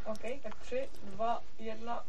OK, tak 3, 2, 1,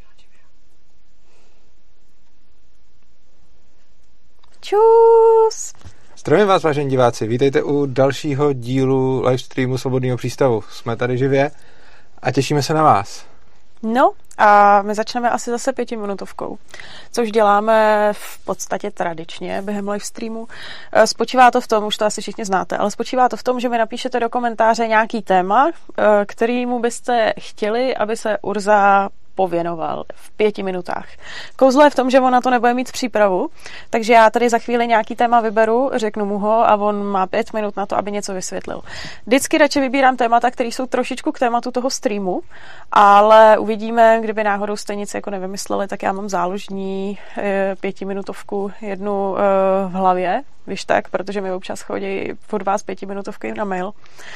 Čus! Zdravím vás, vážení diváci, vítejte u dalšího dílu livestreamu Svobodného přístavu. Jsme tady živě a těšíme se na vás. No a my začneme asi zase 5minutovkou, což děláme v podstatě tradičně během livestreamu. Spočívá to v tom, už to asi všichni znáte, ale spočívá to v tom, že mi napíšete do komentáře nějaký téma, kterýmu byste chtěli, aby se Urza pověnoval v 5 minutách. Kouzlo je v tom, že on na to nebude mít přípravu, takže já tady za chvíli nějaký téma vyberu, řeknu mu ho a on má 5 minut na to, aby něco vysvětlil. Vždycky radši vybírám témata, které jsou trošičku k tématu toho streamu, ale uvidíme, kdyby náhodou jste nic jako nevymysleli, tak já mám záložní 5minutovku jednu v hlavě, víš tak, protože mi občas chodí od vás 5minutovky na mail.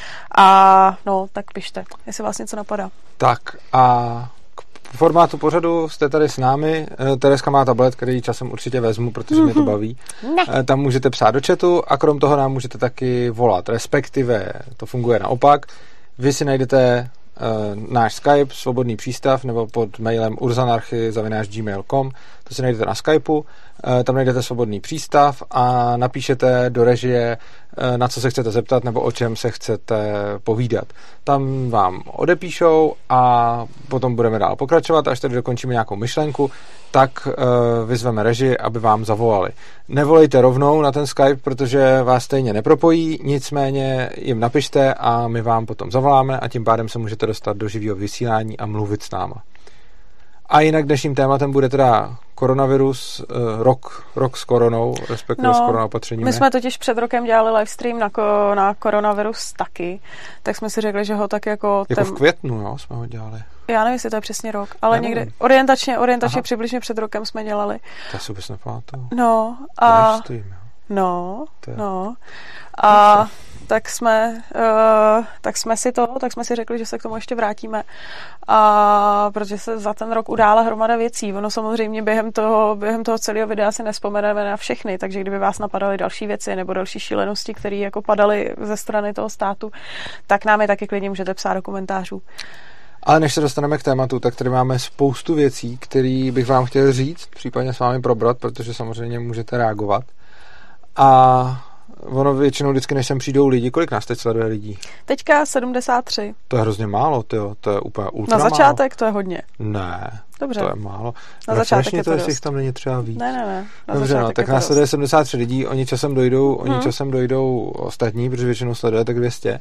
A no, tak pište, jestli vás něco napadá. Tak a v formátu pořadu jste tady s námi. Tereska má tablet, který časem určitě vezmu, protože mě to baví. Ne. Tam můžete psát do chatu a krom toho nám můžete taky volat, respektive to funguje naopak. Vy si najdete náš Skype, Svobodný přístav, nebo pod mailem urzanarchy@gmail.com. To si najdete na Skypeu, tam najdete Svobodný přístav a napíšete do režie, na co se chcete zeptat nebo o čem se chcete povídat. Tam vám odepíšou a potom budeme dál pokračovat, až tady dokončíme nějakou myšlenku, tak vyzveme režii, aby vám zavolali. Nevolejte rovnou na ten Skype, protože vás stejně nepropojí, nicméně jim napište a my vám potom zavoláme a tím pádem se můžete dostat do živého vysílání a mluvit s náma. A jinak dnešním tématem bude teda koronavirus, rok s koronou, respektive s koronaopatřeními. My jsme totiž před rokem dělali livestream na koronavirus taky, tak jsme si řekli, že ho tak jako... Jako v květnu, jo, jsme ho dělali. Já nevím, jestli to je přesně rok, ale někdy orientačně přibližně před rokem jsme dělali. To si vůbec nepamatuju. No a... Livestream, jo. No. A... Tak jsme si řekli, že se k tomu ještě vrátíme, a protože se za ten rok udála hromada věcí. Ono samozřejmě během toho celého videa si nevzpomeneme na všechny, takže kdyby vás napadaly další věci nebo další šílenosti, které jako padaly ze strany toho státu, tak nám je taky klidně můžete psát do komentářů. Ale než se dostaneme k tématu, tak tady máme spoustu věcí, které bych vám chtěl říct, případně s vámi probrat, protože samozřejmě můžete reagovat. A ono většinou vždycky, než sem přijdou lidi, kolik nás teď sleduje lidí? Teďka 73. To je hrozně málo, tyjo. To je úplně ultra Na začátek málo. To je hodně. Ne, Dobře. To je málo. Na začátek je to jestli jich tam není třeba víc. Ne. Dobře, no, tak nás sleduje 73 lidí, oni časem dojdou ostatní, protože většinou sleduje tak 200.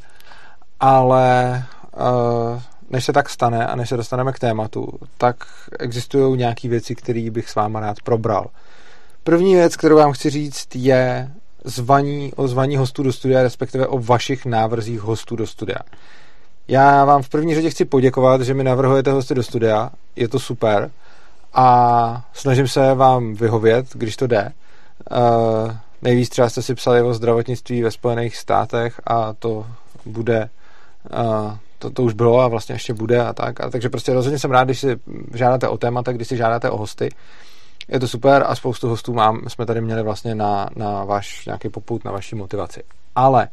Ale než se tak stane a než se dostaneme k tématu, tak existují nějaké věci, které bych s váma rád probral. První věc, kterou vám chci říct, je zvaní hostů do studia, respektive o vašich návrzích hostů do studia. Já vám v první řadě chci poděkovat, že mi navrhujete hosty do studia, je to super a snažím se vám vyhovět, když to jde. Nejvíc třeba jste si psali o zdravotnictví ve Spojených státech a to bude... To už bylo a vlastně ještě bude a tak. A takže prostě rozhodně jsem rád, když si žádáte o témata, když si žádáte o hosty. Je to super a spoustu hostů jsme tady měli vlastně na váš nějaký popud, na vaši motivaci. Ale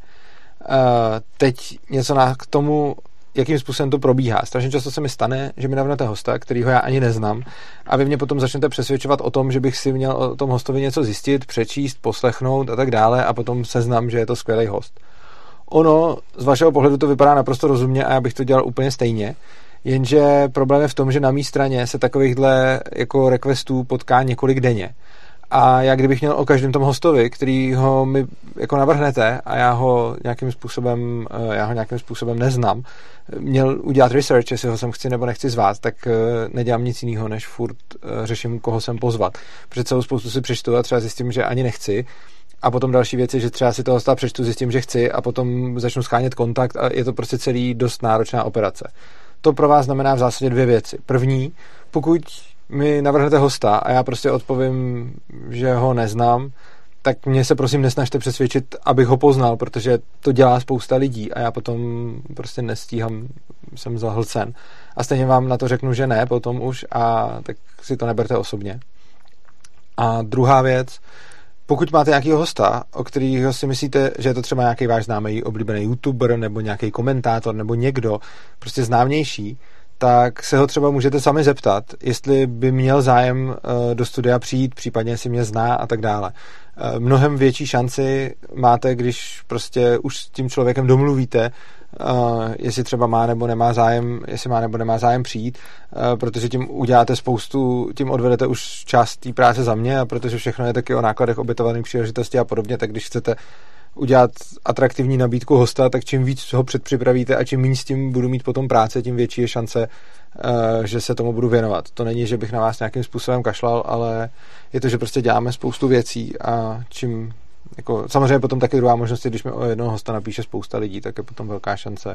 teď něco k tomu, jakým způsobem to probíhá. Strašně často se mi stane, že mi navrhnete hosta, kterýho já ani neznám, a vy mě potom začnete přesvědčovat o tom, že bych si měl o tom hostovi něco zjistit, přečíst, poslechnout a tak dále a potom seznam, že je to skvělý host. Ono, z vašeho pohledu to vypadá naprosto rozumně a já bych to dělal úplně stejně, jenže problém je v tom, že na mý straně se takovýchhle jako requestů potká několik denně. A já kdybych měl o každém tom hostovi, který ho mi jako navrhnete a já ho nějakým způsobem neznám, měl udělat research, jestli ho sem chci nebo nechci zvát, tak nedělám nic jiného, než furt řeším, koho sem pozvat. Protože celou spoustu si přečtu a třeba zjistím, že ani nechci. A potom další věc je, že třeba si toho hosta přečtu, zjistím, že chci a potom začnu schánět kontakt a je to prostě celý dost náročná operace. To pro vás znamená v zásadě 2 věci. První, pokud mi navrhnete hosta a já prostě odpovím, že ho neznám, tak mě se prosím nesnažte přesvědčit, abych ho poznal, protože to dělá spousta lidí a já potom prostě nestíhám, jsem zahlcen. A stejně vám na to řeknu, že ne potom už a tak si to neberte osobně. A druhá věc, pokud máte nějakého hosta, o kterého si myslíte, že je to třeba nějaký váš známý oblíbený youtuber nebo nějaký komentátor nebo někdo prostě známější, tak se ho třeba můžete sami zeptat, jestli by měl zájem do studia přijít, případně jestli mě zná a tak dále. Mnohem větší šanci máte, když prostě už s tím člověkem domluvíte, jestli třeba má nebo nemá zájem, jestli má nebo nemá zájem přijít, protože tím uděláte tím odvedete už část té práce za mě, a protože všechno je taky o nákladech, obětovaných příležitosti a podobně, tak když chcete udělat atraktivní nabídku hosta, tak čím víc ho předpřipravíte a čím méně s tím budu mít potom práce, tím větší je šance, že se tomu budu věnovat. To není, že bych na vás nějakým způsobem kašlal, ale je to, že prostě děláme spoustu věcí a čím, jako, samozřejmě potom taky druhá možnost, když mi o jednoho hosta napíše spousta lidí, tak je potom velká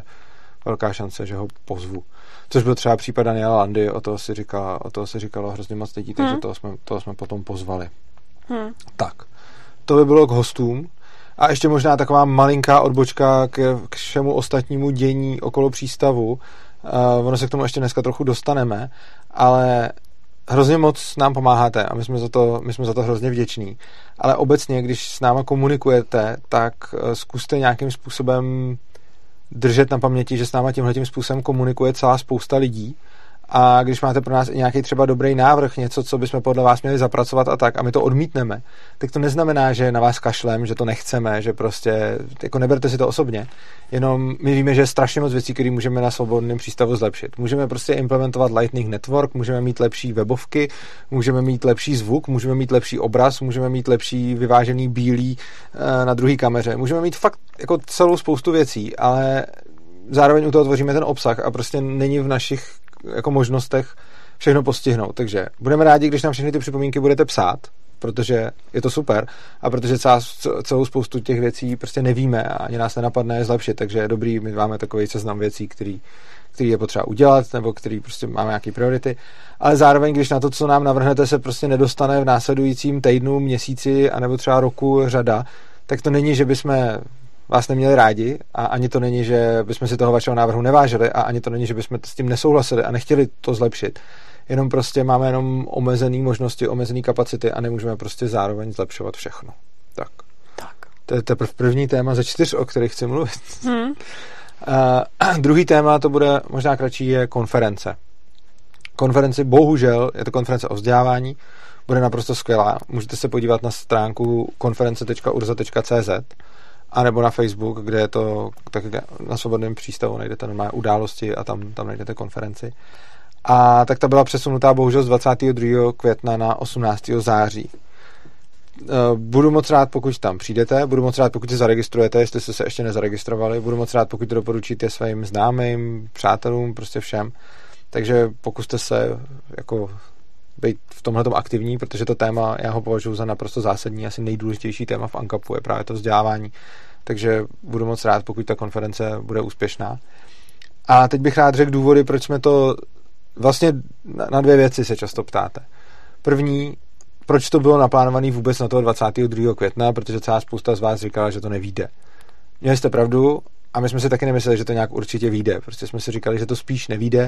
šance, že ho pozvu. Což byl třeba případ Daniela Landy, o toho si říkalo hrozně moc lidí, takže toho jsme potom pozvali. Tak, to by bylo k hostům. A ještě možná taková malinká odbočka k všemu ostatnímu dění okolo přístavu. Ono se k tomu ještě dneska trochu dostaneme, ale hrozně moc nám pomáháte a my jsme za to hrozně vděční. Ale obecně, když s náma komunikujete, tak zkuste nějakým způsobem držet na paměti, že s náma tímhletím způsobem komunikuje celá spousta lidí. A když máte pro nás i nějaký třeba dobrý návrh, něco, co bychom podle vás měli zapracovat a my to odmítneme, tak to neznamená, že na vás kašlem, že to nechceme, že prostě, jako neberte si to osobně, jenom my víme, že je strašně moc věcí, které můžeme na svobodném přístavu zlepšit. Můžeme prostě implementovat Lightning Network, můžeme mít lepší webovky, můžeme mít lepší zvuk, můžeme mít lepší obraz, můžeme mít lepší vyvážený bílý na druhé kameře. Můžeme mít fakt jako celou spoustu věcí, ale zároveň u toho tvoříme ten obsah a prostě není v našich jako možnostech všechno postihnout. Takže budeme rádi, když nám všechny ty připomínky budete psát, protože je to super a protože celou spoustu těch věcí prostě nevíme a ani nás nenapadne je zlepšit, takže je dobrý, my máme takový seznam věcí, který je potřeba udělat, nebo který prostě máme nějaké priority, ale zároveň, když na to, co nám navrhnete, se prostě nedostane v následujícím týdnu, měsíci, anebo třeba roku řada, tak to není, že bychom vás neměli rádi a ani to není, že bychom si toho vašeho návrhu nevážili a ani to není, že bychom s tím nesouhlasili a nechtěli to zlepšit. Jenom prostě máme jenom omezené možnosti, omezené kapacity a nemůžeme prostě zároveň zlepšovat všechno. Tak. To je teprve první téma ze 4, o kterých chci mluvit. Druhý téma, to bude možná kratší, je konference. Konferenci, bohužel, je to konference o vzdělávání, bude naprosto skvělá. Můžete se podívat na stránku konference.urza.cz a nebo na Facebook, kde je to tak na svobodném přístavu, najdete normálně události a tam najdete konferenci. A tak ta byla přesunutá bohužel z 22. května na 18. září. Budu moc rád, pokud tam přijdete, budu moc rád, pokud se zaregistrujete, jestli jste se ještě nezaregistrovali, budu moc rád, pokud to doporučíte svým známým, přátelům, prostě všem. Takže pokuste se jako být v tomhletom aktivní, protože to téma já ho považuji za naprosto zásadní, asi nejdůležitější téma v ANCAPu je právě to vzdělávání. Takže budu moc rád, pokud ta konference bude úspěšná. A teď bych rád řekl důvody, proč jsme to vlastně na 2 věci se často ptáte. První, proč to bylo naplánované vůbec na toho 22. května, protože celá spousta z vás říkala, že to nevyjde. Měli jste pravdu a my jsme si taky nemysleli, že to nějak určitě vyjde. Prostě jsme si říkali, že to spíš nevyjde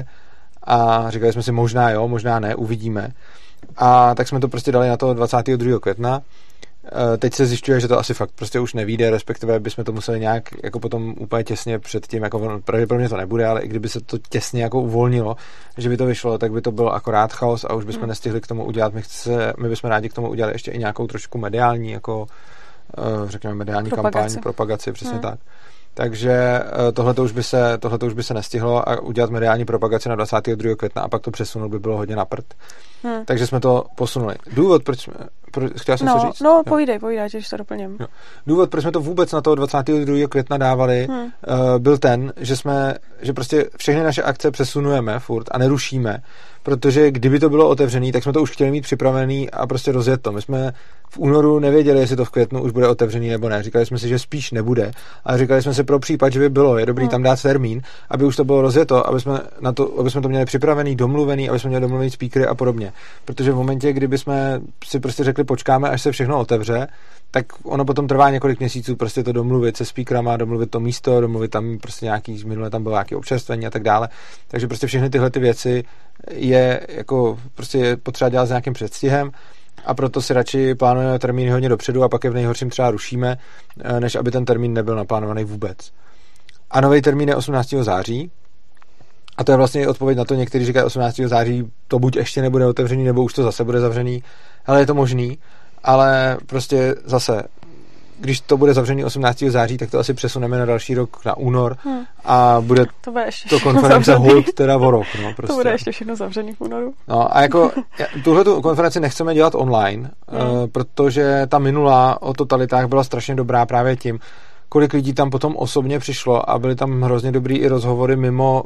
a říkali jsme si možná jo, možná ne, uvidíme. A tak jsme to prostě dali na toho 22. května. Teď se zjišťuje, že to asi fakt prostě už nevyjde, respektive bychom to museli nějak jako potom úplně těsně před tím, jako pravděpodobně to nebude, ale i kdyby se to těsně jako uvolnilo, že by to vyšlo, tak by to byl akorát chaos a už bychom nestihli k tomu udělat. My bychom rádi k tomu udělali ještě i nějakou trošku mediální, jako řekněme mediální kampaň, propagaci, přesně tak. Takže tohleto už by se nestihlo a udělat mediální propagaci na 22. května a pak to přesunout by bylo hodně na prd. Takže jsme to posunuli. Důvod, proč jsme... Chtěla jsem se říct? No, povídej, když to doplním. Jo. Důvod, proč jsme to vůbec na toho 22. května dávali, byl ten, že prostě všechny naše akce přesunujeme furt a nerušíme, protože kdyby to bylo otevřený, tak jsme to už chtěli mít připravený a prostě rozjet to. My jsme v únoru nevěděli, jestli to v květnu už bude otevřený nebo ne. Říkali jsme si, že spíš nebude. A říkali jsme si pro případ, že by bylo, je dobrý tam dát termín, aby už to bylo rozjeto, aby jsme to měli připravený, domluvený, aby jsme měli domluvený speakery a podobně. Protože v momentě, kdyby jsme si prostě řekli, počkáme, až se všechno otevře, tak ono potom trvá několik měsíců prostě to domluvit se speakerama, domluvit to místo, domluvit tam prostě minule tam bylo nějaké občerstvení a tak dále. Takže prostě všechny tyhle ty věci je jako prostě je potřeba dělat s nějakým předstihem a proto si radši plánujeme termíny hodně dopředu a pak je v nejhorším třeba rušíme, než aby ten termín nebyl naplánovaný vůbec. A nový termín je 18. září A to je vlastně odpověď na to, někteří říkají 18. září to buď ještě nebude otevřený, nebo už to zase bude zavřený. Ale je to možný, ale prostě zase, když to bude zavřený 18. září, tak to asi přesuneme na další rok, na únor a bude to konference hold teda o rok. No, prostě. To bude ještě všechno zavřený v únoru. No a jako tuhletu konferenci nechceme dělat online, protože ta minulá o totalitách byla strašně dobrá právě tím, kolik lidí tam potom osobně přišlo a byly tam hrozně dobrý i rozhovory mimo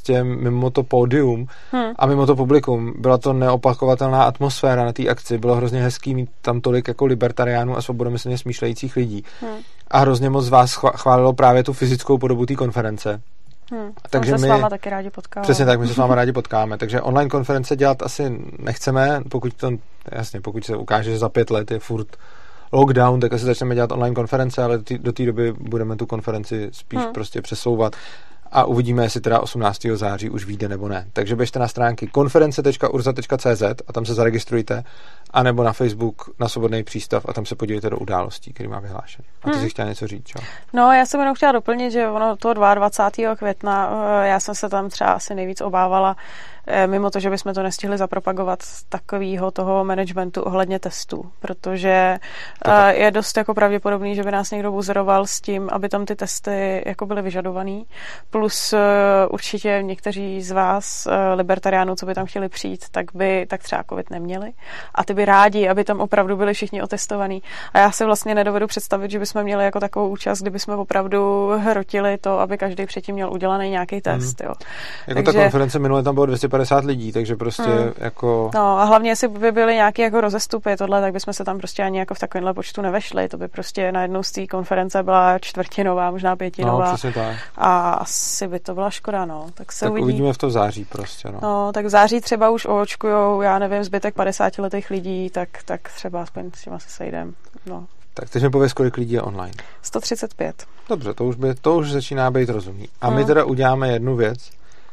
to pódium a mimo to publikum. Byla to neopakovatelná atmosféra na té akci. Bylo hrozně hezký mít tam tolik jako libertariánů a svobodomyslně smýšlejících lidí. A hrozně moc z vás chválilo právě tu fyzickou podobu té konference. Takže my se s váma taky rádi potkáme. Přesně tak, my se s váma rádi potkáme. Takže online konference dělat asi nechceme, pokud se ukáže, že za 5 let je furt lockdown, tak asi začneme dělat online konference, ale do té doby budeme tu konferenci spíš prostě přesouvat a uvidíme, jestli teda 18. září už vyjde nebo ne. Takže běžte na stránky konference.urza.cz a tam se zaregistrujte, anebo na Facebook na Svobodný přístav a tam se podívejte do událostí, který má vyhlášený. A ty jsi chtěla něco říct, čo? No, já jsem jenom chtěla doplnit, že ono toho 22. května, já jsem se tam třeba asi nejvíc obávala, mimo to, že bychom to nestihli zapropagovat takového toho managementu ohledně testů, protože je dost jako pravděpodobný, že by nás někdo buzoroval s tím, aby tam ty testy jako byly vyžadovaný, plus určitě někteří z vás libertariánů, co by tam chtěli přijít, tak třeba covid neměli a ty by rádi, aby tam opravdu byli všichni otestovaní. A já si vlastně nedovedu představit, že bychom měli jako takovou účast, kdyby jsme opravdu hrotili to, aby každý předtím měl udělaný nějaký test. Jo. Jako takže ta konference minule tam bylo 250 lidí, takže prostě jako... No a hlavně, jestli by byly nějaké jako rozestupy tohle, tak bychom se tam prostě ani jako v takovémhle počtu nevešli. To by prostě najednou z té konference byla čtvrtinová, možná pětinová. No, přesně tak. A asi by to byla škoda, no. Tak uvidíme v to v září prostě, no. No, tak v září třeba už oočkujou, já nevím, zbytek 50letých lidí, tak třeba aspoň s tím asi sejdem, no. Tak teď mi pověz, kolik lidí je online. 135. Dobře, to už začíná být rozumný. A my teda uděláme jednu věc.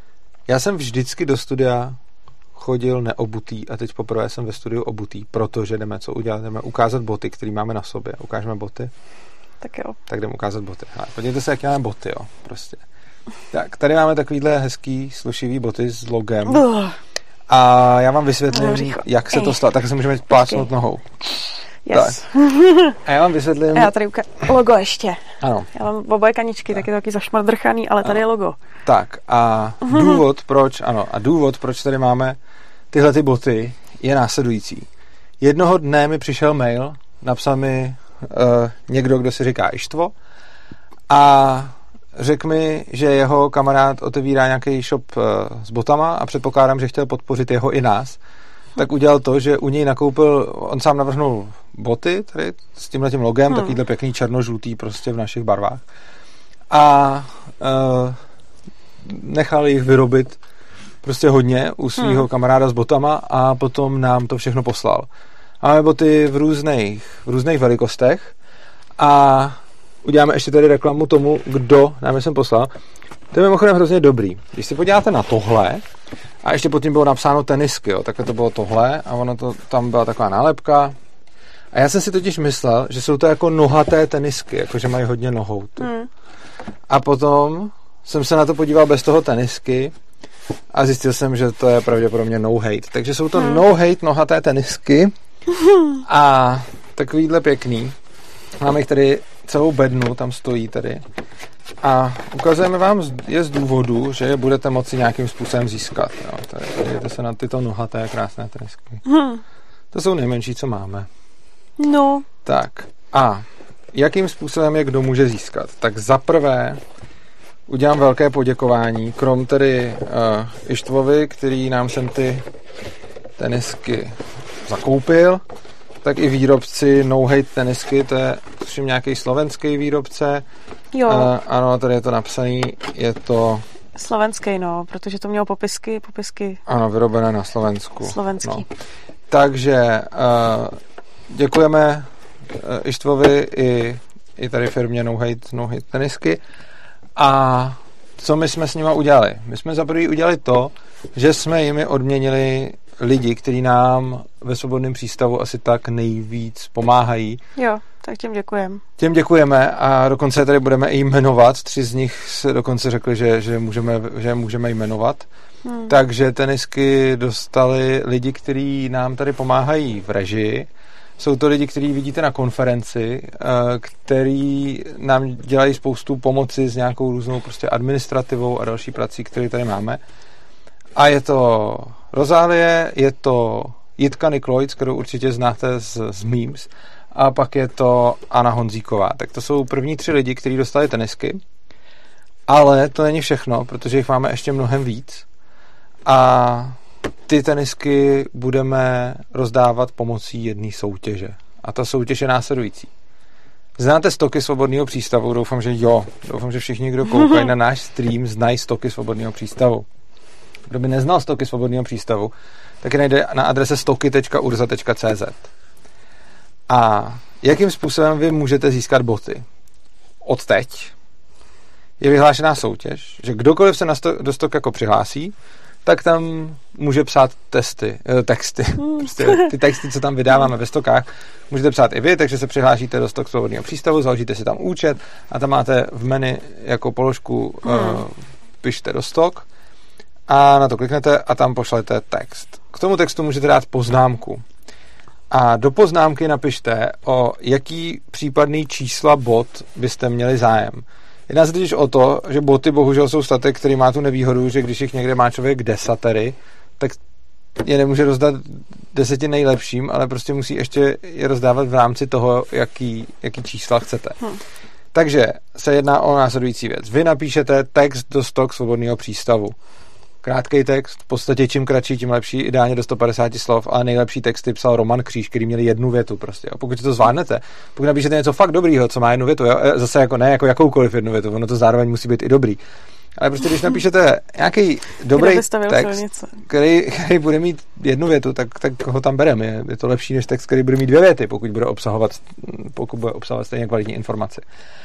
Já jsem vždycky do studia chodil neobutý a teď poprvé jsem ve studiu obutý, protože jdeme co udělat, jdeme ukázat boty, které máme na sobě. Ukážeme boty? Tak jo. Tak jdeme ukázat boty. Hele, podívejte se, jak máme boty, jo, prostě. Tak, tady máme takovýhle hezký, slušivý boty s logem. A já vám vysvětlím, jak se to stalo. Tak se můžeme plásnout nohou. Yes. A já vám vysvětlím... A já tady logo ještě. Ano. Já mám oboje kaničky, tak je to taky zašmrdrchaný, ale tady je logo. Tak a důvod, proč tady máme tyhle ty boty, je následující. Jednoho dne mi přišel mail, napsal mi někdo, kdo se říká Ištvo a řekl mi, že jeho kamarád otevírá nějaký shop s botama a předpokládám, že chtěl podpořit jeho i nás. Tak udělal to, že u něj nakoupil, on sám navrhnul boty tady s tímhletím logem, takovýhle pěkný černožlutý prostě v našich barvách. A nechal jich vyrobit prostě hodně u svého kamaráda s botama a potom nám to všechno poslal. Máme boty v různých velikostech a uděláme ještě tady reklamu tomu, kdo nám je sem poslal. To je mimochodem hrozně dobrý. Když si podíváte na tohle, a ještě pod tím bylo napsáno tenisky, jo, takhle to bylo tohle a ono to, tam byla taková nálepka. A já jsem si totiž myslel, že jsou to jako nohaté tenisky, jakože mají hodně nohou. A potom jsem se na to podíval bez toho tenisky a zjistil jsem, že to je pravděpodobně no hate. Takže jsou to no hate nohaté tenisky a takovýhle pěkný. Máme jich tady celou bednu, tam stojí tady. A ukazujeme vám je z důvodu, že je budete moci nějakým způsobem získat. Jo. Tady podívejte se na tyto nohaté krásné tenisky. To jsou nejmenší, co máme. No. Tak a jakým způsobem je kdo může získat? Tak zaprvé udělám velké poděkování, krom tedy Ištvovi, který nám sem ty tenisky zakoupil, tak i výrobci No Hate tenisky, to je tuším nějaký slovenský výrobce. Jo. Ano, tady je to napsaný, je to... Slovenský, no, protože to mělo popisky. Ano, vyrobené na Slovensku. Slovenský. No. Takže děkujeme Ištvovi i tady firmě No Hate tenisky. A co my jsme s nima udělali? My jsme za prvý udělali to, že jsme jimi odměnili lidi, kteří nám ve Svobodném přístavu asi tak nejvíc pomáhají. Jo, tak těm děkujeme. Těm děkujeme a dokonce tady budeme i jmenovat. 3 z nich se dokonce řekli, že můžeme jmenovat. Takže tenisky dostali lidi, kteří nám tady pomáhají v režii. Jsou to lidi, kteří vidíte na konferenci, který nám dělají spoustu pomoci s nějakou různou prostě administrativou a další prací, které tady máme. A je to Rozálie, je to Jitka Niklojc, kterou určitě znáte z memes, a pak je to Anna Honzíková. Tak to jsou první 3 lidi, kteří dostali tenisky, ale to není všechno, protože jich máme ještě mnohem víc a ty tenisky budeme rozdávat pomocí jedné soutěže. A ta soutěž je následující. Znáte stoky Svobodného přístavu? Doufám, že jo. Doufám, že všichni, kdo koukají na náš stream, znají stoky Svobodného přístavu. Kdo by neznal stoky Svobodného přístavu, tak je najde na adrese stoky.urza.cz. A jakým způsobem vy můžete získat boty? Od teď je vyhlášená soutěž, že kdokoliv se do stok jako přihlásí, tak tam může psát texty. Prostě ty texty, co tam vydáváme ve stokách, můžete psát i vy, takže se přihlášíte do stok Svobodného přístavu, založíte si tam účet a tam máte v menu jako položku pište do stok a na to kliknete a tam pošlete text. K tomu textu můžete dát poznámku. A do poznámky napište, o jaký případný čísla bot byste měli zájem. Jedná se totiž o to, že boty bohužel jsou statek, který má tu nevýhodu, že když jich někde má člověk desatery, tak je nemůže rozdat 10 nejlepším, ale prostě musí ještě je rozdávat v rámci toho, jaký čísla chcete. Takže se jedná o následující věc. Vy napíšete text do stok Svobodného přístavu. Krátkej text, v podstatě čím kratší, tím lepší, ideálně do 150 slov, ale nejlepší texty psal Roman Kříž, který měli 1 větu prostě. A pokud to zvládnete, pokud napíšete něco fakt dobrýho, co má 1 větu, jo, zase jako ne jako jakoukoliv 1 větu, ono to zároveň musí být i dobrý. Ale prostě když napíšete nějaký dobrý text, který bude mít 1 větu, tak ho tam bereme. Je to lepší než text, který bude mít 2 věty, pokud bude obsahovat stejně kvalitní informaci.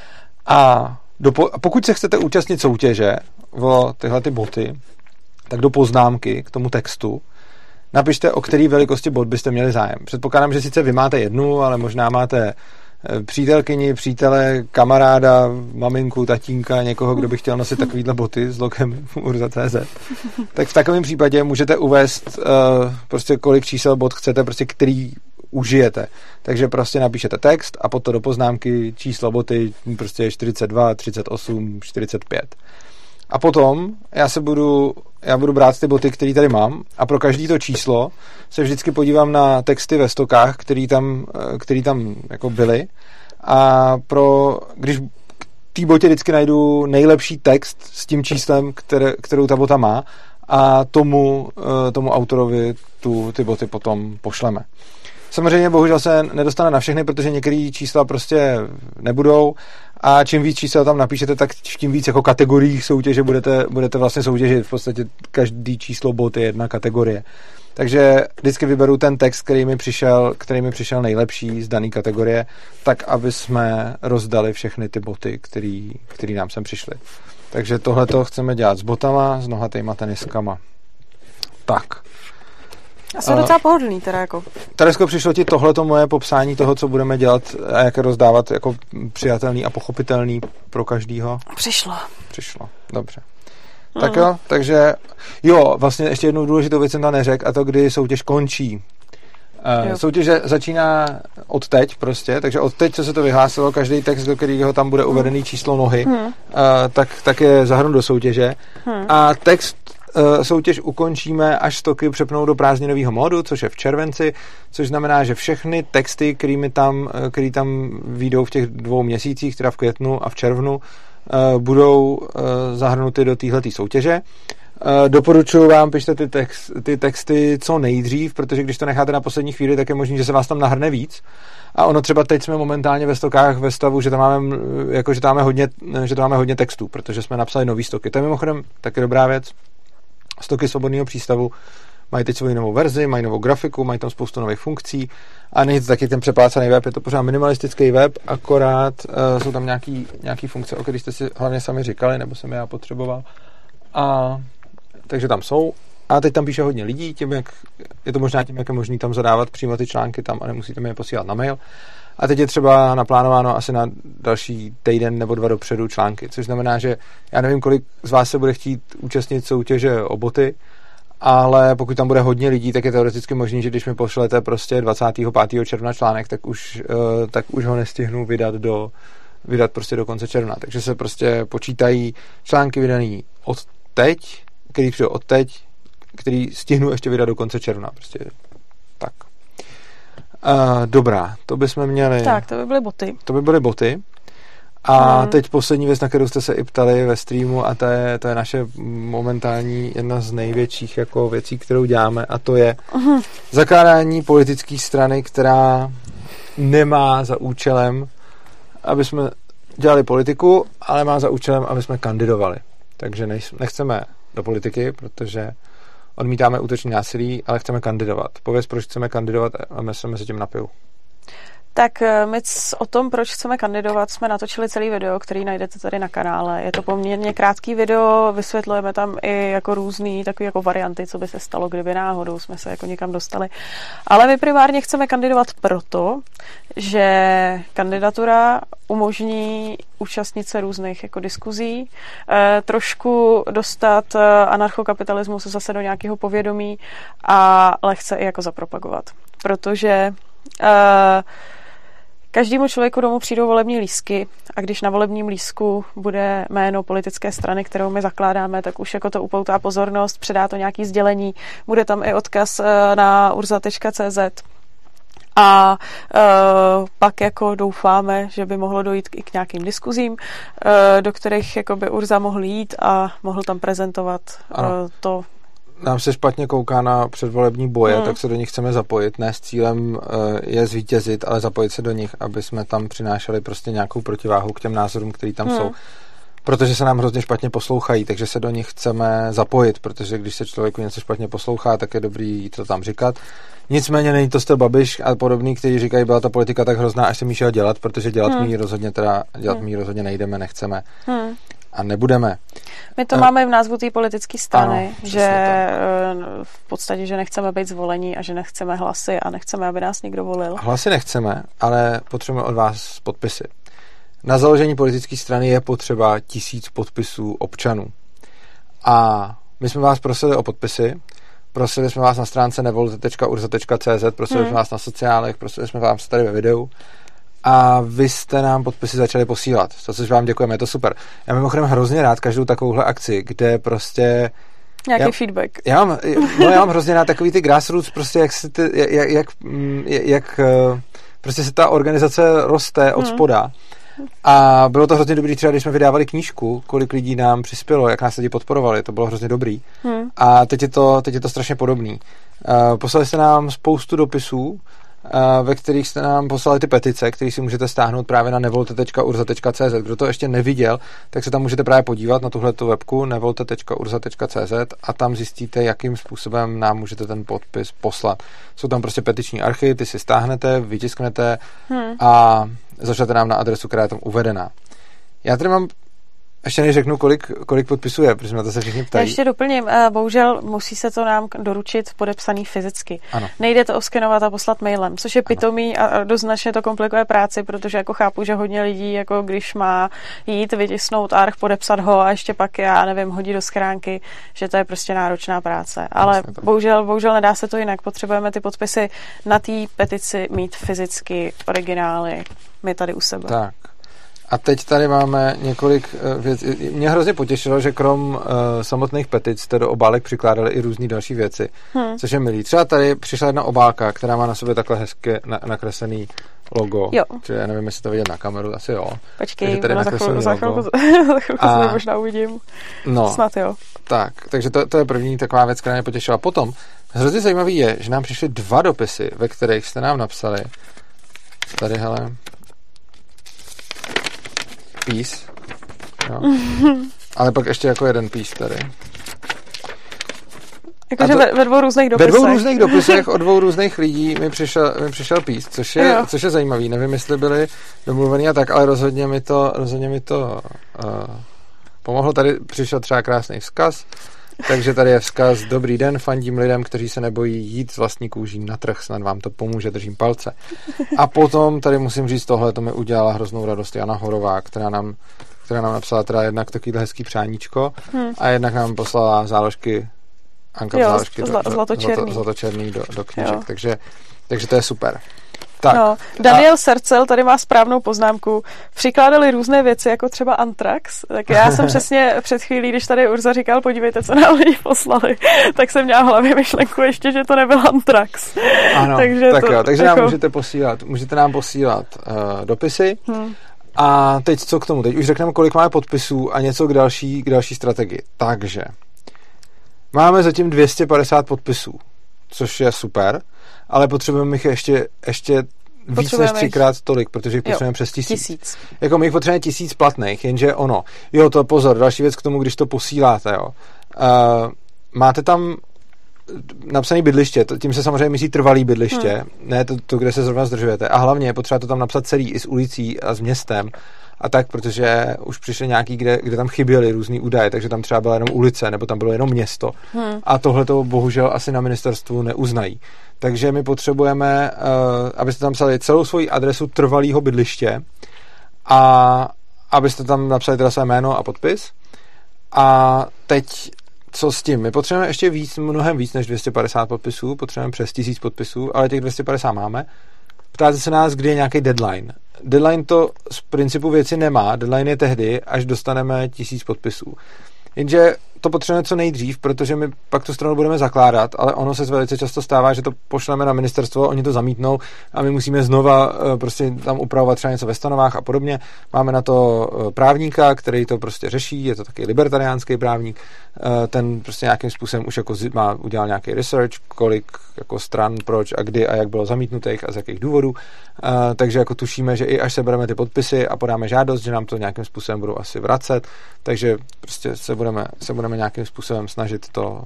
A pokud se chcete účastnit soutěže o tyhle ty boty, tak do poznámky k tomu textu napište, o který velikosti bot byste měli zájem. Předpokládám, že sice vy máte 1, ale možná máte přítelkyni, přítele, kamaráda, maminku, tatínka, někoho, kdo by chtěl nosit takovýhle boty s logem urza.cz. Tak v takovém případě můžete uvést prostě kolik čísel bot chcete, prostě který užijete. Takže prostě napíšete text a potom do poznámky číslo boty prostě 42, 38, 45. A potom já budu brát ty boty, které tady mám a pro každý to číslo se vždycky podívám na texty ve stokách, který tam jako byly a když té botě vždycky najdu nejlepší text s tím číslem, kterou ta bota má a tomu autorovi ty boty potom pošleme. Samozřejmě bohužel se nedostane na všechny, protože některé čísla prostě nebudou a čím víc čísel tam napíšete, tak tím víc jako kategorií soutěže budete vlastně soutěžit. V podstatě každý číslo bot je 1 kategorie. Takže vždycky vyberu ten text, který mi přišel nejlepší z dané kategorie, tak aby jsme rozdali všechny ty boty, který nám sem přišly. Takže tohleto chceme dělat s botama, s nohatýma teniskama. Tak. A jsou docela pohodlný teda jako. Teresko, přišlo ti tohleto moje popsání toho, co budeme dělat a jak rozdávat jako přijatelný a pochopitelný pro každýho? Přišlo, dobře. Tak jo, takže vlastně ještě jednou důležitou věc jsem tam neřekl a to, kdy soutěž končí. Soutěže začíná od teď prostě, takže od teď, co se to vyhlásilo, každý text, do kterého tam bude uvedený číslo nohy, tak je zahrnut do soutěže. A soutěž ukončíme, až stoky přepnou do prázdninového módu, což je v červenci, což znamená, že všechny texty, který tam vyjdou v těch 2 měsících, teda v květnu a v červnu, budou zahrnuty do téhletý soutěže. Doporučuji vám, pište ty texty co nejdřív, protože když to necháte na poslední chvíli, tak je možné, že se vás tam nahrne víc. A ono třeba teď jsme momentálně ve stokách ve stavu, že tam máme hodně textů, protože jsme napsali nový stoky. To je mimochodem taky dobrá věc. Stoky Svobodného přístavu mají teď svoji novou verzi, mají novou grafiku, mají tam spoustu nových funkcí a není to taky ten přeplácaný web, je to pořád minimalistický web, akorát jsou tam nějaký funkce, o kterých jste si hlavně sami říkali, nebo jsem já potřeboval. A takže tam jsou A teď tam píše hodně lidí, je to možná tím, jak je možný tam zadávat přímo ty články tam a nemusíte mi je posílat na mail. A teď je třeba naplánováno asi na další týden nebo 2 dopředu články, což znamená, že já nevím, kolik z vás se bude chtít účastnit soutěže o boty, ale pokud tam bude hodně lidí, tak je teoreticky možný, že když mi pošlete prostě 25. června článek, tak už ho nestihnu vydat prostě do konce června. Takže se prostě počítají články vydaný od teď, který přijde od teď, který stihnu ještě vydat do konce června. Prostě tak. Dobrá, to bychom měli... Tak, to by byly boty. To by byly boty. A teď poslední věc, na kterou jste se i ptali ve streamu, a to je naše momentální jedna z největších jako věcí, kterou děláme, a to je zakládání politické strany, která nemá za účelem, aby jsme dělali politiku, ale má za účelem, aby jsme kandidovali. Takže nechceme do politiky, protože odmítáme útoční násilí, ale chceme kandidovat. Pověz, proč chceme kandidovat, a my se mezi tím napiju. Tak my o tom, proč chceme kandidovat, jsme natočili celý video, který najdete tady na kanále. Je to poměrně krátký video, vysvětlujeme tam i jako různý takové jako varianty, co by se stalo, kdyby náhodou jsme se jako někam dostali. Ale my primárně chceme kandidovat proto, že kandidatura umožní účastnit se různých jako diskuzí, trošku dostat anarchokapitalismus zase do nějakého povědomí a lehce i jako zapropagovat. Protože každému člověku domů přijdou volební lístky a když na volebním lístku bude jméno politické strany, kterou my zakládáme, tak už jako to upoutá pozornost, předá to nějaký sdělení, bude tam i odkaz na urza.cz a pak jako doufáme, že by mohlo dojít i k nějakým diskuzím, do kterých jako by Urza mohl jít a mohl tam prezentovat to. Nám se špatně kouká na předvolební boje, tak se do nich chceme zapojit, ne s cílem je zvítězit, ale zapojit se do nich, aby jsme tam přinášeli prostě nějakou protiváhu k těm názorům, který tam jsou. Protože se nám hrozně špatně poslouchají, takže se do nich chceme zapojit, protože když se člověku něco špatně poslouchá, tak je dobrý to tam říkat. Nicméně není to styl Babiš a podobný, kteří říkají, byla ta politika tak hrozná, až jsem jí šel dělat, protože dělat my rozhodně nejdeme, nechceme. A nebudeme. My to máme v názvu té politické strany, ano, že v podstatě, že nechceme být zvolení a že nechceme hlasy a nechceme, aby nás někdo volil. Hlasy nechceme, ale potřebujeme od vás podpisy. Na založení politické strany je potřeba 1000 podpisů občanů. A my jsme vás prosili o podpisy, prosili jsme vás na stránce nevolte.urza.cz, prosili jsme vás na sociálech, prosili jsme vás tady ve videu. A vy jste nám podpisy začali posílat. Za což vám děkujeme, je to super. Já mimochodem hrozně rád každou takovouhle akci, kde prostě... Nějaký feedback. Já mám hrozně rád takový ty grassroots, prostě jak prostě se ta organizace roste od spoda. A bylo to hrozně dobrý třeba, když jsme vydávali knížku, kolik lidí nám přispělo, jak nás lidi podporovali, to bylo hrozně dobrý. A teď je to strašně podobný. Poslali jste nám spoustu dopisů, ve kterých jste nám poslali ty petice, které si můžete stáhnout právě na nevolte.urza.cz. Kdo to ještě neviděl, tak se tam můžete právě podívat na tuhletu webku nevolte.urza.cz a tam zjistíte, jakým způsobem nám můžete ten podpis poslat. Jsou tam prostě petiční archy, ty si stáhnete, vytisknete a zašlete nám na adresu, která je tam uvedená. Já tady mám ještě než řeknu, kolik podpisů je, protože na to se všichni ptají. Já ještě doplním, bohužel musí se to nám doručit podepsaný fyzicky. Ano. Nejde to oskenovat a poslat mailem, což je pitomý a doznačně to komplikuje práci, protože jako chápu, že hodně lidí, jako když má jít, vytisknout arch, podepsat ho a ještě pak, já nevím, hodit do schránky, že to je prostě náročná práce. Ale bohužel nedá se to jinak. Potřebujeme ty podpisy na té petici mít fyzicky originály. My tady u sebe. Tak. A teď tady máme několik věcí. Mě hrozně potěšilo, že krom samotných petic jste do obálek přikládali i různý další věci, což je milý. Třeba tady přišla jedna obálka, která má na sobě takhle hezky nakreslený logo. Jo. Čili já nevím, jestli to vidět na kameru, asi jo. Počkej, za chvilku se možná uvidím. No, snad jo. Tak, takže to je první taková věc, která mě potěšila. Potom, hrozně zajímavý je, že nám přišly 2 dopisy, ve kterých jste nám napsali tady, hele, peace. Jo. Ale pak ještě jako jeden peace tady. Jakože ve 2 různých dopisech. Ve 2 různých dopisech od 2 různých lidí mi přišel peace, což je zajímavý. Nevím, jestli byli domluvený a tak, ale rozhodně mi to pomohlo. Tady přišel třeba krásný vzkaz. Takže tady je vzkaz: dobrý den, fandím lidem, kteří se nebojí jít z vlastní kůží na trh, snad vám to pomůže, držím palce. A potom tady musím říct tohle, to mi udělala hroznou radost Jana Horová, která nám napsala teda jednak takovýhle hezký přáníčko a jednak nám poslala záložky, záložky zlatočerný do knížek, takže to je super. Tak. No, Daniel Sercel tady má správnou poznámku. Přikládali různé věci, jako třeba Antrax. Tak já jsem přesně před chvílí, když tady Urza říkal, podívejte, co nám lidi poslali, tak jsem měla v hlavě myšlenku ještě, že to nebyl Antrax. Ano, takže nám můžete nám posílat dopisy. A teď co k tomu? Teď už řekneme, kolik máme podpisů a něco k další strategii. Takže máme zatím 250 podpisů, což je super, ale potřebujeme jich ještě víc než 3x tolik, protože jich potřebujeme přes 1000. Jako my jich potřebujeme 1000 platných, jenže to pozor, další věc k tomu, když to posíláte, máte tam napsaný bydliště, tím se samozřejmě myslí trvalý bydliště, ne to, kde se zrovna zdržujete. A hlavně je potřeba to tam napsat celý i s ulicí a s městem a tak, protože už přišly nějaký, kde tam chyběly různý údaje, takže tam třeba byla jenom ulice, nebo tam bylo jenom město. A tohle to bohužel asi na ministerstvu neuznají. Takže my potřebujeme, abyste tam psali celou svoji adresu trvalého bydliště a abyste tam napsali teda své jméno a podpis. A teď co s tím? My potřebujeme ještě mnohem víc než 250 podpisů, potřebujeme přes 1000 podpisů, ale těch 250 máme. Ptáte se nás, kdy je nějaký deadline. Deadline to z principu věci nemá. Deadline je tehdy, až dostaneme 1000 podpisů. Jenže to potřebujeme co nejdřív, protože my pak tu stranu budeme zakládat, ale ono se velice často stává, že to pošleme na ministerstvo, oni to zamítnou a my musíme znova prostě tam upravovat třeba něco ve stanovách a podobně. Máme na to právníka, který to prostě řeší, je to taky libertariánský právník, ten prostě nějakým způsobem už jako udělal nějaký research, kolik jako stran, proč a kdy a jak bylo zamítnutých a z jakých důvodů. Takže jako tušíme, že i až sebereme ty podpisy a podáme žádost, že nám to nějakým způsobem budou asi vracet, takže prostě se budeme nějakým způsobem snažit to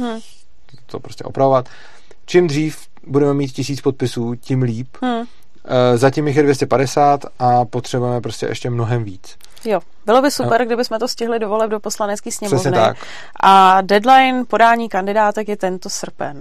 prostě opravovat. Čím dřív budeme mít 1000 podpisů, tím líp. Zatím jich je 250 a potřebujeme prostě ještě mnohem víc. Jo, bylo by super, kdyby jsme to stihli do voleb do poslanecké sněmovny. Přesně tak. A deadline podání kandidátek je tento srpen.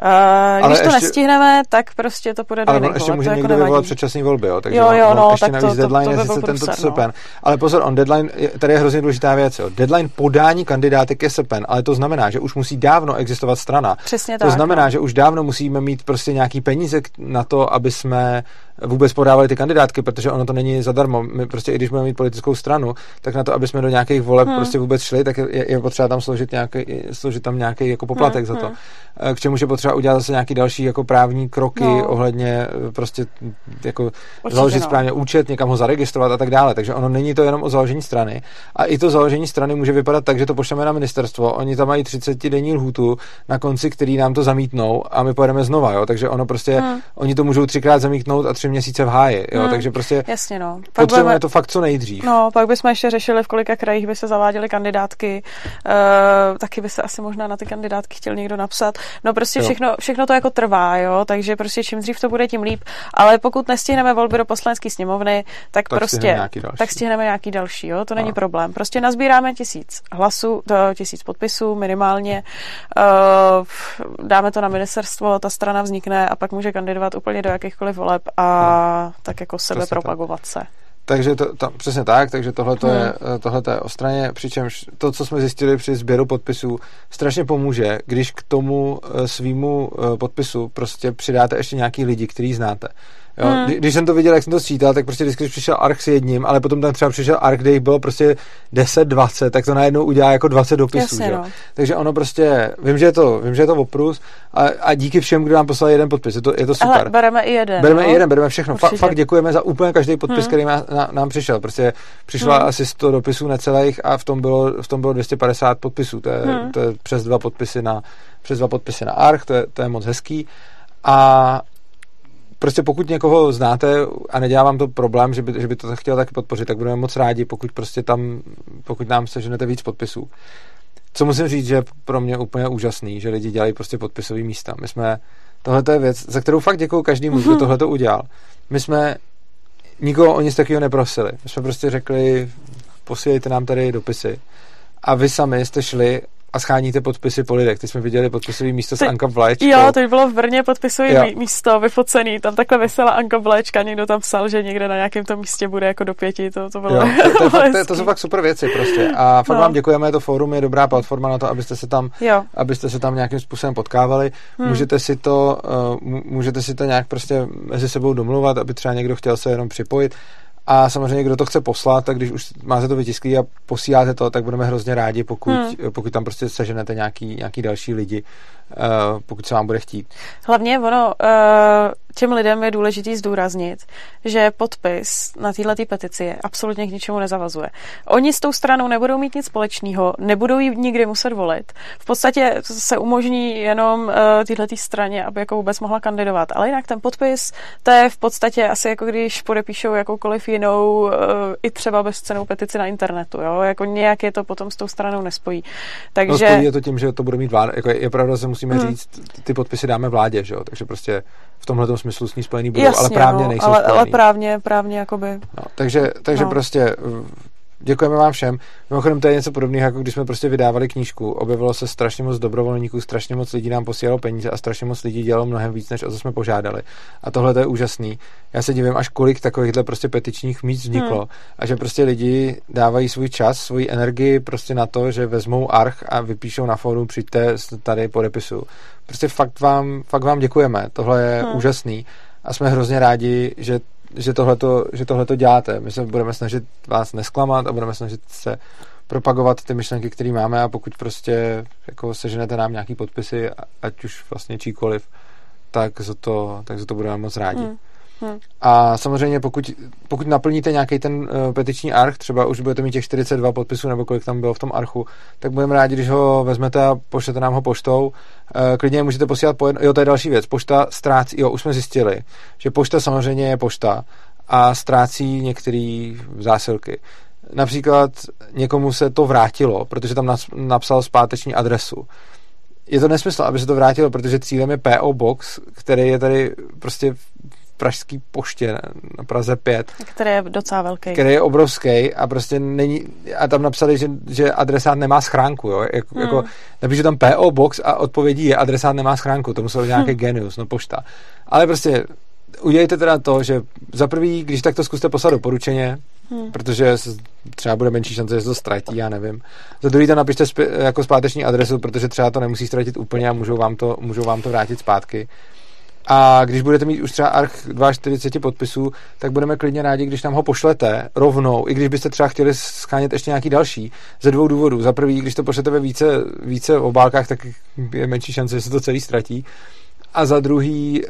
Když to nestihneme, tak prostě to půjde do jiných voleb. Ale ještě může někdo vyvolat předčasné volby, jo? Takže ještě navíc deadline je sice tento srpen. Ale pozor, deadline, tady je hrozně důležitá věc. Jo. Deadline podání kandidátek je srpen, ale to znamená, že už musí dávno existovat strana. Přesně to znamená, že už dávno musíme mít prostě nějaký peníze na to, aby jsme vůbec podávali ty kandidátky, protože ono to není zadarmo. My prostě, i když budeme mít politickou stranu, tak na to, aby jsme do nějakých voleb prostě vůbec šli, tak je potřeba tam složit tam nějaký jako poplatek za to. K čemu je potřeba udělat zase nějaký další jako právní kroky ohledně prostě jako založit správně účet, někam ho zaregistrovat a tak dále. Takže ono není to jenom o založení strany. A i to založení strany může vypadat tak, že to pošleme na ministerstvo, oni tam mají 30denní lhůtu, na konci který nám to zamítnou a my pojedeme znova, jo. Takže ono prostě oni to můžou 3krát zamítnout a 3 měsíce v háji, jo. Takže prostě jasně, no. Potřebujeme to fakt co nejdřív. No, pak bychom ještě řešili, v kolika krajích by se zaváděly kandidátky. Taky by se asi možná na ty kandidátky chtěl někdo napsat. No prostě všechno to jako trvá, jo, takže prostě čím dřív to bude, tím líp. Ale pokud nestihneme volby do poslanecké sněmovny, tak prostě stihneme nějaký další, jo, to není problém. Prostě nazbíráme 1000 hlasů, 1000 podpisů minimálně, dáme to na ministerstvo, ta strana vznikne a pak může kandidovat úplně do jakýchkoliv voleb a tak jako sebe propagovat se. Takže přesně tak, takže tohle je o straně, přičemž to, co jsme zjistili při sběru podpisů, strašně pomůže, když k tomu svýmu podpisu prostě přidáte ještě nějaký lidi, který znáte. Jo? Když jsem to viděl, jak jsem to sčítal, tak prostě vždycky, když přišel Arch s jedním, ale potom tam třeba přišel Arch, kde jich bylo prostě 10-20, tak to najednou udělá jako 20 dopisů. Jasně, no. Takže ono prostě, vím, že je to oprus a díky všem, kdo nám poslali jeden podpis, je to super. Ale bereme i jeden. Bereme všechno. Fakt děkujeme za úplně každý podpis, který nám přišel. Prostě přišlo asi 100 dopisů necelých a v tom bylo 250 podpisů. To je přes dva podpisy na Arch, to je moc hezký. A prostě pokud někoho znáte a nedělá vám to problém, že by to chtěl taky podpořit, tak budeme moc rádi, pokud nám seženete víc podpisů. Co musím říct, že je pro mě úplně úžasný, že lidi dělají prostě podpisový místa. Tohle je věc, za kterou fakt děkuju každému, kdo tohle to udělal. My jsme nikoho o nic takového neprosili. My jsme prostě řekli, posílejte nám tady dopisy. A vy sami jste šli a scháníte podpisy po lidech. Teď jsme viděli podpisový místo s Anka Vlaječkou. Jo, to bylo v Brně podpisové místo vyfocený, tam takhle vysela Anka Vlaječka, někdo tam psal, že někde na nějakém tom místě bude jako do 5, to bylo to jsou fakt super věci prostě a fakt vám děkujeme, to fórum je dobrá platforma na to, abyste se tam nějakým způsobem potkávali. Můžete si to nějak prostě mezi sebou domluvat, aby třeba někdo chtěl se jenom připojit. A samozřejmě, kdo to chce poslat, tak když už máte to vytisklý a posíláte to, tak budeme hrozně rádi, pokud tam prostě seženete nějaký další lidi, pokud se vám bude chtít. Hlavně těm lidem je důležitý zdůraznit, že podpis na této petici je absolutně k ničemu nezavazuje. Oni s tou stranou nebudou mít nic společného, nebudou ji nikdy muset volit. V podstatě se umožní jenom této straně, aby jako vůbec mohla kandidovat. Ale jinak ten podpis, to je v podstatě asi jako když podepíšou jakoukoliv jinou i třeba bezcennou petici na internetu. Jo? Jako nějak je to potom s tou stranou nespojí. Takže... spojí je to tím, že to bude mít vláda. Jako je pravda, že musíme říct, ty podpisy dáme vládě, že jo? Takže prostě v tomhletom smyslu s ní spojený budou, ale právně nejsou spojený. Ale právně jakoby... No, takže prostě děkujeme vám všem. Mimochodem to je něco podobného, jako když jsme prostě vydávali knížku. Objevilo se strašně moc dobrovolníků, strašně moc lidí nám posílalo peníze a strašně moc lidí dělalo mnohem víc, než o co jsme požádali. A tohle to je úžasný. Já se divím, až kolik takovýchhle prostě petičních míst vzniklo a že prostě lidi dávají svůj čas, svoji energii prostě na to, že vezmou arch a vypíšou na fórum, přijďte tady podepisu. Prostě fakt vám děkujeme. Tohle je úžasný a jsme hrozně rádi, že tohleto děláte. My se budeme snažit vás nesklamat a budeme snažit se propagovat ty myšlenky, které máme a pokud prostě jako seženete nám nějaký podpisy, ať už vlastně číkoliv, tak za to budeme moc rádi. A samozřejmě pokud naplníte nějaký ten petiční arch, třeba už budete mít těch 42 podpisů nebo kolik tam bylo v tom archu, tak budeme rádi, když ho vezmete a pošlete nám ho poštou. Klidně můžete posílat to je další věc. Pošta ztrácí, už jsme zjistili, že pošta samozřejmě je pošta a ztrácí některé zásilky. Například někomu se to vrátilo, protože tam napsal zpáteční adresu. Je to nesmysl, aby se to vrátilo, protože cílem je PO Box, který je tady prostě pražský poště na Praze 5. Který je docela velký. Který je obrovský a prostě není, a tam napsali, že adresát nemá schránku, jo, jako napíšu tam PO Box a odpovědí je adresát nemá schránku, to musel být nějaký genius, pošta. Ale prostě udělejte teda to, že za prvý, když tak to zkuste poslat doporučeně, protože třeba bude menší šance, že se to ztratí, já nevím. Za druhý tam napište jako zpáteční adresu, protože třeba to nemusí ztratit úplně a můžou vám to vrátit zpátky. A když budete mít už třeba arch 42 podpisů, tak budeme klidně rádi, když nám ho pošlete rovnou, i když byste třeba chtěli schánět ještě nějaký další, ze 2 důvodů. Za prvý, když to pošlete ve více obálkách, tak je menší šance, že se to celý ztratí. A za druhý,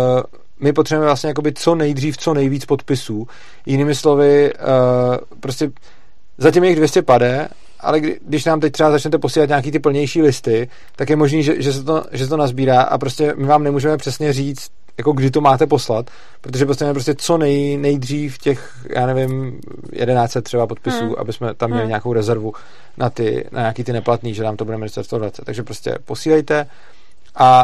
my potřebujeme vlastně jakoby co nejdřív, co nejvíc podpisů. Jinými slovy, prostě zatím jich 200 pade, ale když nám teď třeba začnete posílat nějaký ty plnější listy, tak je možný, že se to nazbírá a prostě my vám nemůžeme přesně říct, jako kdy to máte poslat, protože prostě co nejdřív těch, já nevím, 1100 třeba podpisů, aby jsme tam měli nějakou rezervu na nějaký ty neplatný, že nám to bude ministerstvo 20. Takže prostě posílejte a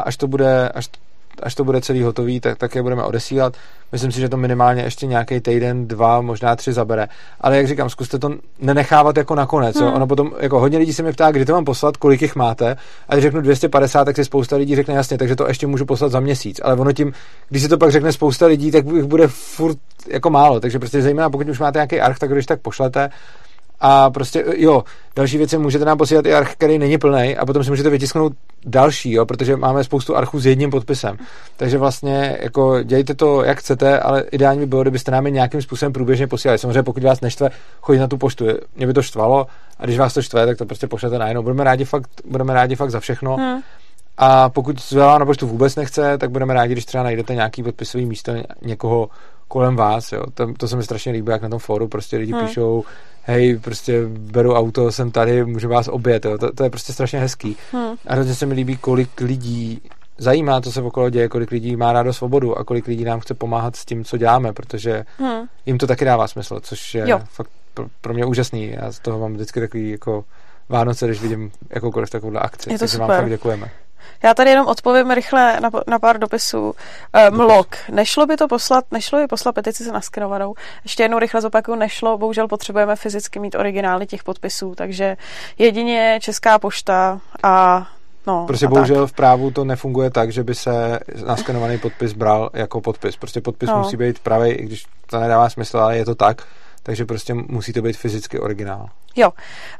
až to bude celý hotový, tak je budeme odesílat. Myslím si, že to minimálně ještě nějaký týden, 2, možná 3 zabere. Ale jak říkám, zkuste to nenechávat jako nakonec. Jo? Ono potom, jako hodně lidí se mě ptá, kdy to mám poslat, kolik jich máte. A když řeknu 250, tak si spousta lidí řekne jasně, takže to ještě můžu poslat za měsíc. Ale ono tím, když se to pak řekne spousta lidí, tak jich bude furt jako málo. Takže prostě zejména, pokud už máte nějaký arch, tak když tak pošlete. A prostě další věci můžete nám posílat i arch, který není plný, a potom si můžete vytisknout další, protože máme spoustu archů s jedním podpisem. Takže vlastně jako dějte to, jak chcete, ale ideálně by bylo, kdybyste nám nějakým způsobem průběžně posílali. Samozřejmě pokud vás neštve chodit na tu poštu, mě by to štvalo, a když vás to štve, tak to prostě pošlete najednou. Budeme rádi fakt za všechno. A pokud se vám na poštu vůbec nechce, tak budeme rádi, když třeba najdete nějaký podpisový místo někoho kolem vás. Jo. To se mi strašně líbí, jak na tom fóru prostě lidi píšou, hej, prostě beru auto, jsem tady, můžu vás objet. Jo. To je prostě strašně hezký. A hrozně se mi líbí, kolik lidí zajímá, co se okolo děje, kolik lidí má rádo svobodu a kolik lidí nám chce pomáhat s tím, co děláme, protože jim to taky dává smysl, což je fakt pro mě úžasný. Já z toho mám vždycky takový jako Vánoce, když vidím jakoukoliv takovouhle akci. Je to takže super. vám fakt děkujeme. Já tady jenom odpovím rychle na pár dopisů. Mlok. Nešlo by poslat petici se naskenovanou. Ještě jednou rychle zopakuju, nešlo. Bohužel potřebujeme fyzicky mít originály těch podpisů, takže jedině Česká pošta a prostě bohužel v právu to nefunguje tak, že by se naskenovaný podpis bral jako podpis. Prostě podpis musí být pravý, i když to nedává smysl, ale je to tak. Takže prostě musí to být fyzicky originál. Jo.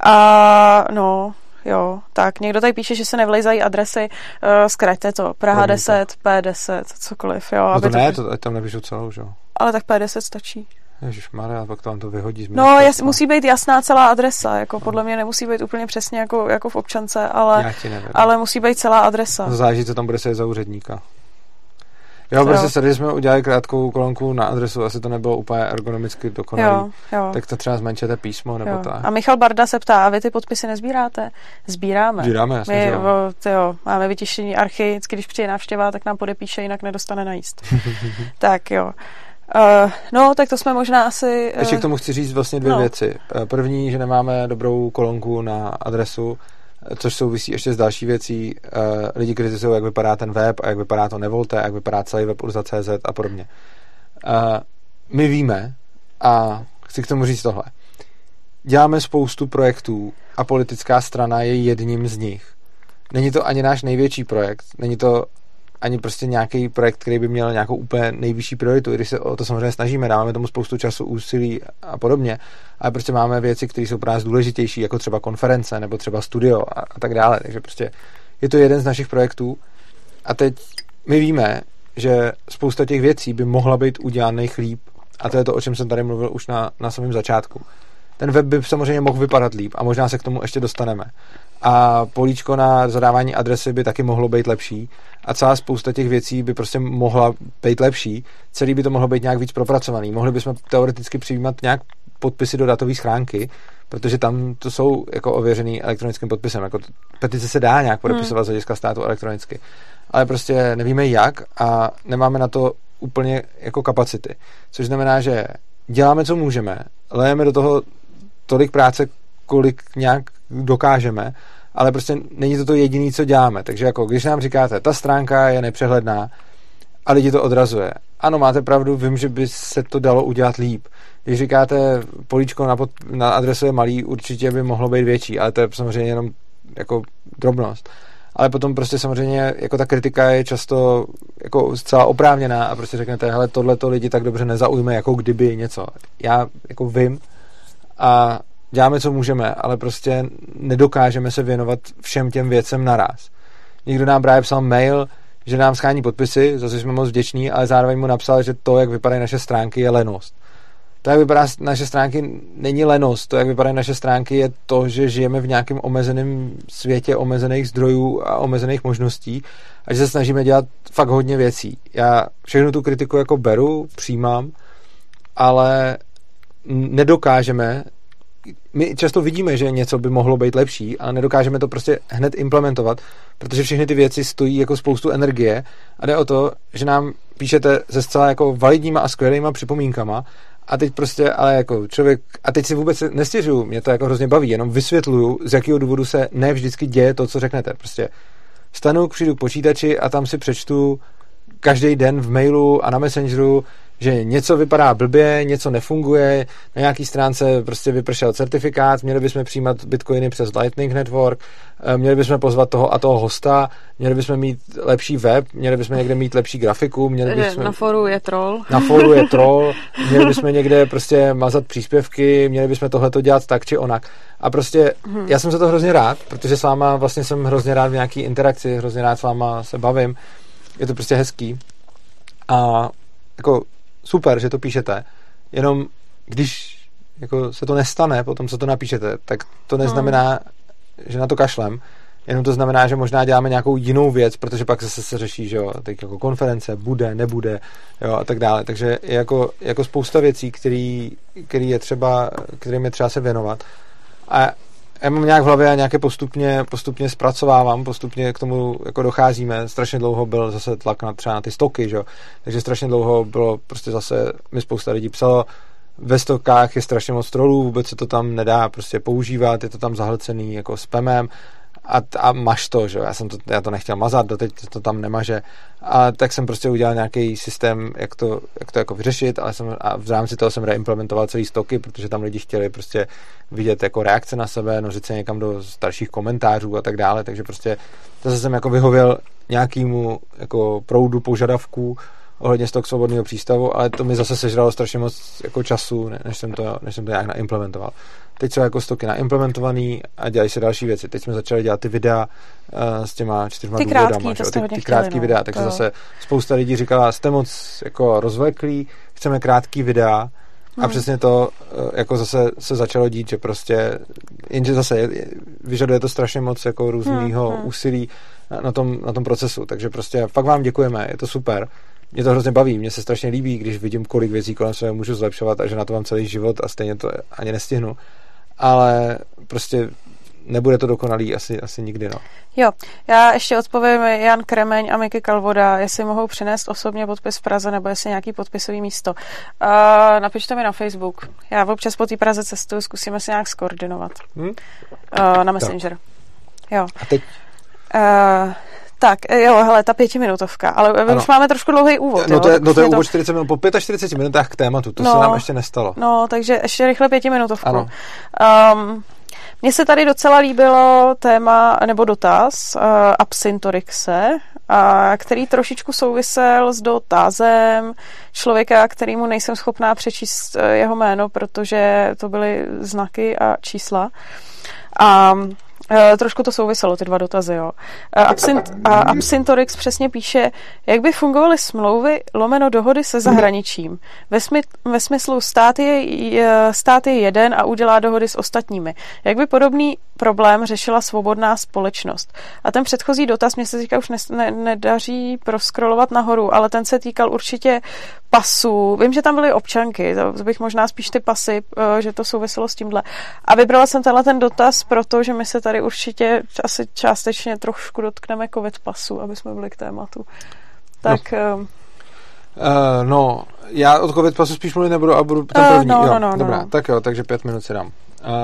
Jo, tak někdo tady píše, že se nevlejzají adresy, zkraťte to, Praha 10, P10, cokoliv, jo. No to ne, to tam nepíšu celou, že jo. Ale tak P10 stačí. Ježišmarja, pak to vám to vyhodí z musí být jasná celá adresa, jako podle mě nemusí být úplně přesně jako v občance, ale musí být celá adresa. To záleží, co tam bude se za úředníka. Jo, prostě tady jsme udělali krátkou kolonku na adresu, asi to nebylo úplně ergonomicky dokonalý. Jo. Tak to třeba zmenšete písmo, nebo tak. A Michal Barda se ptá, a vy ty podpisy nezbíráte? Sbíráme, jasně, máme vytištění archy, vždycky, když přijde návštěva, tak nám podepíše, jinak nedostane najíst. Tak jo. Tak to jsme možná asi... Ještě k tomu chci říct vlastně dvě věci. První, že nemáme dobrou kolonku na adresu, což souvisí ještě s další věcí. Lidi kritizují, jak vypadá ten web a jak vypadá to Nevolte, jak vypadá celý web Urza.cz a podobně. My víme, a chci k tomu říct tohle, děláme spoustu projektů a politická strana je jedním z nich. Není to ani náš největší projekt, není to ani prostě nějaký projekt, který by měl nějakou úplně nejvyšší prioritu, i když se o to samozřejmě snažíme, dáváme tomu spoustu času, úsilí a podobně, ale prostě máme věci, které jsou pro nás důležitější, jako třeba konference, nebo třeba studio a tak dále, takže prostě je to jeden z našich projektů a teď my víme, že spousta těch věcí by mohla být udělaných líp a to je to, o čem jsem tady mluvil už na samém začátku. Ten web by samozřejmě mohl vypadat líp a možná se k tomu ještě dostaneme. A políčko na zadávání adresy by taky mohlo být lepší a celá spousta těch věcí by prostě mohla být lepší. Celý by to mohlo být nějak víc propracovaný. Mohli bychom teoreticky přijímat nějak podpisy do datové schránky, protože tam to jsou jako ověřený elektronickým podpisem. Jako petice se dá nějak podepisovat z hlediska státu elektronicky. Ale prostě nevíme jak a nemáme na to úplně jako kapacity. Což znamená, že děláme, co můžeme, lejeme do toho tolik práce, kolik nějak dokážeme, ale prostě není to jediné, co děláme. Takže jako když nám říkáte, ta stránka je nepřehledná a lidi to odrazuje. Ano, máte pravdu, vím, že by se to dalo udělat líp. Když říkáte, políčko na adresu je malý, určitě by mohlo být větší, ale to je samozřejmě jenom jako drobnost. Ale potom prostě samozřejmě jako ta kritika je často jako zcela oprávněná a prostě řeknete, hele, tohleto lidi tak dobře nezaujme, jako kdyby něco. Já jako vím a děláme, co můžeme, ale prostě nedokážeme se věnovat všem těm věcem naraz. Někdo nám právě psal mail, že nám schání podpisy, za což jsme moc vděční, ale zároveň mu napsal, že to, jak vypadají naše stránky, je lenost. To, jak vypadá naše stránky, není lenost. To, jak vypadají naše stránky, je to, že žijeme v nějakém omezeném světě omezených zdrojů a omezených možností a že se snažíme dělat fakt hodně věcí. Já všechnu tu kritiku jako beru, přijímám, ale nedokážeme. My často vidíme, že něco by mohlo být lepší, ale nedokážeme to prostě hned implementovat, protože všechny ty věci stojí jako spoustu energie a jde o to, že nám píšete se zcela jako validníma a skvělýma připomínkama a teď prostě, ale jako člověk, a teď si vůbec nestěžuju, mě to jako hrozně baví, jenom vysvětluju, z jakého důvodu se ne vždycky děje to, co řeknete. Prostě vstanu, přijdu k počítači a tam si přečtu každý den v mailu a na Messengeru, že něco vypadá blbě, něco nefunguje, na nějaký stránce prostě vypršel certifikát, měli bychom přijímat bitcoiny přes Lightning Network, měli bychom pozvat toho a toho hosta, měli bychom mít lepší web, měli bychom někde mít lepší grafiku, měli bychom... Na foru je troll. Na foru je troll, měli bychom někde prostě mazat příspěvky, měli bychom tohleto dělat tak či onak. A prostě já jsem za to hrozně rád, protože s váma vlastně jsem hrozně rád v nějaký interakci, hrozně rád s váma se bavím. Je to prostě hezký. A jako super, že to píšete, jenom když jako se to nestane po tom, co to napíšete, tak to neznamená, že na to kašlem, jenom to znamená, že možná děláme nějakou jinou věc, protože pak zase se řeší, že jo, tak jako konference, bude, nebude, jo, a tak dále. Takže je jako spousta věcí, kterým je třeba se věnovat. A já mám nějak v hlavě a nějaké postupně zpracovávám, postupně k tomu jako docházíme. Strašně dlouho byl zase tlak třeba na ty stoky, že jo. Takže strašně dlouho bylo prostě zase, mi spousta lidí psalo, ve stokách je strašně moc trollů, vůbec se to tam nedá prostě používat, je to tam zahlcený jako spamem a maž to, že já to nechtěl mazat, doteď to tam nemaže, a tak jsem prostě udělal nějaký systém, jak to jako vyřešit, a v rámci toho jsem reimplementoval celý stoky, protože tam lidi chtěli prostě vidět jako reakce na sebe, nořit se někam do starších komentářů a tak dále, takže prostě zase jsem jako vyhověl nějakému jako proudu požadavků ohledně stok svobodného přístavu, ale to mi zase sežralo strašně moc jako času, než jsem to nějak naimplementoval. Teď jsou jako stoky naimplementovaný a dělají se další věci. Teď jsme začali dělat ty videa s těma 4 důvodama, ty krátký videa, takže zase spousta lidí říkala, jste moc jako rozvleklí, chceme krátký videa, a přesně to jako zase se začalo dít, že prostě, jenže zase vyžaduje to strašně moc jako různýho úsilí na tom procesu, takže prostě fakt vám děkujeme, je to super. Mě to hrozně baví, mně se strašně líbí, když vidím, kolik věcí kolem sebe můžu zlepšovat a že na to mám celý život a stejně to ani nestihnu. Ale prostě nebude to dokonalý asi nikdy, no. Jo, já ještě odpovím Jan Kremeň a Miky Kalvoda, jestli mohou přinést osobně podpis v Praze, nebo jestli nějaký podpisový místo. Napište mi na Facebook. Já občas po té Praze cestuju, zkusíme si nějak skoordinovat. Na Messenger. Jo. A teď? Tak, jo, hele, ta 5minutovka, ale už máme trošku dlouhý úvod. To je úvod 40 minut, po 45 minutách k tématu, to se nám ještě nestalo. No, takže ještě rychle 5minutovku. Ano. Mně se tady docela líbilo téma, nebo dotaz Absintorixe, který trošičku souvisel s dotazem člověka, kterýmu nejsem schopná přečíst jeho jméno, protože to byly znaky a čísla. Trošku to souviselo, ty dva dotazy, jo. Absintorix přesně píše, jak by fungovaly smlouvy / dohody se zahraničím. Ve smyslu stát je jeden a udělá dohody s ostatními. Jak by podobný problém řešila svobodná společnost? A ten předchozí dotaz, mě se teďka už nedaří proskrolovat nahoru, ale ten se týkal určitě pasů. Vím, že tam byly občanky, to bych možná spíš ty pasy, že to souviselo s tímhle. A vybrala jsem ten dotaz, protože my se tady určitě asi částečně trošku dotkneme covid pasu, aby jsme byli k tématu. Tak... já od covid pasu spíš mluvit nebudu a budu ten první. Dobrá, tak jo, takže 5 minut si dám.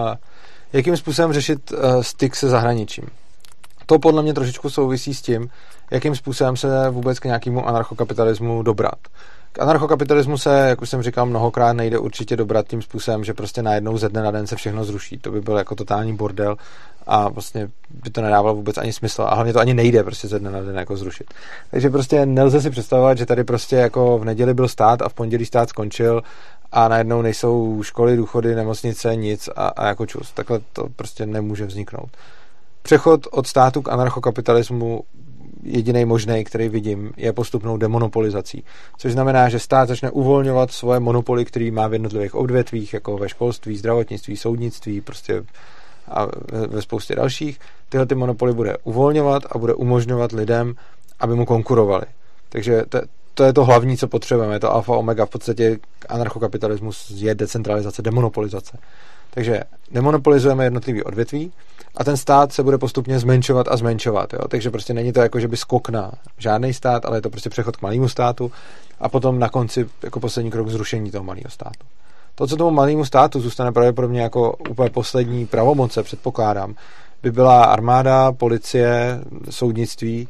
Jakým způsobem řešit styk se zahraničím? To podle mě trošičku souvisí s tím, jakým způsobem se vůbec k nějakému anarchokapitalismu dobrat. K anarchokapitalismu se, jak už jsem říkal mnohokrát, nejde určitě dobrat tím způsobem, že prostě najednou ze dne na den se všechno zruší. To by byl jako totální bordel a vlastně by to nedávalo vůbec ani smysl. A hlavně to ani nejde prostě ze dne na den jako zrušit. Takže prostě nelze si představovat, že tady prostě jako v neděli byl stát a v pondělí stát skončil a najednou nejsou školy, důchody, nemocnice, nic a jako čus. Takhle to prostě nemůže vzniknout. Přechod od státu k anarchokapitalismu jedinej možný, který vidím, je postupnou demonopolizací. Což znamená, že stát začne uvolňovat svoje monopoly, který má v jednotlivých odvětvích, jako ve školství, zdravotnictví, soudnictví, prostě a ve spoustě dalších. Tyhle ty monopoly bude uvolňovat a bude umožňovat lidem, aby mu konkurovali. Takže to je to hlavní, co potřebujeme. Je to alfa omega. V podstatě anarchokapitalismus je decentralizace, demonopolizace. Takže demonopolizujeme jednotlivý odvětví a ten stát se bude postupně zmenšovat a zmenšovat. Jo? Takže prostě není to jako, že by skok na žádný stát, ale je to prostě přechod k malému státu a potom na konci jako poslední krok zrušení toho malého státu. To, co tomu malému státu zůstane pravděpodobně jako úplně poslední pravomoce, předpokládám, by byla armáda, policie, soudnictví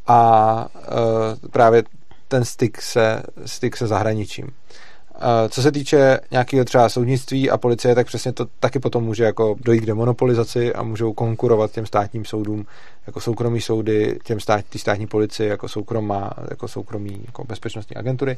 a právě ten styk se zahraničím. Co se týče nějakého třeba soudnictví a policie, tak přesně to taky potom může jako dojít k demonopolizaci a můžou konkurovat těm státním soudům jako soukromí soudy, tý státní policii jako soukromí jako bezpečnostní agentury.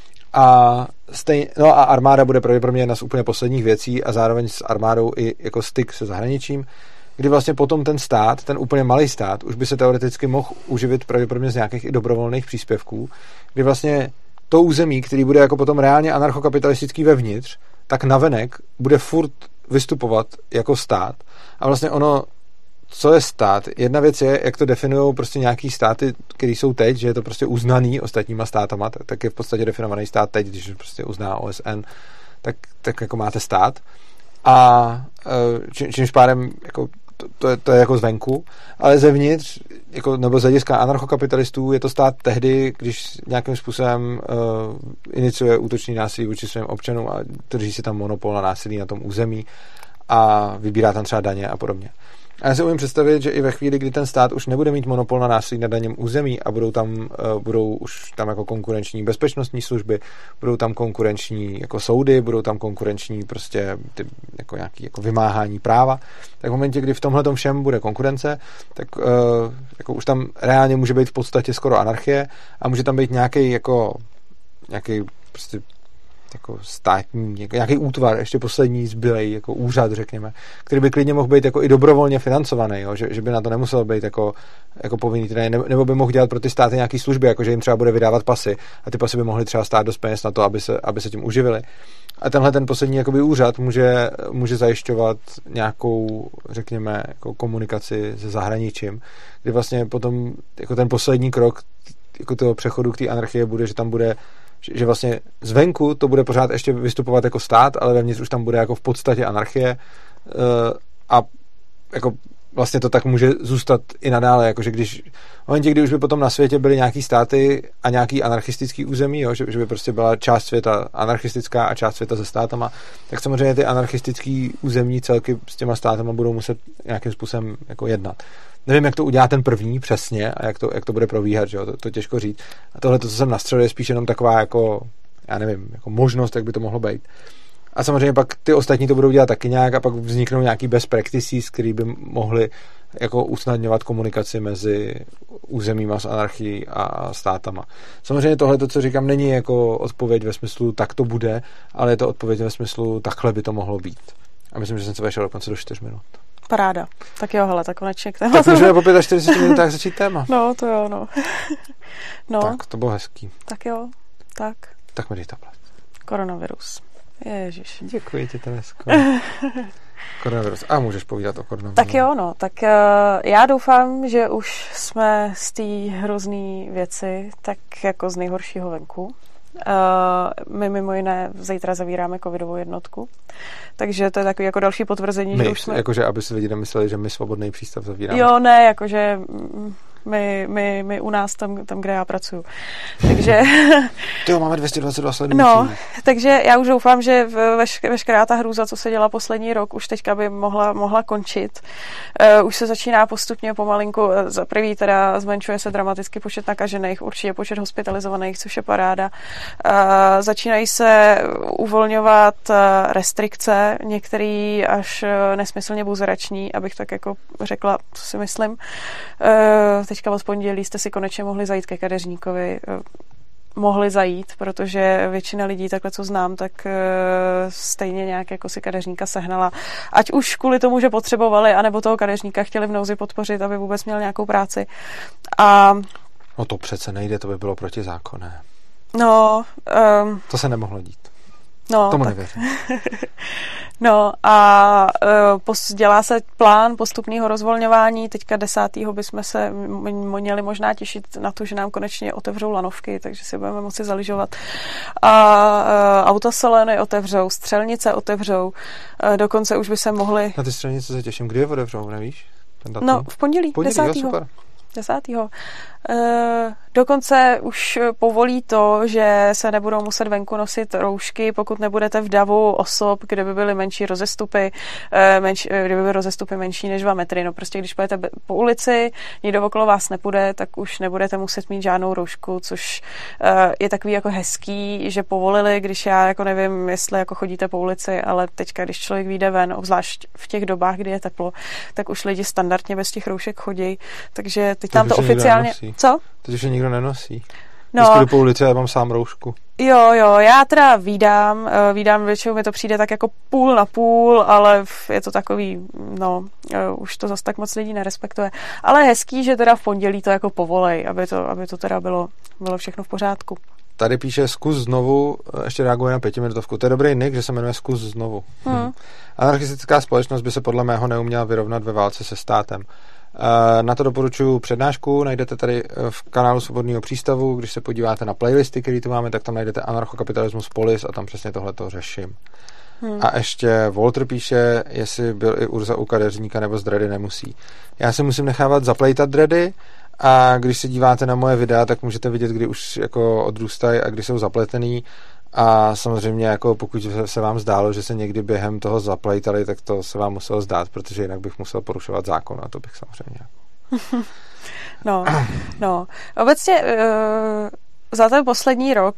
A armáda bude pravděpodobně jedna z úplně posledních věcí a zároveň s armádou i jako styk se zahraničím, kdy vlastně potom ten stát, ten úplně malý stát, už by se teoreticky mohl uživit pravděpodobně z nějakých i dobrovolných příspěvků, kdy vlastně to území, který bude jako potom reálně anarchokapitalistický vevnitř, tak navenek bude furt vystupovat jako stát. A vlastně ono, co je stát? Jedna věc je, jak to definují prostě nějaký státy, které jsou teď, že je to prostě uznaný ostatníma státama, tak je v podstatě definovaný stát teď, když prostě uzná OSN, tak jako máte stát. A čímž pádem jako to je jako zvenku, ale zevnitř, jako, nebo z hlediska anarchokapitalistů je to stát tehdy, když nějakým způsobem iniciuje útočný násilí vůči svým občanům a drží si tam monopol na násilí na tom území a vybírá tam třeba daně a podobně. A já si umím představit, že i ve chvíli, kdy ten stát už nebude mít monopol na násilí na daném území a budou už tam jako konkurenční bezpečnostní služby, budou tam konkurenční jako soudy, budou tam konkurenční prostě jako nějaký jako vymáhání práva, tak v momentě, kdy v tomhletom všem bude konkurence, tak jako už tam reálně může být v podstatě skoro anarchie a může tam být nějaký prostě jako státní, jako nějaký útvar, ještě poslední zbylej, jako úřad, řekněme, který by klidně mohl být jako i dobrovolně financovaný, jo? Že by na to nemuselo být jako povinný, nebo by mohl dělat pro ty státy nějaký služby, jako že jim třeba bude vydávat pasy a ty pasy by mohly třeba stát dost peněz na to, aby se tím uživili. A tenhle ten poslední jakoby úřad může zajišťovat nějakou, řekněme, jako komunikaci se zahraničím, kdy vlastně potom jako ten poslední krok jako toho přechodu k té anarchie bude, že tam bude, že vlastně zvenku to bude pořád ještě vystupovat jako stát, ale vevnitř už tam bude jako v podstatě anarchie a jako vlastně to tak může zůstat i nadále, jakože když v momentě, kdy už by potom na světě byly nějaký státy a nějaký anarchistický území, jo, že by prostě byla část světa anarchistická a část světa se státama, tak samozřejmě ty anarchistický územní celky s těma státama budou muset nějakým způsobem jako jednat. Nevím, jak to udělá ten první přesně a jak to bude probíhat, že jo, to těžko říct. A tohle, co jsem nastřelil, je spíš jenom taková jako, já nevím, jako možnost, jak by to mohlo být. A samozřejmě pak ty ostatní to budou dělat taky nějak a pak vzniknou nějaký best practices, který by mohly jako usnadňovat komunikaci mezi územíma s anarchií a státama. Samozřejmě tohle, co říkám, není jako odpověď ve smyslu tak to bude, ale je to odpověď ve smyslu takhle by to mohlo být. A myslím, že jsem se vešel dokonce do 4 minut. Paráda. Tak jo, hele, tak konečně k tématu. Tak můžeme po 45 minutách začít téma. No, to jo, no. No. Tak, to bylo hezký. Tak jo, tak. Tak mi dej tablet. Koronavirus. Ježiš. Děkuji ti, Teresko. Koronavirus. A můžeš povídat o koronaviru. Tak jo, no. Tak já doufám, že už jsme z té hrozný věci tak jako z nejhoršího venku. My mimo jiné zítra zavíráme covidovou jednotku. Takže to je takový jako další potvrzení, že už jsme... Jakože, aby si lidi nemysleli, že my Svobodný přístav zavíráme. Jo, ne, jakože my u nás tam, kde já pracuju. Takže... Tyjo, máme 222 sledujících. No, takže já už doufám, že veškerá ta hrůza, co se dělá poslední rok, už teďka by mohla končit. Už se začíná postupně pomalinku, za prvý teda zmenšuje se dramaticky počet nakažených, určitě počet hospitalizovaných, což je paráda. Začínají se uvolňovat restrikce, některý až nesmyslně buzerační, abych tak jako řekla, co si myslím. Teďka od pondělí jste si konečně mohli zajít ke kadeřníkovi. Mohli zajít, protože většina lidí, takhle co znám, tak stejně nějak jako si kadeřníka sehnala. Ať už kvůli tomu, že potřebovali, anebo toho kadeřníka chtěli v nouzi podpořit, aby vůbec měl nějakou práci. No to přece nejde, to by bylo protizákonné. No. To se nemohlo dít. No, tomu nevěřím. No a dělá se plán postupného rozvolňování. Teďka 10. bychom se měli možná těšit na to, že nám konečně otevřou lanovky, takže si budeme moci zaližovat. A autosalony otevřou, střelnice otevřou. Dokonce už by se mohli... Na ty střelnice se těším. Kdy je otevřou, nevíš? No, v pondělí 10. Jo, super. 10. Dokonce už povolí to, že se nebudou muset venku nosit roušky, pokud nebudete v davu osob, kde by byly menší rozestupy, kde by byly rozestupy menší než 2 metry. No prostě když půjdete po ulici, nikdo okolo vás nepůjde, tak už nebudete muset mít žádnou roušku, což je takový jako hezký, že povolili, když já jako nevím, jestli jako chodíte po ulici, ale teďka, když člověk vyjde ven, obzvlášť v těch dobách, kdy je teplo, tak už lidi standardně bez těch roušek chodí, takže teď tam to oficiálně... Co? Teď už je nikdo nenosí. No, vždycky jdu po ulici a já mám sám roušku. Jo, já teda vídám většinou mi to přijde tak jako půl na půl, ale je to takový, no, už to zas tak moc lidí nerespektuje. Ale hezký, že teda v pondělí to jako povolej, aby to teda bylo všechno v pořádku. Tady píše zkus znovu, ještě reaguje na 5minutovku. To je dobrý nick, že se jmenuje zkus znovu. Anarchistická společnost by se podle mého neuměla vyrovnat ve válce se státem. Na to doporučuji přednášku, najdete tady v kanálu Svobodného přístavu, když se podíváte na playlisty, které tu máme, tak tam najdete Anarchokapitalismus Polis a tam přesně tohleto řeším. A ještě Walter píše, jestli byl i Urza u kadeřníka nebo z dready nemusí. Já si musím nechávat zaplejtat dready a když se díváte na moje videa, tak můžete vidět, kdy už jako odrůstají a kdy jsou zapletený A samozřejmě jako pokud se vám zdálo, že se někdy během toho zaplejtali, tak to se vám muselo zdát, protože jinak bych musel porušovat zákon a to bych samozřejmě No. Obecně za ten poslední rok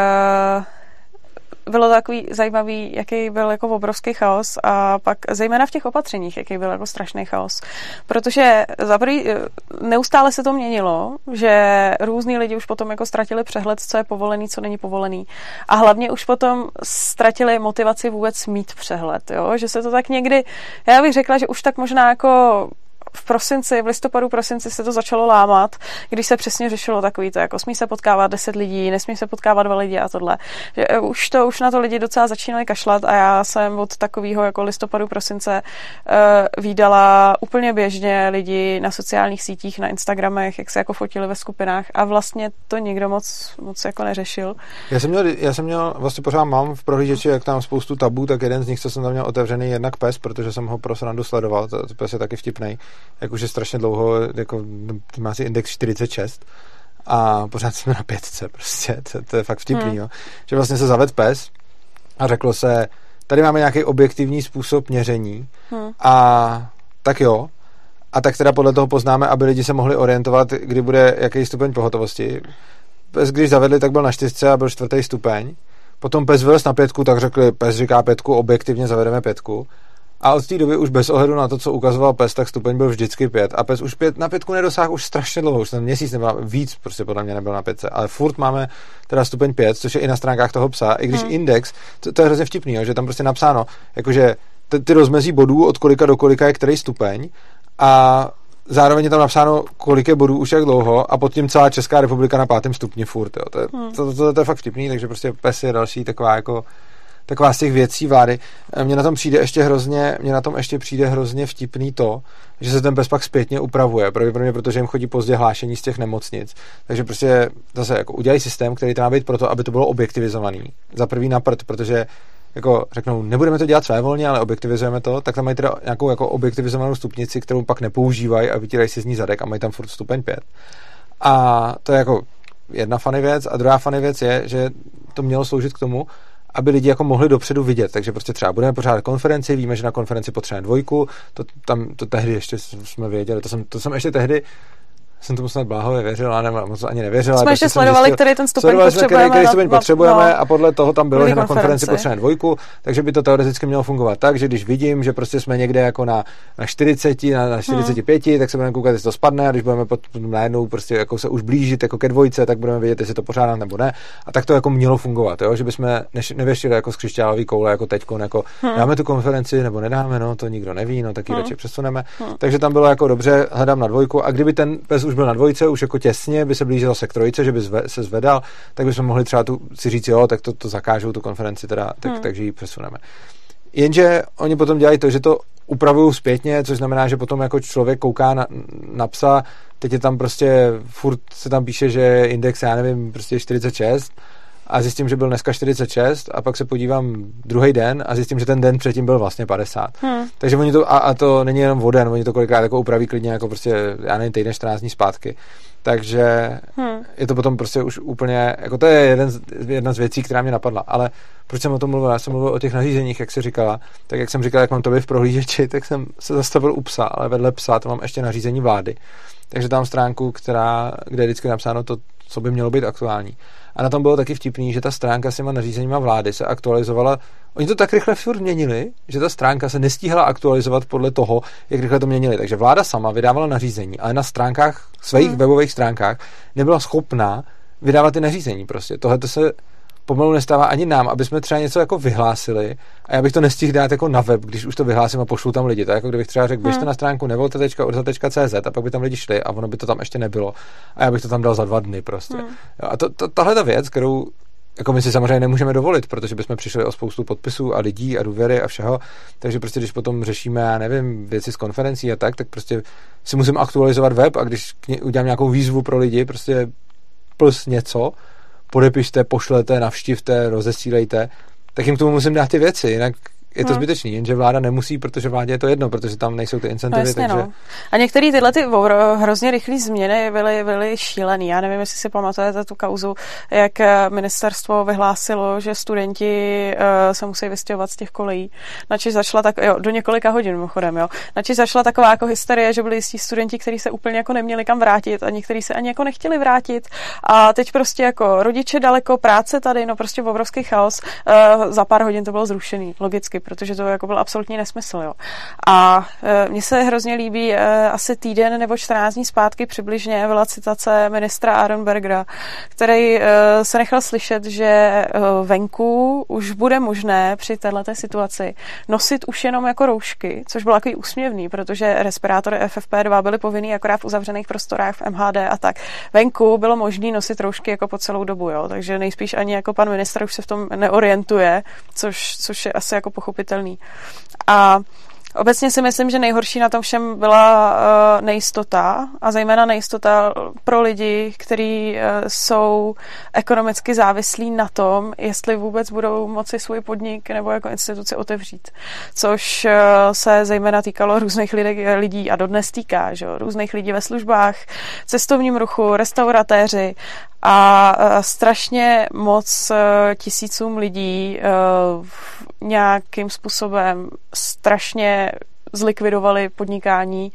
bylo takový zajímavý, jaký byl jako obrovský chaos a pak zejména v těch opatřeních, jaký byl jako strašný chaos. Protože za prvý neustále se to měnilo, že různý lidi už potom jako ztratili přehled, co je povolený, co není povolený. A hlavně už potom ztratili motivaci vůbec mít přehled, jo? Že se to tak někdy, já bych řekla, že už tak možná jako v listopadu, prosinci se to začalo lámat, když se přesně řešilo takový to, jako smí se potkávat 10 lidí, nesmí se potkávat 2 lidi a tohle. Že už na to lidi docela začínali kašlat a já jsem od takového jako listopadu, prosince vídala úplně běžně lidi na sociálních sítích, na Instagramech, jak se jako fotili ve skupinách a vlastně to nikdo moc jako neřešil. Já jsem měl, vlastně pořád mám v prohlížeči, jak tam spoustu tabů, tak jeden z nich, co jsem tam měl otevřený, jednak PES, protože jsem ho pro srandu sledoval, to PES je taky vtipnej. Jak už je strašně dlouho, jako má si index 46 a pořád jsme na 5, prostě, to je fakt vtipný, jo. Že vlastně se zavedl PES a řeklo se, tady máme nějaký objektivní způsob měření a tak jo, a tak teda podle toho poznáme, aby lidi se mohli orientovat, kdy bude jaký stupeň pohotovosti. PES, když zavedli, tak byl na 4 a byl 4. stupeň. Potom PES vylez na 5, tak řekli, PES říká 5, objektivně zavedeme 5. A od té doby už bez ohledu na to, co ukazoval PES, tak stupeň byl vždycky 5. A PES už na 5 nedosáhl už strašně dlouho, už ten měsíc nebyl víc, prostě podle mě nebyl na 5. Ale furt máme teda stupeň 5, což je i na stránkách toho psa, i když index, to je hrozně vtipný, jo, že tam prostě napsáno, jakože ty rozmezí bodů od kolika do kolika je který stupeň a zároveň je tam napsáno, kolik je bodů už jak dlouho a pod tím celá Česká republika na 5. stupni furt. Jo. To je fakt vtipný, takže prostě PES je další taková z těch věcí vlády. Mně na tom ještě přijde hrozně vtipný to, že se ten PES pak zpětně upravuje, pravděpodobně protože jim chodí pozdě hlášení z těch nemocnic. Takže prostě zase jako udělají systém, který to má být proto, aby to bylo objektivizovaný. Za prvý na prd, protože jako řeknou, nebudeme to dělat svévolně, ale objektivizujeme to, tak tam mají teda nějakou jako objektivizovanou stupnici, kterou pak nepoužívají a vytírají si z ní zadek a mají tam furt stupeň 5. A to je jako jedna funny věc a druhá funny věc je, že to mělo sloužit k tomu, aby lidi jako mohli dopředu vidět. Takže prostě třeba budeme pořádat konferenci, víme, že na konferenci potřebujeme 2, to tehdy ještě jsme věděli, to jsem ještě tehdy jsem tomu snad bláhově věřil, ale moc ani nevěřil. Jsme ještě sledovali, který ten stupeň potřebujeme. Který stupeň potřebujeme a podle toho tam bylo, že na konferenci potřebujeme 2, takže by to teoreticky mělo fungovat tak, že když vidím, že prostě jsme někde jako na 40, na 45, tak se budeme koukat, jestli to spadne a když budeme najednou prostě jako se už blížit jako ke 2, tak budeme vědět, jestli to pořádat nebo ne. A tak to jako mělo fungovat, jo? Že bychom nevěštili jako z křišťálový koule jako teďko, jako dáme tu konferenci nebo nedáme, no to nikdo neví, no tak ji radši přesuneme. Takže tam bylo jako dobře, hledám na 2 a kdyby ten PES už byl na 2, už jako těsně by se blížil se k 3, že by se zvedal, tak bychom mohli třeba si říct, jo, tak to zakážou tu konferenci teda, takže ji přesuneme. Jenže oni potom dělají to, že to upravují zpětně, což znamená, že potom jako člověk kouká na psa, teď je tam prostě, furt se tam píše, že index, já nevím, prostě 46 a zjistím, že byl dneska 46 a pak se podívám druhý den a zjistím, že ten den předtím byl vlastně 50. Takže oni to, a to není jenom o den, oni to kolikrát jako upraví klidně jako prostě, já nevím, týden, 14 dní zpátky. Takže je to potom prostě už úplně, jako to je jedna z věcí, která mě napadla, ale proč jsem o tom mluvil? Já jsem mluvil o těch nařízeních, jak se říkala, tak jak jsem říkal, jak mám to být v prohlížeči, tak jsem se zastavil u psa, ale vedle psa to mám ještě nařízení vlády. Takže tam stránku, kde je vždycky napsáno to, co by mělo být aktuální. A na tom bylo taky vtipný, že ta stránka s těma nařízeníma vlády se aktualizovala. Oni to tak rychle furt měnili, že ta stránka se nestíhala aktualizovat podle toho, jak rychle to měnili. Takže vláda sama vydávala nařízení, ale na stránkách, svých webových stránkách nebyla schopná vydávat ty nařízení prostě. Tohle to se pomalu nestává ani nám, aby jsme třeba něco jako vyhlásili a já bych to nestihl dát jako na web, když už to vyhlásím a pošlu tam lidi. To je jako kdybych třeba řekl, běžte na stránku nevolte.orza.cz a pak by tam lidi šli a ono by to tam ještě nebylo a já bych to tam dal za 2 dny prostě. A tahle ta věc, kterou jako my si samozřejmě nemůžeme dovolit, protože bychom přišli o spoustu podpisů a lidí a důvěry a všeho, takže prostě když potom řešíme, já nevím, věci z konferencí a tak prostě si musím aktualizovat web a když udělám nějakou výzvu pro lidi, prostě plus něco, podepište, pošlete, navštivte, rozesílejte, tak jim k tomu musím dát ty věci, jinak je to zbytečný, jenže vláda nemusí, protože vládě je to jedno, protože tam nejsou ty incentivy, no jasně, takže... No. A některé tyhle ty hrozně rychlé změny byly šílený. Já nevím, jestli si pamatujete tu kauzu, jak ministerstvo vyhlásilo, že studenti se musí vystěhovat z těch kolejí. Načež začala do několika hodin mimochodem, jo. Načež začala taková jako hysterie, že byli jistí studenti, kteří se úplně jako neměli kam vrátit a někteří se ani jako nechtěli vrátit. A teď prostě jako rodiče daleko, práce tady, no prostě obrovský chaos. Za pár hodin to bylo zrušený, logicky, protože to jako byl absolutní nesmysl, jo. A mně se hrozně líbí, asi týden nebo 14 dní zpátky přibližně byla citace ministra Arenbergera, který se nechal slyšet, že venku už bude možné při této situaci nosit už jenom jako roušky, což bylo takový úsměvný, protože respirátory FFP2 byly povinný akorát v uzavřených prostorách v MHD a tak. Venku bylo možné nosit roušky jako po celou dobu, jo, takže nejspíš ani jako pan ministr už se v tom neorientuje, což je asi jako pochopitelný. A obecně si myslím, že nejhorší na tom všem byla nejistota a zejména nejistota pro lidi, kteří jsou ekonomicky závislí na tom, jestli vůbec budou moci svůj podnik nebo jako instituci otevřít. Což se zejména týkalo různých lidí a dodnes týká, že? Různých lidí ve službách, cestovním ruchu, restauratéři a strašně moc tisícům lidí nějakým zpobem strašně zlikvidovali podnikání,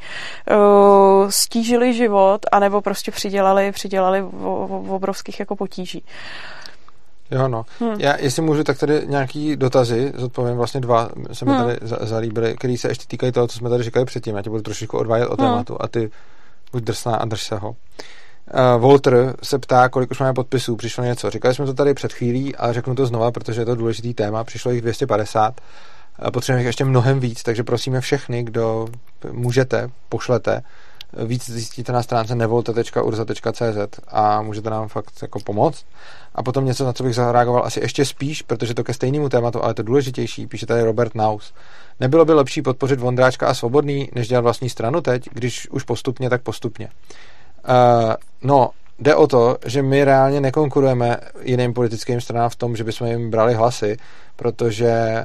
stížili život, anebo prostě přidělali obrovských jako potíží. Jo, no. Já, jestli můžu, tak tady nějaký dotazy, zodpovím vlastně 2, se mi tady zalíbily, který se ještě týkají toho, co jsme tady říkali předtím. Já tě budu trošičku odvádět o tématu a ty buď drsná a drž se ho. Walter se ptá, kolik už máme podpisů, přišlo něco. Říkali jsme to tady před chvílí, ale řeknu to znova, protože je to důležitý téma. Přišlo jich 250. Potřebujeme jich ještě mnohem víc, takže prosíme všechny, kdo můžete, pošlete. Víc zjistíte na stránce nevolte.urza.cz a můžete nám fakt jako pomoct. A potom něco, na co bych zareagoval asi ještě spíš, protože to ke stejnému tématu, ale to důležitější, píše tady Robert Naus. Nebylo by lepší podpořit Vondráčka a Svobodný, než dělat vlastní stranu teď, když už postupně, tak postupně. No, jde o to, že my reálně nekonkurujeme jiným politickým stranám v tom, že bychom jim brali hlasy, protože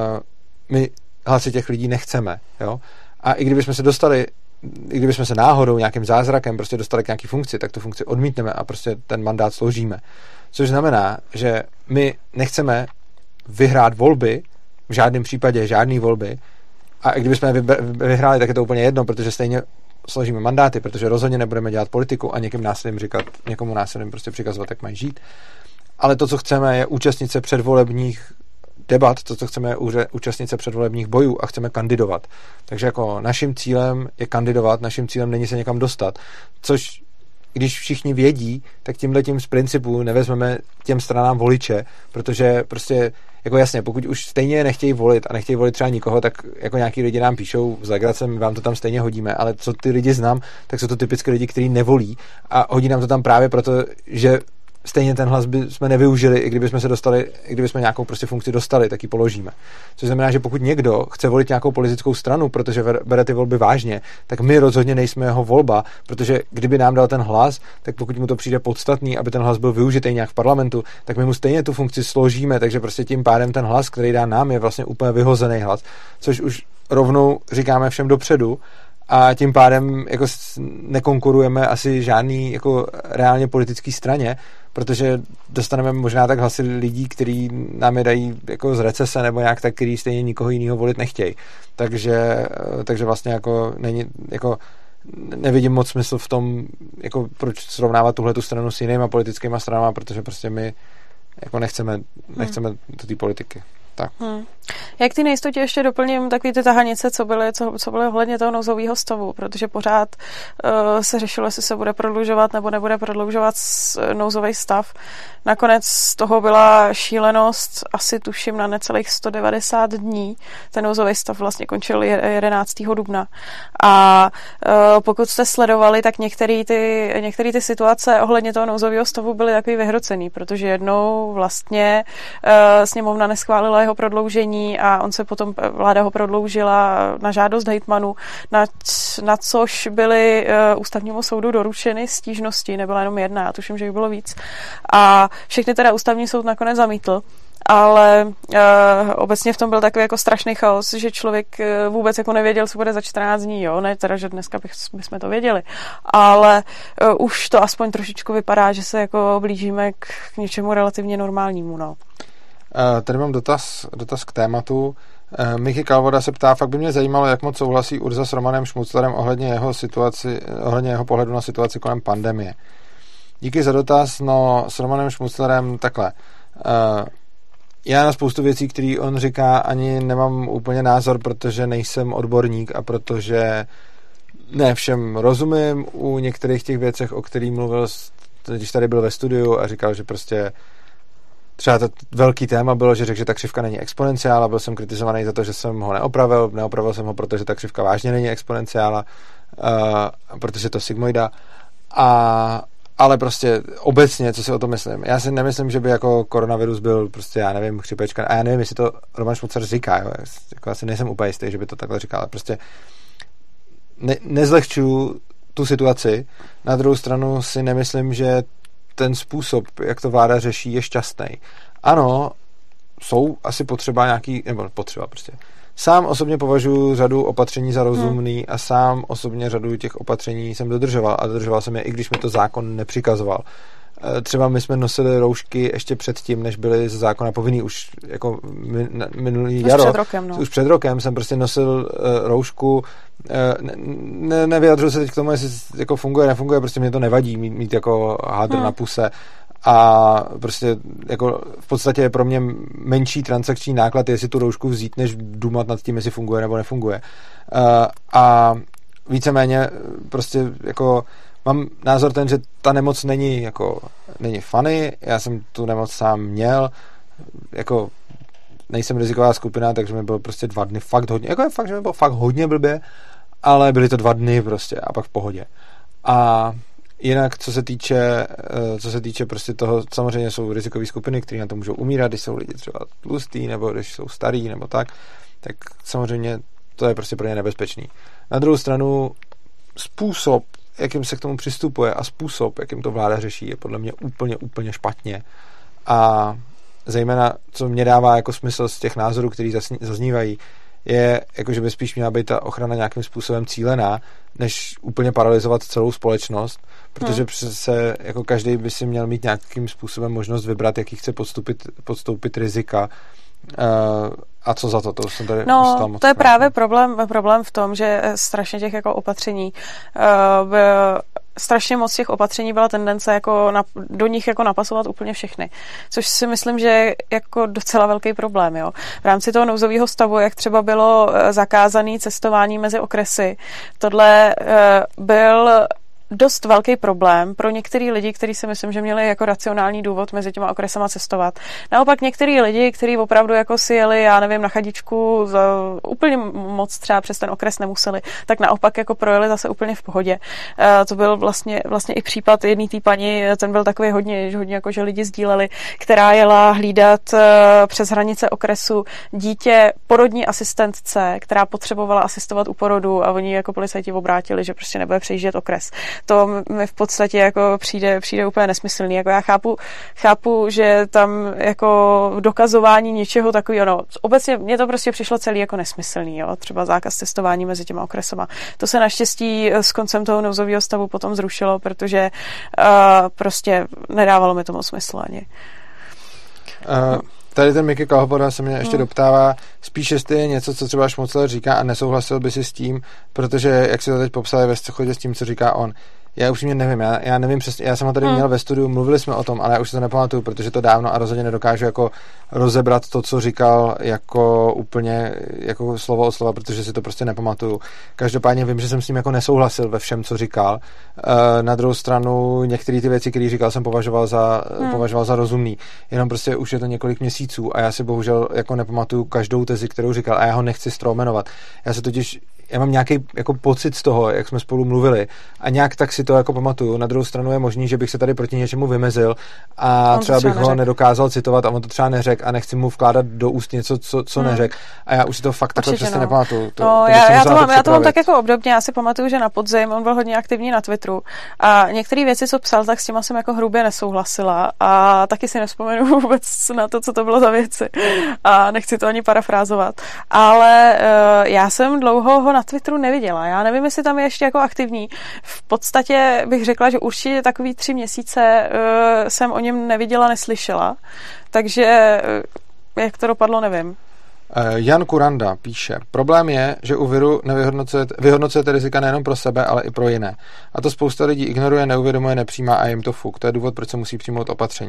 my hlasy těch lidí nechceme, jo. A i kdybychom se náhodou nějakým zázrakem prostě dostali k nějaký funkci, tak tu funkci odmítneme a prostě ten mandát složíme. Což znamená, že my nechceme vyhrát volby, v žádném případě žádný volby, a i kdybychom je vyhráli, tak je to úplně jedno, protože stejně složíme mandáty, protože rozhodně nebudeme dělat politiku a někomu násilím prostě přikazovat, jak mají žít. Ale to, co chceme, je účastnit se předvolebních debat, to, co chceme, je účastnit se předvolebních bojů a chceme kandidovat. Takže jako naším cílem je kandidovat, naším cílem není se někam dostat, což když všichni vědí, tak tímhletím z principu nevezmeme těm stranám voliče, protože prostě jako jasně, pokud už stejně nechtějí volit a nechtějí volit třeba nikoho, tak jako nějaký lidi nám píšou z legrace, my vám to tam stejně hodíme, ale co ty lidi znám, tak jsou to typicky lidi, kteří nevolí a hodí nám to tam právě proto, že stejně ten hlas jsme nevyužili, i kdybychom nějakou prostě funkci dostali, tak ji položíme. Což znamená, že pokud někdo chce volit nějakou politickou stranu, protože bere ty volby vážně, tak my rozhodně nejsme jeho volba, protože kdyby nám dal ten hlas, tak pokud mu to přijde podstatný, aby ten hlas byl využitý nějak v parlamentu, tak my mu stejně tu funkci složíme, takže prostě tím pádem ten hlas, který dá nám, je vlastně úplně vyhozený hlas, což už rovnou říkáme všem dopředu. A tím pádem jako nekonkurujeme asi žádný jako reálně politický straně, protože dostaneme možná tak hlasy lidí, kteří nám je dají jako z recese nebo nějak tak, který stejně nikoho jiného volit nechtějí. Takže vlastně jako není jako nevidím moc smysl v tom, jako proč srovnávat tuhletu stranu s jinýma politickýma stranama, protože prostě my jako nechceme do té politiky. Tak. Jak ty nejistotě ještě doplním takový ty tahanice, co byly ohledně toho nouzového stavu, protože pořád se řešilo, jestli se bude prodlužovat nebo nebude prodlužovat nouzový stav. Nakonec z toho byla šílenost, asi tuším na necelých 190 dní. Ten nouzový stav vlastně končil 11. dubna. A pokud jste sledovali, tak některé ty situace ohledně toho nouzového stavu byly takový vyhrocený, protože jednou vlastně sněmovna neschválila jeho prodloužení a on se potom, vláda ho prodloužila na žádost hejtmanů, na což byly ústavnímu soudu doručeny stížnosti, nebyla jenom jedna, já tuším, že jich bylo víc. A všechny teda ústavní soud nakonec zamítl ale obecně v tom byl takový jako strašný chaos, že člověk vůbec jako nevěděl, co bude za 14 dní, jo, ne teda, že dneska bychom to věděli, ale už to aspoň trošičku vypadá, že se jako blížíme k něčemu relativně normálnímu, no. Tady mám dotaz k tématu. Miky Kalvoda se ptá, fakt by mě zajímalo, jak moc souhlasí Urza s Romanem Šmuclerem ohledně jeho pohledu na situaci kolem pandemie. Díky za dotaz, no s Romanem Šmuclerem takhle. Já na spoustu věcí, které on říká, ani nemám úplně názor, protože nejsem odborník a protože ne všem rozumím u některých těch věcech, o kterých mluvil, když tady byl ve studiu a říkal, že prostě třeba to velký téma bylo, že řekl, že ta křivka není exponenciála, byl jsem kritizovaný za to, že jsem ho neopravil jsem ho, protože ta křivka vážně není exponenciála, protože to sigmoida, ale prostě obecně, co si o tom myslím. Já si nemyslím, že by jako koronavirus byl prostě, já nevím, chřipečka, a já nevím, jestli to Roman Šmucer říká, jo, jako asi nejsem úplně jistý, že by to takhle říkal, ale prostě nezlehčuju tu situaci, na druhou stranu si nemyslím, že ten způsob, jak to vláda řeší, je šťastný. Ano, jsou asi potřeba nějaký, nebo potřeba prostě. Sám osobně považuji řadu opatření za rozumný a sám osobně řadu těch opatření jsem dodržoval a dodržoval jsem je, i když mi to zákon nepřikazoval. Třeba my jsme nosili roušky ještě předtím, než byly ze zákona povinný, už jako minulý jaro. Už před rokem jsem prostě nosil roušku. Nevyjadřuji se teď k tomu, jestli jako funguje, nefunguje, prostě mě to nevadí mít jako hádr na puse. A prostě jako v podstatě je pro mě menší transakční náklad, jestli tu roušku vzít, než důmat nad tím, jestli funguje nebo nefunguje. A víceméně prostě jako mám názor ten, že ta nemoc není funny, já jsem tu nemoc sám měl, jako nejsem riziková skupina, takže mi bylo prostě 2 dny fakt hodně, jako je fakt, že mi bylo fakt hodně blbě, ale byly to 2 dny prostě a pak v pohodě. A jinak, co se týče prostě toho, samozřejmě jsou rizikové skupiny, které na to můžou umírat, když jsou lidi třeba tlustý, nebo když jsou starý, nebo tak samozřejmě to je prostě pro ně nebezpečný. Na druhou stranu způsob, jakým se k tomu přistupuje a způsob, jakým to vláda řeší, je podle mě úplně špatně. A zejména, co mě dává jako smysl z těch názorů, který zaznívají, je, jako, že by spíš měla být ta ochrana nějakým způsobem cílená, než úplně paralyzovat celou společnost, protože se jako každý by si měl mít nějakým způsobem možnost vybrat, jaký chce podstoupit rizika. A co za to? To jsem tady moc to je právě problém v tom, že strašně těch jako opatření strašně moc těch opatření byla tendence jako do nich jako napasovat úplně všechny. Což si myslím, že je jako docela velký problém. Jo? V rámci toho nouzového stavu, jak třeba bylo zakázané cestování mezi okresy, tohle byl dost velký problém pro některý lidi, kteří si myslím, že měli jako racionální důvod mezi těma okresama cestovat. Naopak některý lidi, kteří opravdu jako si jeli, já nevím, na chadičku úplně moc třeba přes ten okres nemuseli, tak naopak jako projeli zase úplně v pohodě. To byl vlastně i případ jedné té paní, ten byl takový hodně jako, že lidi sdíleli, která jela hlídat přes hranice okresu dítě porodní asistentce, která potřebovala asistovat u porodu a oni jako policajti obrátili, že prostě nebude přejíždět okres. To mi v podstatě jako přijde úplně nesmyslný. Jako já chápu, že tam jako dokazování něčeho takového, no, obecně mně to prostě přišlo celý jako nesmyslný, jo, třeba zákaz testování mezi těma okresama. To se naštěstí s koncem toho nouzového stavu potom zrušilo, protože prostě nedávalo mi to moc smysl ani. Tady ten Miky Kalhoboda se mě ještě doptává, spíš jestli je něco, co třeba Šmucler říká a nesouhlasil by si s tím, protože, jak si to teď popsali ve shodě s tím, co říká on. Já upřímně nevím, já nevím přesně, já jsem ho tady měl ve studiu, mluvili jsme o tom, ale já už si to nepamatuju, protože to dávno a rozhodně nedokážu jako rozebrat to, co říkal jako úplně jako slovo od slova, protože si to prostě nepamatuju. Každopádně vím, že jsem s ním jako nesouhlasil ve všem, co říkal. Na druhou stranu některé ty věci, které říkal, jsem považoval za rozumný. Jenom prostě už je to několik měsíců a já si bohužel jako nepamatuju každou tezi, kterou říkal a já ho nechci strawmanovat. Já mám nějaký jako pocit z toho, jak jsme spolu mluvili a nějak tak si to jako pamatuju. Na druhou stranu je možný, že bych se tady proti něčemu vymezil a třeba bych ho nedokázal citovat a on to třeba neřekl a nechci mu vkládat do úst něco, co neřekl. A já už si to fakt takhle přesně nepamatuju. Já to mám tak jako obdobně. Já si pamatuju, že na podzim on byl hodně aktivní na Twitteru a některé věci, co psal, tak s těma jsem jako hrubě nesouhlasila a taky si nevzpomenu vůbec na to, co to bylo za věci. A nechci to ani parafrázovat. Ale já jsem dlouho ho na Twitteru neviděla. Já nevím, jestli tam je ještě jako aktivní. V podstatě bych řekla, že určitě takový 3 měsíce jsem o něm neviděla, neslyšela. Takže jak to dopadlo, nevím. Jan Kuranda píše, problém je, že u viru vyhodnocujete rizika nejenom pro sebe, ale i pro jiné. A to spousta lidí ignoruje, neuvědomuje, nepřijímá a jim to fuk. To je důvod, proč se musí přijmout opatření.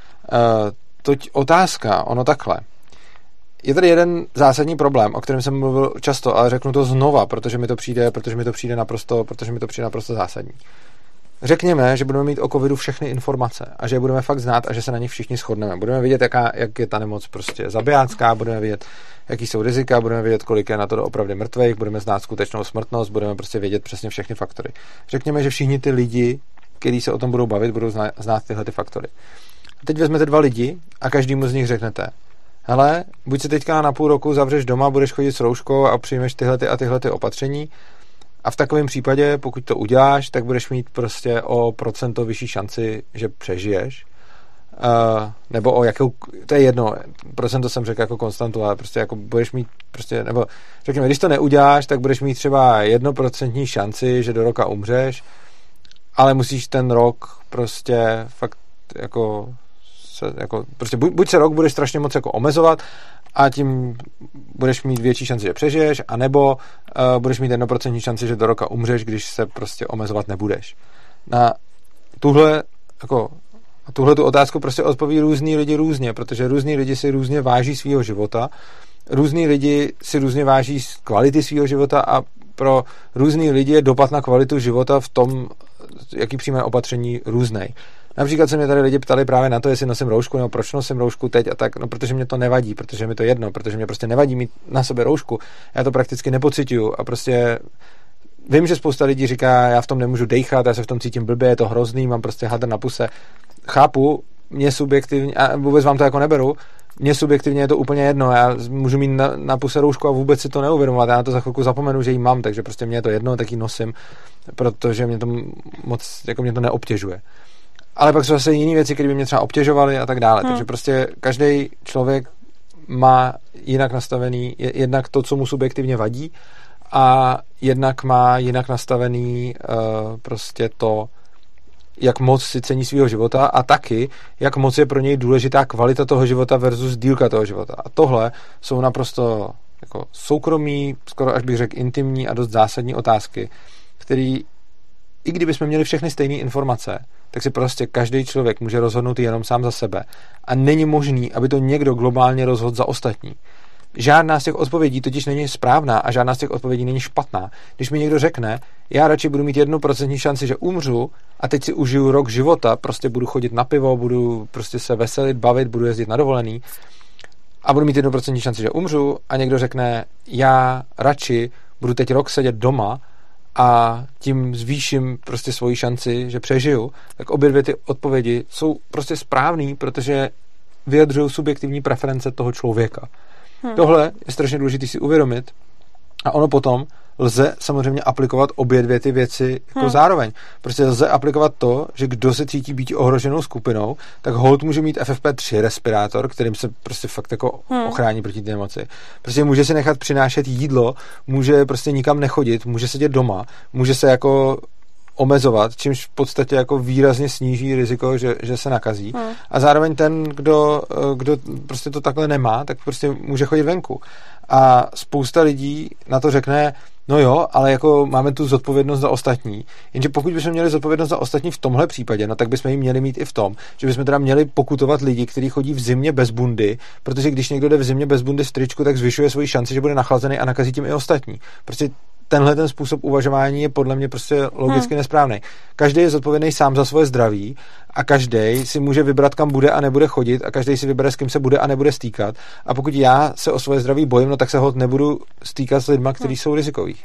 Toť otázka, ono takhle. Je tady jeden zásadní problém, o kterém jsem mluvil často, ale řeknu to znova, protože mi to přijde naprosto zásadní. Řekněme, že budeme mít o covidu všechny informace a že je budeme fakt znát a že se na nich všichni shodneme. Budeme vědět, jak je ta nemoc prostě zabijácká, budeme vědět, jaký jsou rizika, budeme vědět, kolik je na to doopravdy mrtvých, budeme znát skutečnou smrtnost, budeme prostě vědět přesně všechny faktory. Řekněme, že všichni ty lidi, kteří se o tom budou bavit, budou znát tyhle ty faktory. A teď vezmete 2 lidi a každému z nich řeknete: hele, buď se teďka na půl roku zavřeš doma, budeš chodit s rouškou a přijmeš tyhle opatření, a v takovém případě, pokud to uděláš, tak budeš mít prostě o procento vyšší šanci, že přežiješ. Nebo o jakou, to je jedno, procento jsem řekl jako konstantu, ale prostě jako budeš mít prostě, nebo řekněme, když to neuděláš, tak budeš mít třeba 1% šanci, že do roka umřeš, ale musíš ten rok prostě fakt jako prostě buď se rok budeš strašně moc jako omezovat a tím budeš mít větší šanci, že přežiješ, anebo budeš mít 1% šanci, že do roka umřeš, když se prostě omezovat nebudeš. Na tuhle tu otázku prostě odpoví různý lidi různě, protože různý lidi si různě váží svýho života, různý lidi si různě váží kvality svýho života a pro různý lidi je dopad na kvalitu života v tom, jaký přijme opatření, různej. Například se mě tady lidi ptali právě na to, jestli nosím roušku nebo proč nosím roušku teď a tak, no protože mě to nevadí, protože mi to jedno, protože mě prostě nevadí mít na sobě roušku. Já to prakticky nepociťuju a prostě vím, že spousta lidí říká, já v tom nemůžu dejchat, já se v tom cítím blbě, je to hrozný, mám prostě hadr na puse. Chápu, mě subjektivně, a vůbec vám to jako neberu, mně subjektivně je to úplně jedno, já můžu mít na puse roušku a vůbec si to neuvědomovat, já na to za chvilku zapomenu, že ji mám, takže prostě mě je to jedno, tak ji nosím, protože mě to moc, jako mě to neobtěžuje. Ale pak jsou zase jiné věci, které by mě třeba obtěžovaly a tak dále. Takže prostě každý člověk má jinak nastavený, jednak to, co mu subjektivně vadí, a jednak má jinak nastavený prostě to, jak moc si cení svýho života a taky, jak moc je pro něj důležitá kvalita toho života versus dílka toho života. A tohle jsou naprosto jako soukromí, skoro až bych řekl intimní a dost zásadní otázky, které i kdybychom měli všechny stejné informace, tak si prostě každý člověk může rozhodnout jenom sám za sebe. A není možný, aby to někdo globálně rozhodl za ostatní. Žádná z těch odpovědí totiž není správná a žádná z těch odpovědí není špatná. Když mi někdo řekne, já radši budu mít 1% šanci, že umřu a teď si užiju rok života, prostě budu chodit na pivo, budu prostě se veselit, bavit, budu jezdit na dovolený a budu mít 1% šanci, že umřu, a někdo řekne, já radši budu teď rok sedět doma a tím zvýším prostě svoji šanci, že přežiju, tak obě dvě ty odpovědi jsou prostě správný, protože vyjadřují subjektivní preference toho člověka. Tohle je strašně důležité si uvědomit a ono potom lze samozřejmě aplikovat obě dvě ty věci jako zároveň. Prostě lze aplikovat to, že kdo se cítí být ohroženou skupinou, tak holt může mít FFP3 respirátor, kterým se prostě fakt jako ochrání proti té nemoci. Prostě může si nechat přinášet jídlo, může prostě nikam nechodit, může sedět doma, může se jako omezovat, čímž v podstatě jako výrazně sníží riziko, že se nakazí. A zároveň ten, kdo prostě to takhle nemá, tak prostě může chodit venku. A spousta lidí na to řekne, no jo, ale jako máme tu zodpovědnost za ostatní. Jenže pokud bychom měli zodpovědnost za ostatní v tomhle případě, no tak bychom ji měli mít i v tom, že bychom teda měli pokutovat lidi, kteří chodí v zimě bez bundy, protože když někdo jde v zimě bez bundy v tričku, tak zvyšuje svoji šanci, že bude nachlazený a nakazí tím i ostatní. Prostě tenhle ten způsob uvažování je podle mě prostě logicky nesprávný. Každý je zodpovědný sám za svoje zdraví a každý si může vybrat, kam bude a nebude chodit, a každý si vybere, s kým se bude a nebude stýkat. A pokud já se o svoje zdraví bojím, no tak se holt nebudu stýkat s lidma, kteří jsou rizikoví.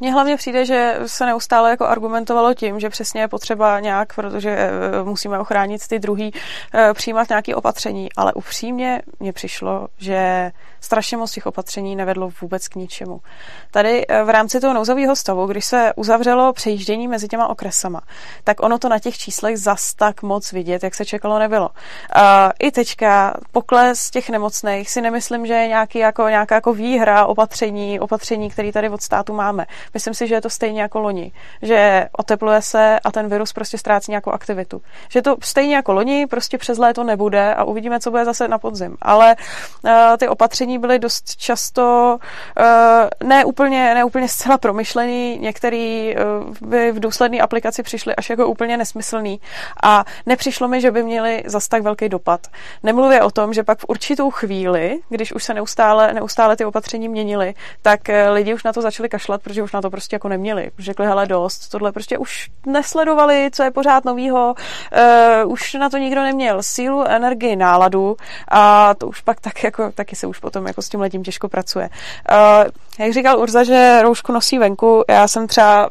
Mně hlavně přijde, že se neustále jako argumentovalo tím, že přesně je potřeba nějak, protože musíme ochránit ty druhý, přijímat nějaké opatření, ale upřímně mně přišlo, že strašně moc těch opatření nevedlo vůbec k ničemu. Tady v rámci toho nouzového stavu, když se uzavřelo přejíždění mezi těma okresama, tak ono to na těch číslech zas tak moc vidět, jak se čekalo, nebylo. I teďka pokles těch nemocných si nemyslím, že je nějaká jako výhra opatření, které tady od státu máme. Myslím si, že je to stejně jako loni, že otepluje se a ten virus prostě ztrácí nějakou aktivitu. Že to stejně jako loni, prostě přes léto nebude a uvidíme, co bude zase na podzim. Ale ty opatření byly dost často ne úplně zcela promyšlený, některý by v důsledné aplikaci přišly až jako úplně nesmyslný a nepřišlo mi, že by měli zas tak velký dopad. Nemluvě o tom, že pak v určitou chvíli, když už se neustále ty opatření měnily, tak lidi už na to začali kašlat, protože už na to prostě jako neměli. Řekli, hele, dost, tohle prostě už nesledovali, co je pořád novýho, už na to nikdo neměl sílu, energii, náladu a to už pak tak jako, taky se už potom jako s tím letím těžko pracuje. Jak říkal Urza, že roušku nosí venku, já jsem třeba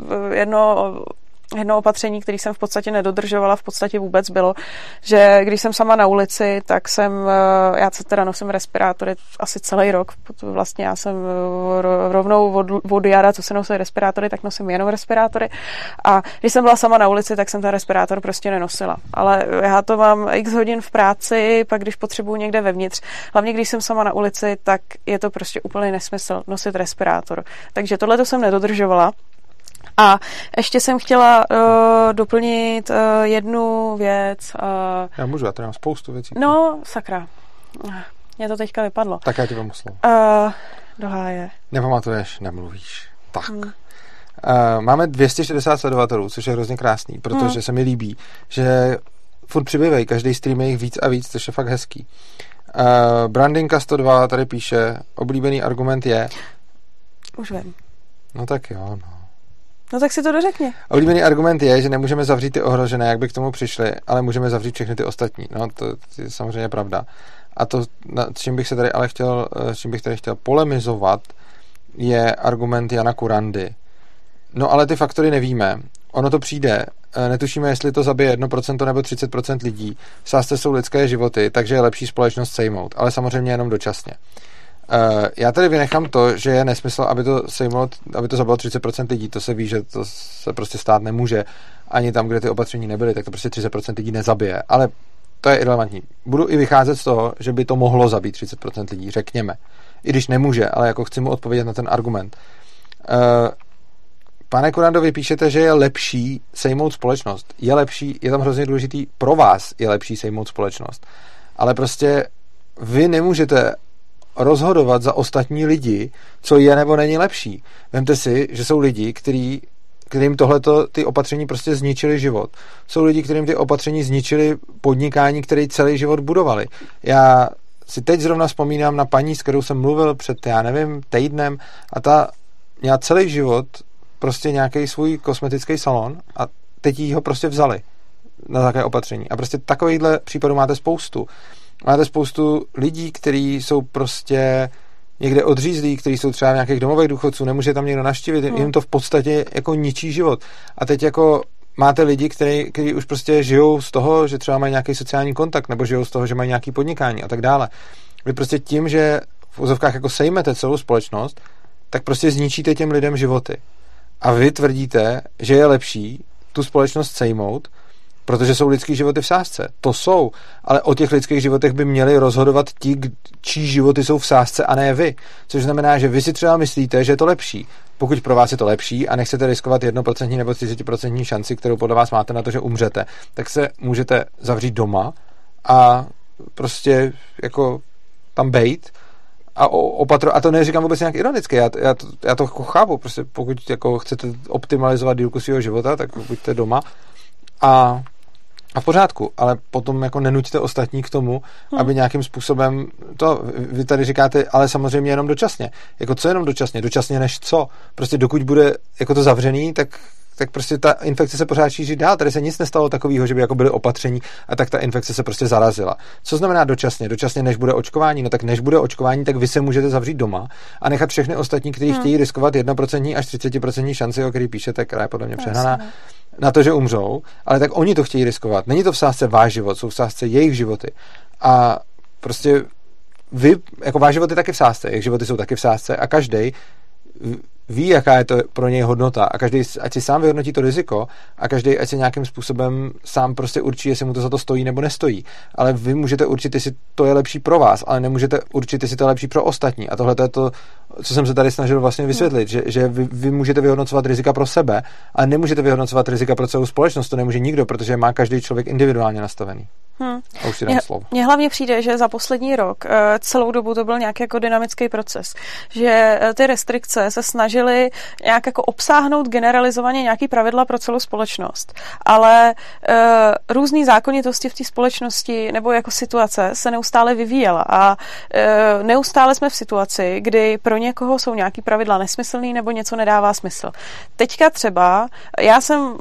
jedno opatření, které jsem v podstatě nedodržovala, v podstatě vůbec bylo, že když jsem sama na ulici, tak já teda nosím respirátory asi celý rok, vlastně já jsem rovnou od jara, co se nosí respirátory, tak nosím jenom respirátory a když jsem byla sama na ulici, tak jsem ten respirátor prostě nenosila. Ale já to mám x hodin v práci, pak když potřebuju někde vevnitř, hlavně když jsem sama na ulici, tak je to prostě úplný nesmysl nosit respirátor. Takže tohle to jsem nedodržovala. A ještě jsem chtěla doplnit jednu věc. Já můžu, já tady mám spoustu věcí. No, sakra. Mně to teďka vypadlo. Tak já ti vám slovo. Do háje. Nepamatuješ, nemluvíš. Tak. Máme 260 sledovatelů, což je hrozně krásný, protože se mi líbí, že furt přibývají, každý stream je jich víc a víc, což je fakt hezký. Brandinka 102 tady píše, oblíbený argument je... Už vím. No tak jo, no. No tak si to dořekni. Oblíbený argument je, že nemůžeme zavřít ty ohrožené, jak by k tomu přišli, ale můžeme zavřít všechny ty ostatní. No, to je samozřejmě pravda. A to, s čím bych tady chtěl polemizovat, je argument Jana Kurandy. No ale ty faktory nevíme. Ono to přijde. Netušíme, jestli to zabije 1% nebo 30% lidí. V sázce jsou lidské životy, takže je lepší společnost sejmout. Ale samozřejmě jenom dočasně. Já tady vynechám to, že je nesmysl, aby to zabilo 30% lidí. To se ví, že to se prostě stát nemůže. Ani tam, kde ty opatření nebyly, tak to prostě 30% lidí nezabije. Ale to je irelevantní. Budu i vycházet z toho, že by to mohlo zabít 30% lidí, řekněme. I když nemůže, ale jako chci mu odpovědět na ten argument. Pane Kurandovi, píšete, že je lepší sejmout společnost. Je lepší, je tam hrozně důležitý, pro vás je lepší sejmout společnost. Ale prostě vy nemůžete rozhodovat za ostatní lidi, co je nebo není lepší. Vemte si, že jsou lidi, kterým tohleto ty opatření prostě zničili život. Jsou lidi, kterým ty opatření zničili podnikání, které celý život budovali. Já si teď zrovna vzpomínám na paní, s kterou jsem mluvil před, týdnem a ta měla celý život prostě nějaký svůj kosmetický salon a teď jí ho prostě vzali na takové opatření. A prostě takovýchhle případů máte spoustu. Máte spoustu lidí, kteří jsou prostě někde odřízlí, kteří jsou třeba v nějakých domovech důchodců, nemůže tam někdo navštívit, jim to v podstatě jako ničí život. A teď jako máte lidi, kteří už prostě žijou z toho, že třeba mají nějaký sociální kontakt, nebo žijou z toho, že mají nějaký podnikání a tak dále. Vy prostě tím, že v úzovkách jako sejmete celou společnost, tak prostě zničíte těm lidem životy. A vy tvrdíte, že je lepší tu společnost sejmout, protože jsou lidský životy v sázce. To jsou, ale o těch lidských životech by měli rozhodovat ti, čí životy jsou v sázce a ne vy. Což znamená, že vy si třeba myslíte, že je to lepší. Pokud pro vás je to lepší a nechcete riskovat 1% nebo 30% šanci, kterou podle vás máte na to, že umřete, tak se můžete zavřít doma a prostě jako tam bejt a to neříkám vůbec nějak ironicky, já to jako chápu, prostě pokud jako chcete optimalizovat dílku svého života, tak buďte doma a v pořádku, ale potom jako nenuďte ostatní k tomu, aby nějakým způsobem vy tady říkáte, ale samozřejmě jenom dočasně. Jako co jenom dočasně? Dočasně než co? Prostě dokud bude jako to zavřený, tak tak prostě ta infekce se pořád šíří dál. Tady se nic nestalo takového, že by jako byli opatření a tak ta infekce se prostě zarazila. Co znamená dočasně? Dočasně, než bude očkování? No tak než bude očkování, tak vy se můžete zavřít doma a nechat všechny ostatní, kteří chtějí riskovat 1% až 30% šanci, o který píšete, která je podle mě přehnaná, na to, že umřou, ale tak oni to chtějí riskovat. Není to v sázce váš život, jsou v sázce jejich životy. A prostě vy, jako váš život je taky v sázce, jejich životy jsou taky v sázce a každej ví, jaká je to pro něj hodnota a každý ať si sám vyhodnotí to riziko a každý ať si nějakým způsobem sám prostě určí, jestli mu to za to stojí nebo nestojí. Ale vy můžete určit, jestli to je lepší pro vás, ale nemůžete určit, jestli to je lepší pro ostatní. A tohle je to, co jsem se tady snažil vlastně vysvětlit, že vy můžete vyhodnocovat rizika pro sebe, ale nemůžete vyhodnocovat rizika pro celou společnost. To nemůže nikdo, protože má každý člověk individuálně nastavený. A už si dám slovo. Mně hlavně přijde, že za poslední rok celou dobu to byl nějaký jako dynamický proces, že ty restrikce se snažily nějak jako obsáhnout generalizovaně nějaký pravidla pro celou společnost, ale různý zákonitosti v té společnosti nebo jako situace se neustále vyvíjela a neustále jsme v situaci, kdy pro někoho jsou nějaký pravidla nesmyslný nebo něco nedává smysl. Teďka třeba, já jsem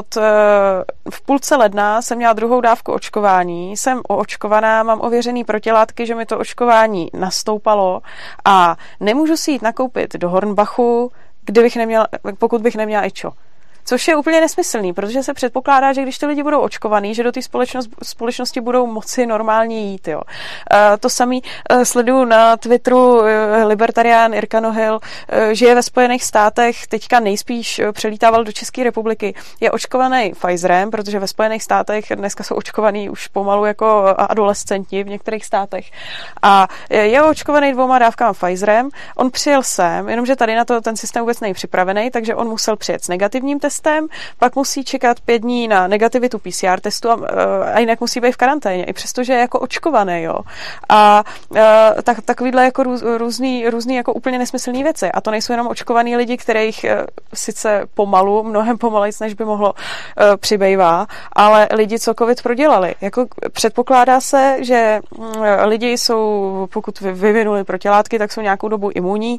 v půlce ledna jsem měla 2. dávku očkování, jsem oočkovaná, mám ověřený protilátky, že mi to očkování nastoupalo a nemůžu si jít nakoupit do Hornbachu, pokud bych neměla EČO. Což je úplně nesmyslný, protože se předpokládá, že když ty lidi budou očkovaný, že do té společnosti budou moci normálně jít. Jo. To samý sleduju na Twitteru libertarián Irka Nohil, žije ve Spojených státech, teďka nejspíš přelítával do České republiky. Je očkovaný Pfizerem, protože ve Spojených státech dneska jsou očkovaný už pomalu jako adolescenti v některých státech. A je očkovaný 2 dávkami Pfizerem. On přijel sem, jenomže tady na to ten systém vůbec není připravený, takže on musel přijet s negativním testem, pak musí čekat 5 dní na negativitu PCR testu a jinak musí být v karanténě, i přestože je jako očkovaný, jo. A takovýhle jako různý jako úplně nesmyslný věci. A to nejsou jenom očkovaný lidi, kterých sice pomalu, mnohem pomalejc, než by mohlo přibývá, ale lidi, co covid prodělali. Jako předpokládá se, že lidi jsou, pokud vyvinuli protilátky, tak jsou nějakou dobu imunní.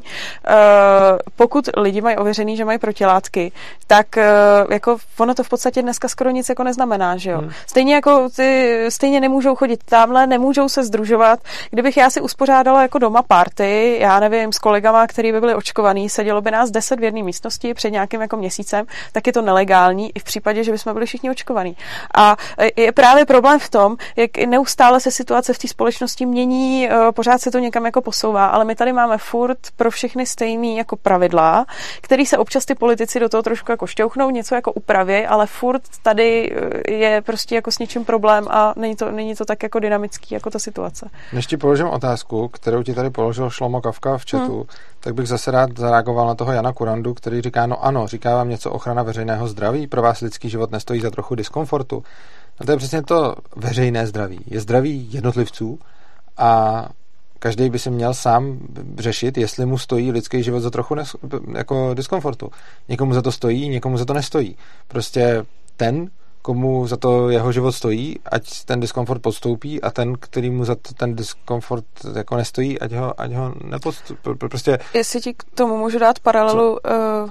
Pokud lidi mají ověřený, že mají protilátky, tak jako ono to v podstatě dneska skoro nic jako neznamená, že jo. Stejně jako stejně nemůžou chodit tamhle, nemůžou se sdružovat. Kdybych já si uspořádala jako doma party, já nevím, s kolegama, který by byli očkovaný, sedělo by nás 10 v jedné místnosti před nějakým jako měsícem, tak je to nelegální i v případě, že bychom byli všichni očkovaní. A je právě problém v tom, jak neustále se situace v té společnosti mění, pořád se to někam jako posouvá, ale my tady máme furt pro všechny stejný jako pravidla, který se občas ty politici do toho trošku jako šťouchnou, něco jako upraví, ale furt tady je prostě jako s něčím problém a není to tak jako dynamický jako ta situace. Než ti položím otázku, kterou ti tady položil Šlomo Kavka v chatu, tak bych zase rád zareagoval na toho Jana Kurandu, který říká, no ano, říká vám něco ochrana veřejného zdraví, pro vás lidský život nestojí za trochu diskomfortu. No to je přesně to veřejné zdraví. Je zdraví jednotlivců a každý by si měl sám řešit, jestli mu stojí lidský život za trochu jako diskomfortu. Někomu za to stojí, někomu za to nestojí. Prostě ten, komu za to jeho život stojí, ať ten diskomfort podstoupí a ten, který mu za to ten diskomfort jako nestojí, ať ho nepodstoupí. Prostě... Jestli ti k tomu můžu dát paralelu...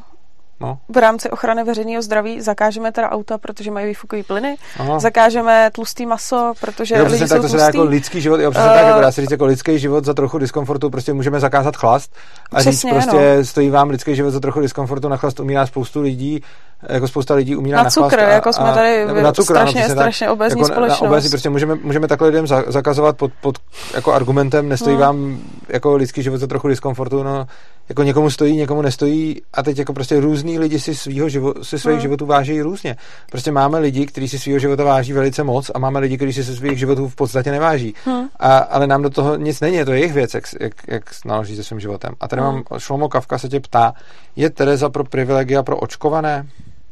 No. V rámci ochrany veřejného zdraví zakážeme teda auta, protože mají výfukové plyny, zakážeme tlustý maso, protože lidi jsou tak, to tlustý. Se dá jako lidský život, jo, přesně tak, jako dá se říct jako lidský život za trochu diskomfortu, prostě můžeme zakázat chlast a přesně, říct prostě stojí vám lidský život za trochu diskomfortu, na chlast umírá spoustu lidí, jako spousta lidí umírá na chlast. Cukr, jako jsme tady strašně obézní jako společnost. Prostě můžeme takhle lidem zakazovat pod jako argumentem, nestojí vám jako lidský život za trochu diskomfortu, no jako někomu stojí, někomu nestojí a teď jako prostě různý lidi si svých životů váží různě. Prostě máme lidi, kteří si svýho života váží velice moc a máme lidi, kteří si svých životů v podstatě neváží. Ale nám do toho nic není, je to jejich věc, jak naloží se svým životem. A tady mám Šlomo Kavka se tě ptá, je Tereza pro privilegia pro očkované?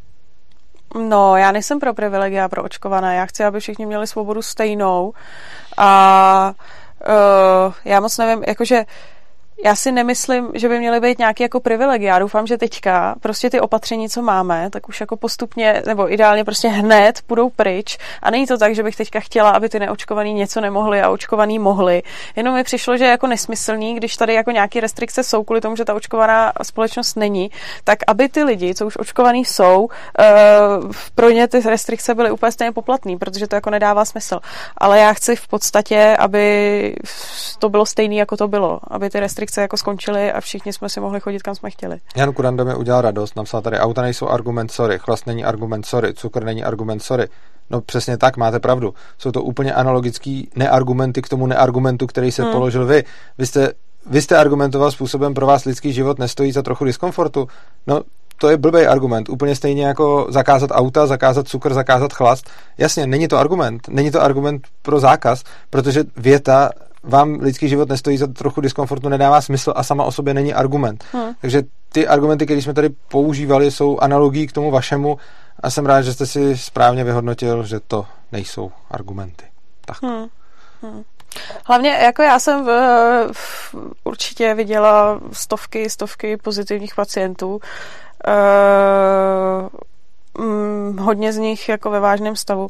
No, já nejsem pro privilegia pro očkované. Já chci, aby všichni měli svobodu stejnou a já moc nevím, jakože Já si nemyslím, že by měly být nějaký jako privilegia. Já doufám, že teďka prostě ty opatření, co máme, tak už jako postupně, nebo ideálně prostě hned půjdou pryč. A není to tak, že bych teďka chtěla, aby ty neočkovaný něco nemohli a očkovaný mohli. Jenom mi přišlo, že je jako nesmyslný, když tady jako nějaké restrikce jsou kvůli tomu, že ta očkovaná společnost není, tak aby ty lidi, co už očkovaný jsou, pro ně ty restrikce byly úplně stejně poplatný, protože to jako nedává smysl. Ale já chci v podstatě, aby to bylo stejné, jako to bylo, aby ty restrikce jako skončily a všichni jsme si mohli chodit, kam jsme chtěli. Jan Kuranda mi udělal radost, napsal tady, auta nejsou argument, sorry, chlast není argument, sorry, cukr není argument, sorry. No přesně tak, máte pravdu. Jsou to úplně analogický neargumenty k tomu neargumentu, který se položil vy. Vy jste argumentoval způsobem, pro vás lidský život nestojí za trochu diskomfortu. No, to je blbej argument. Úplně stejně jako zakázat auta, zakázat cukr, zakázat chlast. Jasně, není to argument. Není to argument pro zákaz, protože věta vám lidský život nestojí za trochu diskomfortu, nedává smysl a sama o sobě není argument. Takže ty argumenty, které jsme tady používali, jsou analogií k tomu vašemu a jsem rád, že jste si správně vyhodnotil, že to nejsou argumenty. Tak. Hlavně, jako já jsem určitě viděla stovky pozitivních pacientů. Hodně z nich jako ve vážném stavu.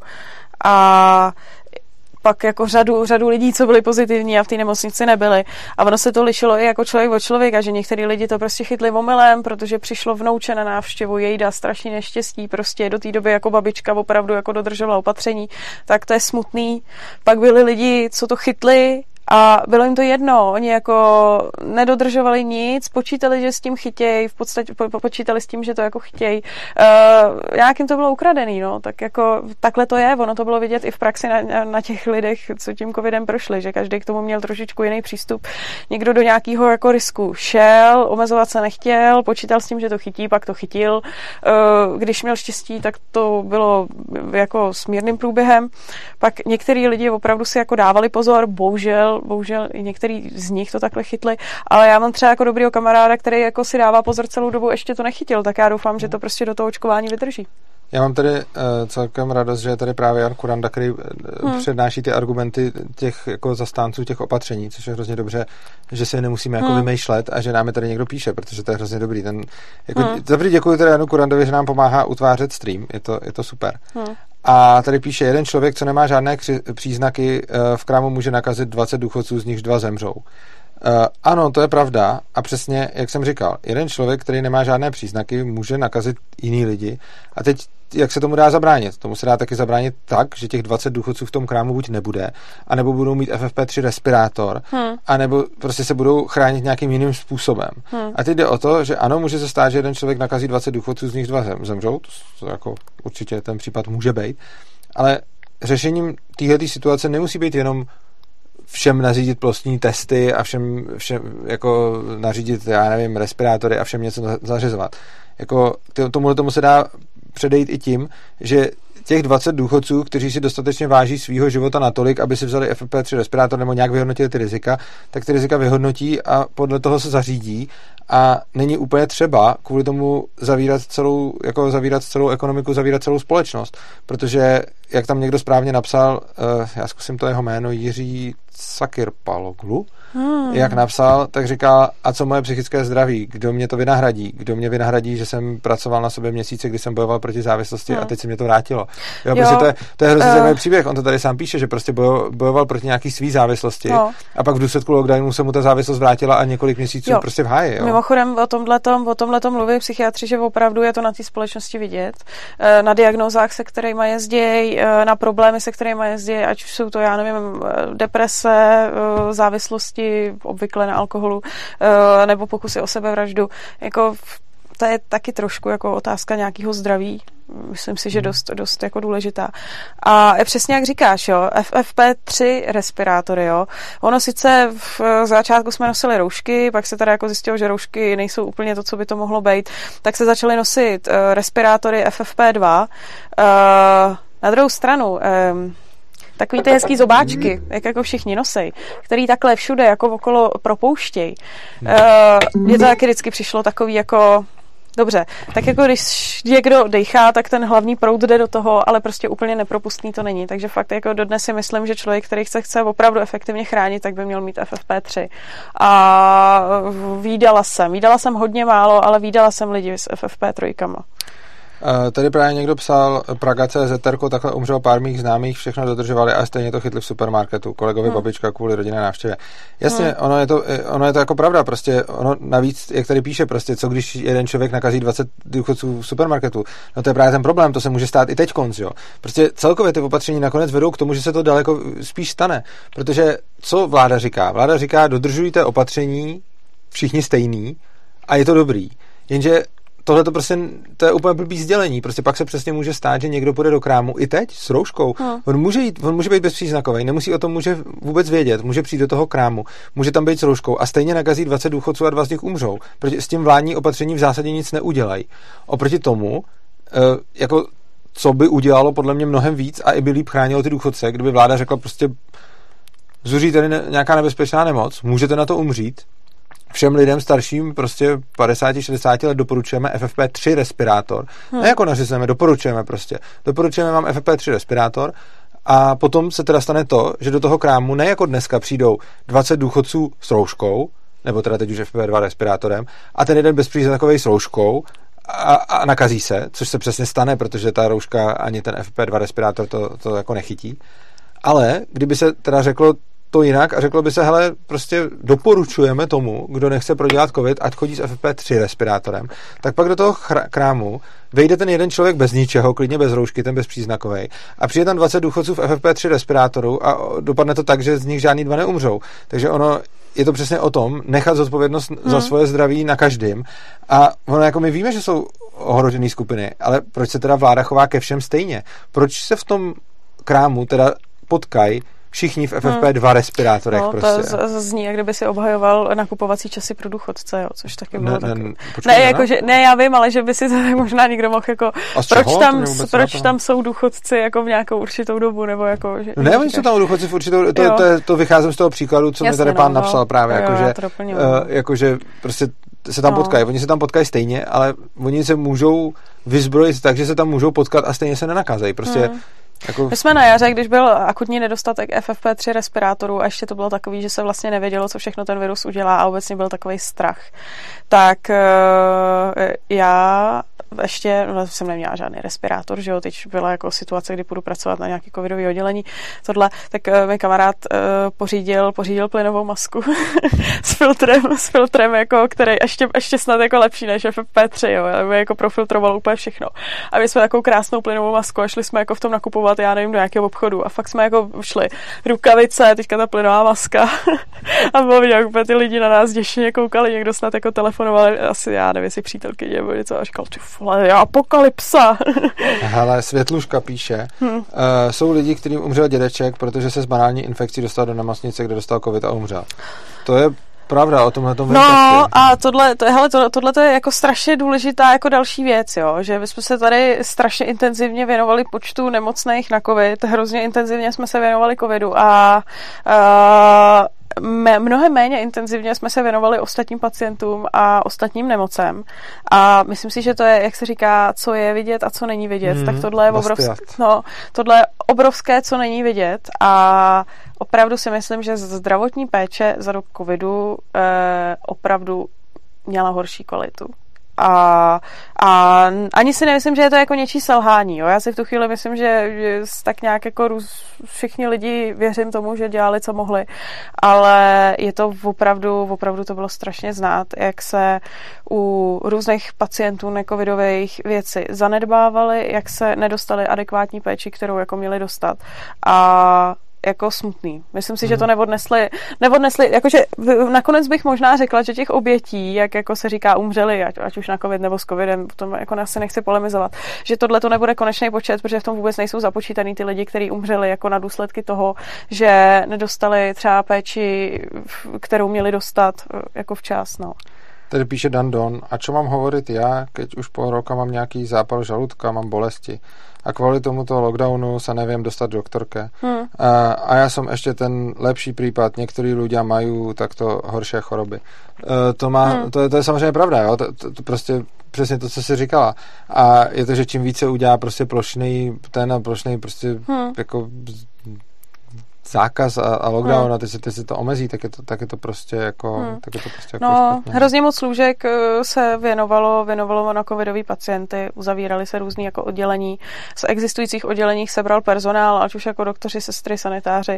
A pak jako řadu lidí, co byli pozitivní a v té nemocnici nebyli. A ono se to lišilo i jako člověk od člověka, že některý lidi to prostě chytli omylem, protože přišlo vnouče na návštěvu, jejda, strašný neštěstí, prostě do té doby jako babička opravdu jako dodržovala opatření, tak to je smutný. Pak byli lidi, co to chytli a bylo jim to jedno, oni jako nedodržovali nic, počítali, že s tím chytějí, v podstatě počítali s tím, že to jako chtějí. Nějak jim to bylo ukradený, no, tak jako takhle to je, ono to bylo vidět i v praxi na těch lidech, co tím covidem prošli, že každý k tomu měl trošičku jiný přístup. Někdo do nějakého jako risku šel, omezovat se nechtěl, počítal s tím, že to chytí, pak to chytil. Když měl štěstí, tak to bylo jako smírným průběhem. Pak některý lidi opravdu si jako dávali pozor, bohužel i některý z nich to takhle chytli, ale já mám třeba jako dobrýho kamaráda, který jako si dává pozor celou dobu, ještě to nechytil, tak já doufám, že to prostě do toho očkování vydrží. Já mám tady celkem radost, že je tady právě Jan Kuranda, který přednáší ty argumenty těch jako zastánců těch opatření, což je hrozně dobře, že si je nemusíme jako vymýšlet a že nám je tady někdo píše, protože to je hrozně dobrý. Dobrý, děkuji tady Janu Kurandovi, že nám pomáhá utvářet stream, je to super. A tady píše, jeden člověk, co nemá žádné příznaky, v krámu může nakazit 20 důchodců, z nichž 2 zemřou. Ano, to je pravda a přesně, jak jsem říkal, jeden člověk, který nemá žádné příznaky, může nakazit jiný lidi a teď jak se tomu dá zabránit? Tomu se dá taky zabránit tak, že těch 20 důchodců v tom krámu buď nebude, anebo budou mít FFP3 respirátor, anebo prostě se budou chránit nějakým jiným způsobem. A teď jde o to, že ano, může se stát, že jeden člověk nakazí 20 důchodců, z nich 2 zemřou, to jako určitě ten případ může být, ale řešením téhleté situace nemusí být jenom všem nařídit plošní testy a všem jako nařídit, já nevím, respirátory a všem něco zařizovat. Jako tomu se dá předejít i tím, že těch 20 důchodců, kteří si dostatečně váží svýho života natolik, aby si vzali FFP3 respirátor nebo nějak vyhodnotili ty rizika, tak ty rizika vyhodnotí a podle toho se zařídí a není úplně třeba kvůli tomu zavírat celou ekonomiku, zavírat celou společnost, protože jak tam někdo správně napsal, já zkusím to jeho jméno, Jiří Sakirpaloglu, jak napsal, tak říkal, a co moje psychické zdraví, kdo mě to vynahradí, kdo mě vynahradí, že jsem pracoval na sobě měsíce, kdy jsem bojoval proti závislosti a teď se mě to vrátilo. Jo, prostě to je hrozně zajímavý příběh, on to tady sám píše, že prostě bojoval proti nějaký svý závislosti a pak v důsledku lockdownu se mu ta závislost vrátila a několik měsíců prostě v háji. Jo. Mimochodem o tomhletom mluví psychiatři, že opravdu je to na té společnosti vidět, na diagnózách, se kterými jezdí, na problémy, se kterými jezdí, ať už jsou to, já nevím, deprese, závislosti, obvykle na alkoholu, nebo pokusy o sebevraždu. Jako to je taky trošku jako otázka nějakého zdraví. Myslím si, že dost jako důležitá. A je přesně jak říkáš, jo, FFP3 respirátory, jo. Ono sice v začátku jsme nosili roušky, pak se teda jako zjistilo, že roušky nejsou úplně to, co by to mohlo být, tak se začaly nosit respirátory FFP2. Na druhou stranu, takový ty hezký zobáčky, jak jako všichni nosej, který takhle všude jako okolo propouštěj. Mně to taky vždycky přišlo takový jako Dobře, tak jako když někdo dejchá, tak ten hlavní proud jde do toho, ale prostě úplně nepropustný to není. Takže fakt jako dodnes si myslím, že člověk, který chce opravdu efektivně chránit, tak by měl mít FFP3. A vídala jsem hodně málo, ale vídala jsem lidi s FFP3. Tady právě někdo psal, Praga.cz, takhle umřelo pár mých známých, všechno dodržovali a stejně to chytli v supermarketu, kolegovi babička kvůli rodinné návštěvě. Jasně, ono je to jako pravda, prostě ono navíc, jak tady píše, prostě co když jeden člověk nakazí 20 důchodců v supermarketu, no to je právě ten problém, to se může stát i teď konc, jo. Prostě celkově ty opatření nakonec vedou k tomu, že se to daleko spíš stane, protože co vláda říká? Vláda říká, dodržujte opatření všichni stejný a je to dobrý. Jenže tohle to prostě, to je úplně blbý sdělení. Prostě pak se přesně může stát, že někdo půjde do krámu i teď s rouškou. On může být bezpříznakový, nemusí o tom může vůbec vědět, může přijít do toho krámu, může tam být s rouškou a stejně nakazí 20 důchodců a 2 z nich umřou. Protože s tím vládní opatření v zásadě nic neudělají. Oproti tomu, jako co by udělalo podle mě mnohem víc a i by líp chránilo ty důchodce, kdyby vláda řekla prostě zuří tady nějaká nebezpečná nemoc, můžete na to umřít. Všem lidem starším prostě 50-60 let doporučujeme FFP3 respirátor. Ne jako nařizujeme, doporučujeme vám FFP3 respirátor a potom se teda stane to, že do toho krámu ne jako dneska přijdou 20 důchodců s rouškou, nebo teda teď už FFP2 respirátorem, a ten jeden bezpříznakový s rouškou a nakazí se, což se přesně stane, protože ta rouška ani ten FFP2 respirátor to jako nechytí. Ale kdyby se teda řeklo to jinak a řeklo by se, hele, prostě doporučujeme tomu, kdo nechce prodělat covid, ať chodí s FFP3 respirátorem, tak pak do toho krámu vejde ten jeden člověk bez ničeho, klidně bez roušky, ten bezpříznakovej, a přijde tam 20 důchodců v FFP3 respirátoru a dopadne to tak, že z nich žádný 2 neumřou. Takže ono je to přesně o tom, nechat zodpovědnost za svoje zdraví na každém. A ono, jako my víme, že jsou ohrožené skupiny, ale proč se teda vláda chová ke všem stejně? Proč se v tom krámu teda potkají všichni v FFP2 respirátorech? No, prostě. To zní, jak kdyby si obhajoval nakupovací časy pro důchodce, jo, což taky bylo Ne, já vím, ale že by si to možná někdo mohl jako, proč tam jsou důchodci jako v nějakou určitou dobu, nebo jako... Že, ne, oni jsou tam důchodci v určitou, to vycházím z toho příkladu, co mi tady pán napsal právě, jakože prostě se tam potkají. Oni se tam potkají stejně, ale oni se můžou vyzbrojit tak, že se tam můžou potkat a stejně se nenakazají. Prostě jako... My jsme na jaře, když byl akutní nedostatek FFP3 respirátorů a ještě to bylo takový, že se vlastně nevědělo, co všechno ten virus udělá a obecně byl takový strach. Tak já ještě, jsem neměla žádný respirátor, že jo, teď byla jako situace, kdy půjdu pracovat na nějaký covidový oddělení, tak mi kamarád pořídil plynovou masku s filtrem, jako, který ještě snad jako lepší než FFP3, jo, aby jako profiltroval úplně všechno. A my jsme takovou krásnou plynovou masku a šli jsme jako v tom nakupovat, já nevím, do nějakého obchodu a fakt jsme jako šli rukavice, teďka ta plynová maska a bylo vidět, jak úplně ty lidi na nás děšeně koukali, někdo snad jako telefonovali, asi já nevím, jestli přítelkyně nebo něco a říkal, ty vole, apokalypsa. Hele, Světluška píše, jsou lidi, kterým umřel dědeček, protože se z banální infekcí dostal do nemocnice, kde dostal covid a umřel. To je pravda, o tomhle tom vím. No a tohle je jako strašně důležitá jako další věc, jo, že my jsme se tady strašně intenzivně věnovali počtu nemocných na covid, hrozně intenzivně jsme se věnovali covidu a mnohem méně intenzivně jsme se věnovali ostatním pacientům a ostatním nemocem. A myslím si, že to je, jak se říká, co je vidět a co není vidět. Tak tohle je obrovské, co není vidět. A opravdu si myslím, že zdravotní péče za dob covidu opravdu měla horší kvalitu. A ani si nemyslím, že je to jako něčí selhání. Jo? Já si v tu chvíli myslím, že tak nějak jako všichni lidi věřím tomu, že dělali, co mohli, ale je to opravdu to bylo strašně znát, jak se u různých pacientů necovidových věci zanedbávali, jak se nedostali adekvátní péči, kterou jako měli dostat. A jako smutný. Myslím si, že to neodnesli, jakože nakonec bych možná řekla, že těch obětí, jak jako se říká, umřeli, ať už na covid nebo s covidem, potom jako asi nechci polemizovat, že tohle to nebude konečný počet, protože v tom vůbec nejsou započítaný ty lidi, kteří umřeli jako na důsledky toho, že nedostali třeba péči, kterou měli dostat jako včas, no. Tady píše Dandon, a čo mám hovoriť ja, keď už pol roka mám nejaký zápal žalúdka, mám bolesti a kvôli tomuto lockdownu sa neviem dostať doktorke. A ja som ešte ten lepší prípad, niektorí ľudia majú takto horšie choroby. To je samozřejmě pravda, jo? To prostě přesně to, co jsi říkala. A je to, že čím více udělá prostě plošný prostě jako zákaz a lockdown a ty si to omezí, tak je to prostě jako špatně. Hrozně moc lůžek se věnovalo na covidový pacienty, uzavíraly se různý jako oddělení. Z existujících odděleních sebral personál, ať už jako doktoři, sestry, sanitáři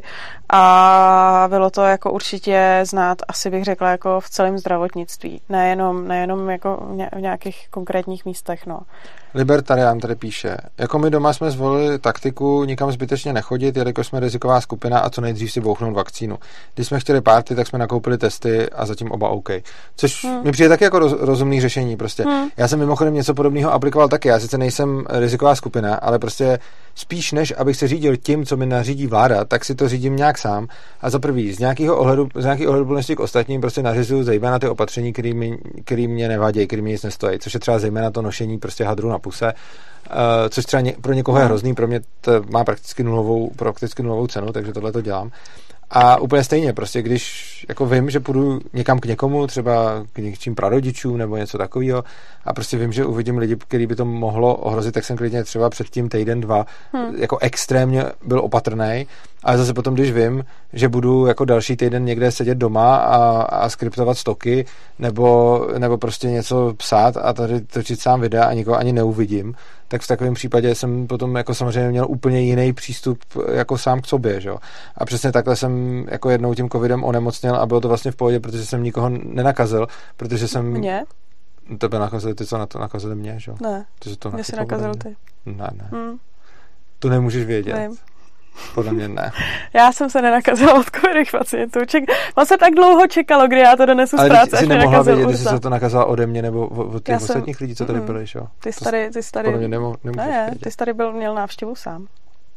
a bylo to jako určitě znát, asi bych řekla, jako v celém zdravotnictví. Nejenom jako v nějakých konkrétních místech, no. Libertarián tady píše, jako my doma jsme zvolili taktiku nikam zbytečně nechodit, jelikož jsme riziková skupina a co nejdřív si bouchnout vakcínu. Když jsme chtěli party, tak jsme nakoupili testy a zatím oba OK. Což mi přijde taky jako rozumný řešení prostě. Já jsem mimochodem něco podobného aplikoval taky. Já sice nejsem riziková skupina, ale prostě spíš než abych se řídil tím, co mi nařídí vláda, tak si to řídím nějak sám. A za prvý, z nějakého ohleduplnosti k ostatním prostě nařizuju zejména ty opatření, který mě nevadí, který mě nic nestojí, což je třeba zejména to nošení prostě hadru na puse, což třeba pro někoho je hrozný, pro mě to má prakticky nulovou cenu, takže tohle to dělám. A úplně stejně, prostě když jako vím, že půjdu někam k někomu, třeba k něčím prarodičům nebo něco takového a prostě vím, že uvidím lidi, který by to mohlo ohrozit, tak jsem klidně třeba předtím týden, 2 jako extrémně byl opatrnej, ale zase potom, když vím, že budu jako další týden někde sedět doma a skriptovat stoky nebo prostě něco psát a tady točit sám videa a nikoho ani neuvidím, tak v takovém případě jsem potom jako samozřejmě měl úplně jiný přístup jako sám k sobě, že jo. A přesně takhle jsem jako jednou tím covidem onemocněl a bylo to vlastně v pohodě, protože jsem nikoho nenakazil, protože jsem... Mě? Tebe nakazili ty, co na to nakazili mě, že jo? Ne, mě jsi nakazil ty. Ne. To nemůžeš vědět. Vím. Podle mě ne. Já jsem se nenakazila od covidových pacientů. On se tak dlouho čekalo, kdy já to donesu z práce. Ale jsi nemohla vědět, jestli se to nakazila ode mě nebo od těch ostatních lidí, co tady byli, jo? Ty jsi tady... Podle mě nemůžeš vědět. Ty jsi tady měl návštěvu sám.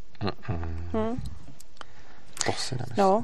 To si nemyslím.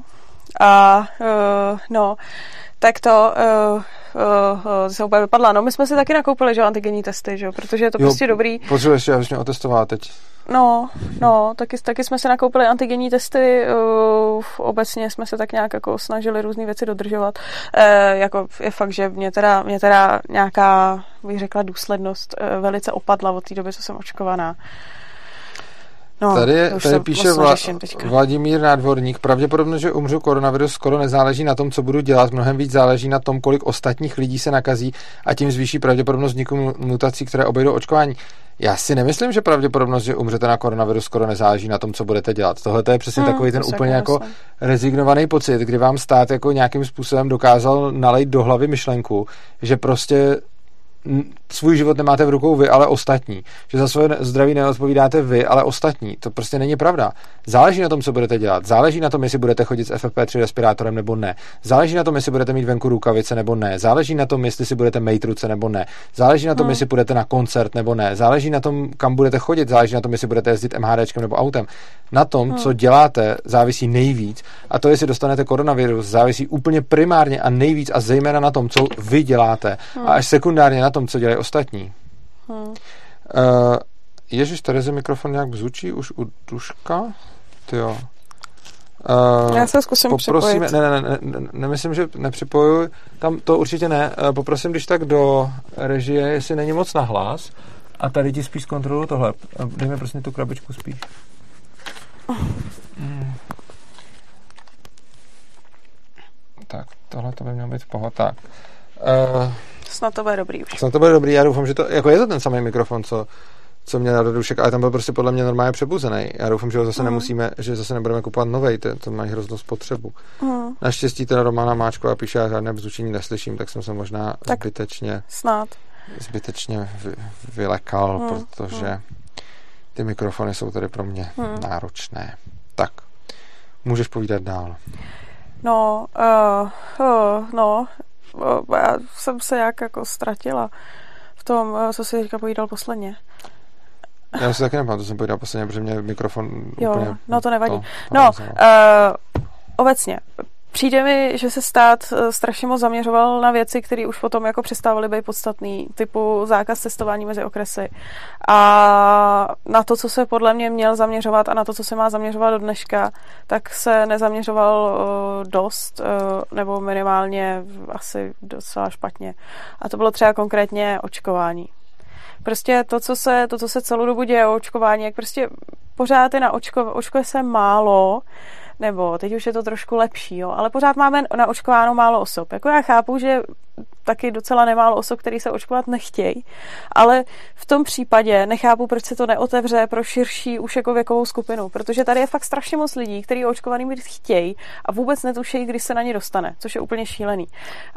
Tak to se úplně vypadla. No, my jsme si taky nakoupili, že antigenní testy, že? Protože je to prostě dobrý. Potřebuješ, já bych mě otestovala teď. Taky jsme se nakoupili antigenní testy, obecně jsme se tak nějak jako snažili různý věci dodržovat. Jako je fakt, že mě teda nějaká, bych řekla, důslednost velice opadla od té doby, co jsem očkovaná. No, tady píše Vladimír Nádvorník, pravděpodobně, že umřu koronavirus, skoro nezáleží na tom, co budu dělat, mnohem víc záleží na tom, kolik ostatních lidí se nakazí a tím zvýší pravděpodobnost vzniku mutací, které obejdou očkování. Já si nemyslím, že pravděpodobnost, že umřete na koronavirus, skoro nezáleží na tom, co budete dělat. Tohle je přesně takový ten úplně jako rezignovaný pocit, kdy vám stát jako nějakým způsobem dokázal nalejt do hlavy myšlenku, že prostě svůj život nemáte v rukou vy, ale ostatní. Že za svoje zdraví neodpovídáte vy, ale ostatní. To prostě není pravda. Záleží na tom, co budete dělat. Záleží na tom, jestli budete chodit s FFP3 respirátorem nebo ne. Záleží na tom, jestli budete mít venku rukavice nebo ne. Záleží na tom, jestli si budete mejt ruce nebo ne. Záleží na tom, jestli půjdete na koncert nebo ne. Záleží na tom, kam budete chodit. Záleží na tom, jestli budete jezdit MHDčkem nebo autem. Na tom, co děláte, závisí nejvíc. A to, jestli dostanete koronavirus, závisí úplně primárně a nejvíc a zejména na tom, co vy děláte. A až sekundárně na tom, co dělají ostatní. Ježiš, tady ze mikrofon nějak bzučí už u Duška? Tyjo. Já se zkusím připojit. Nemyslím, že nepřipojuji. Tam to určitě ne. Poprosím, když tak do režie, jestli není moc nahlas. A tady ti spíš zkontroluji tohle. Dej mi prostě tu krabičku spíš. Tak, tohle to by mělo být v pohodě. Tak. Snad to bude dobrý už. Snad to bude dobrý, já doufám, že to, jako je to ten samý mikrofon, co měl Dušek, ale tam byl prostě podle mě normálně přebuzený. Já doufám, že ho zase nemusíme, že zase nebudeme kupovat novej, to mají hroznou spotřebu. Naštěstí teda Romana Máčková píše, já žádné bzučení neslyším, tak jsem se možná zbytečně vylekal, protože ty mikrofony jsou tady pro mě náročné. Tak, můžeš povídat dál. Já jsem se jak jako ztratila v tom, co jsi teďka povídal posledně. Já si taky nepamatuji, to jsem povídal posledně, protože mě mikrofon úplně... to nevadí. Obecně. Přijde mi, že se stát strašně moc zaměřoval na věci, které už potom jako přestávaly být podstatný, typu zákaz cestování mezi okresy. A na to, co se podle mě měl zaměřovat a na to, co se má zaměřovat do dneška, tak se nezaměřoval dost, nebo minimálně asi docela špatně. A to bylo třeba konkrétně očkování. Prostě to, co se celou dobu děje o očkování, jak prostě pořád je očkuje se málo, nebo teď už je to trošku lepší, jo, ale pořád máme naočkováno málo osob. Jako já chápu, že taky docela nemálo osob, který se očkovat nechtějí, ale v tom případě nechápu, proč se to neotevře pro širší už jako věkovou skupinu, protože tady je fakt strašně moc lidí, kteří očkovaný být chtějí a vůbec netušejí, kdy se na ně dostane, což je úplně šílený.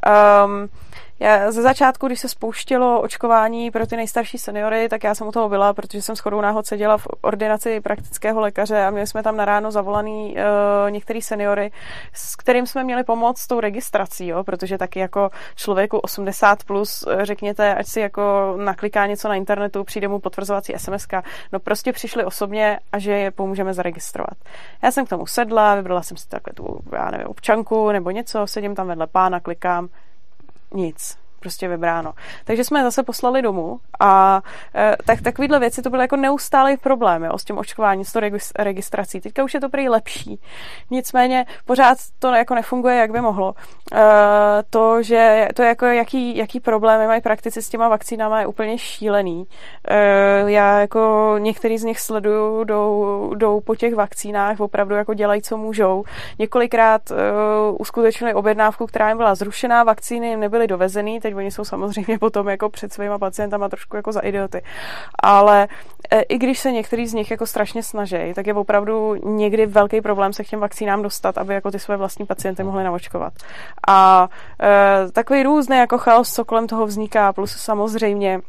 Já ze začátku, když se spouštělo očkování pro ty nejstarší seniory, tak já jsem u toho byla, protože jsem shodou náhod seděla v ordinaci praktického lékaře a měli jsme tam na ráno zavolaný některý seniory, s kterým jsme měli pomoct s tou registrací, jo, protože taky jako člověku 80 plus řekněte, ať si jako nakliká něco na internetu, přijde mu potvrzovací SMS-ka, no prostě přišli osobně a že je pomůžeme zaregistrovat. Já jsem k tomu sedla, vybrala jsem si takhle tu, já nevím, občanku nebo něco, sedím tam vedle pána, klikám, nic. Prostě vybráno. Takže jsme je zase poslali domů a takovýhle věci to byly jako neustálý problém, jo, s tím očkováním, s tou registrací. Teďka už je to prý lepší. Nicméně pořád to jako nefunguje, jak by mohlo. To, že to jako jaký problémy mají praktici s těma vakcínama je úplně šílený. Já jako některý z nich sleduju, jdou po těch vakcínách, opravdu jako dělají, co můžou. Několikrát uskutečnili objednávku, která jim byla zrušená, vakcíny jim nebyly dovezený, teď oni jsou samozřejmě potom jako před svýma pacientama trošku jako za idioty. Ale i když se některý z nich jako strašně snaží, tak je opravdu někdy velký problém se k těm vakcínám dostat, aby jako ty své vlastní pacienty mohli naočkovat. A takový různý jako chaos, co kolem toho vzniká, plus samozřejmě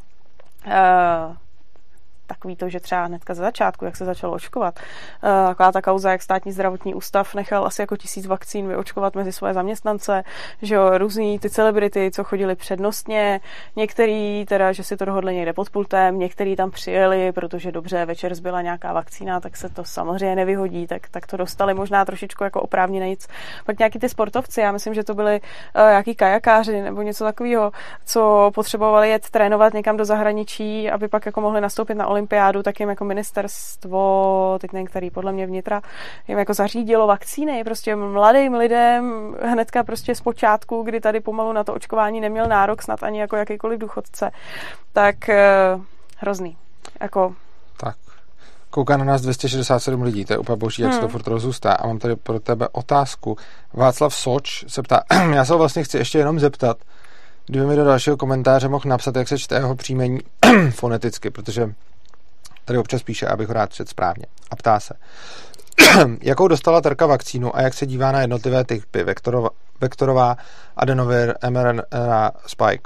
takový to, že třeba hnedka ze začátku, jak se začalo očkovat, taková ta kauza, jak státní zdravotní ústav nechal asi jako 1000 vakcín vyočkovat mezi svoje zaměstnance, že jo, různý ty celebrity, co chodili přednostně, některý teda, že si to dohodli někde pod pultem, některý tam přijeli, protože dobře, večer zbyla nějaká vakcína, tak se to samozřejmě nevyhodí, tak to dostali možná trošičku jako oprávněnejc. Pak nějaký ty sportovci, já myslím, že to byli nějaký kajakáři nebo něco takového, co potřebovali jet trénovat někam do zahraničí, aby pak jako mohli nastoupit na olympiádu, tak jim jako ministerstvo, teď nevím, který podle mě vnitra, jim jako zařídilo vakcíny, prostě mladým lidem hnedka prostě z počátku, kdy tady pomalu na to očkování neměl nárok snad ani jako jakýkoliv důchodce, tak hrozný. Jako... Tak. Kouká na nás 267 lidí, to je úplně boží, jak se to furt rozůstá. A mám tady pro tebe otázku. Václav Soč se ptá, já se ho vlastně chci ještě jenom zeptat, kdyby mi do dalšího komentáře mohl napsat, jak se čte jeho příjmení foneticky, protože tady občas píše, abych ho rád četl správně. A ptá se, jakou dostala Terka vakcínu a jak se dívá na jednotlivé typy vektorová, adenovir, mRNA, spike.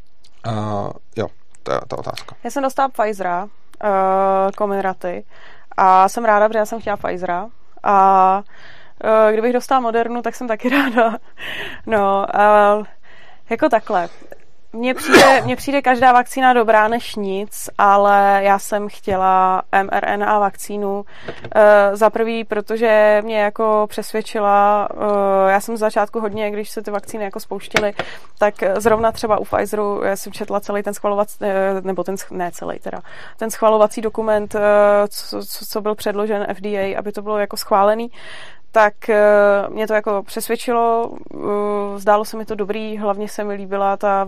Jo, to je ta otázka. Já jsem dostala Pfizera, Comirnaty a jsem ráda, protože já jsem chtěla Pfizera a kdybych dostala Modernu, tak jsem taky ráda. No, jako takhle. Mně přijde každá vakcína dobrá než nic, ale já jsem chtěla mRNA vakcínu za prvý, protože mě jako přesvědčila, já jsem z začátku hodně, když se ty vakcíny jako spouštěly, tak zrovna třeba u Pfizeru já jsem četla celý ten schvalovací, nebo ten schvalovací dokument, co byl předložen FDA, aby to bylo jako schválený, tak mě to jako přesvědčilo, zdálo se mi to dobrý, hlavně se mi líbila ta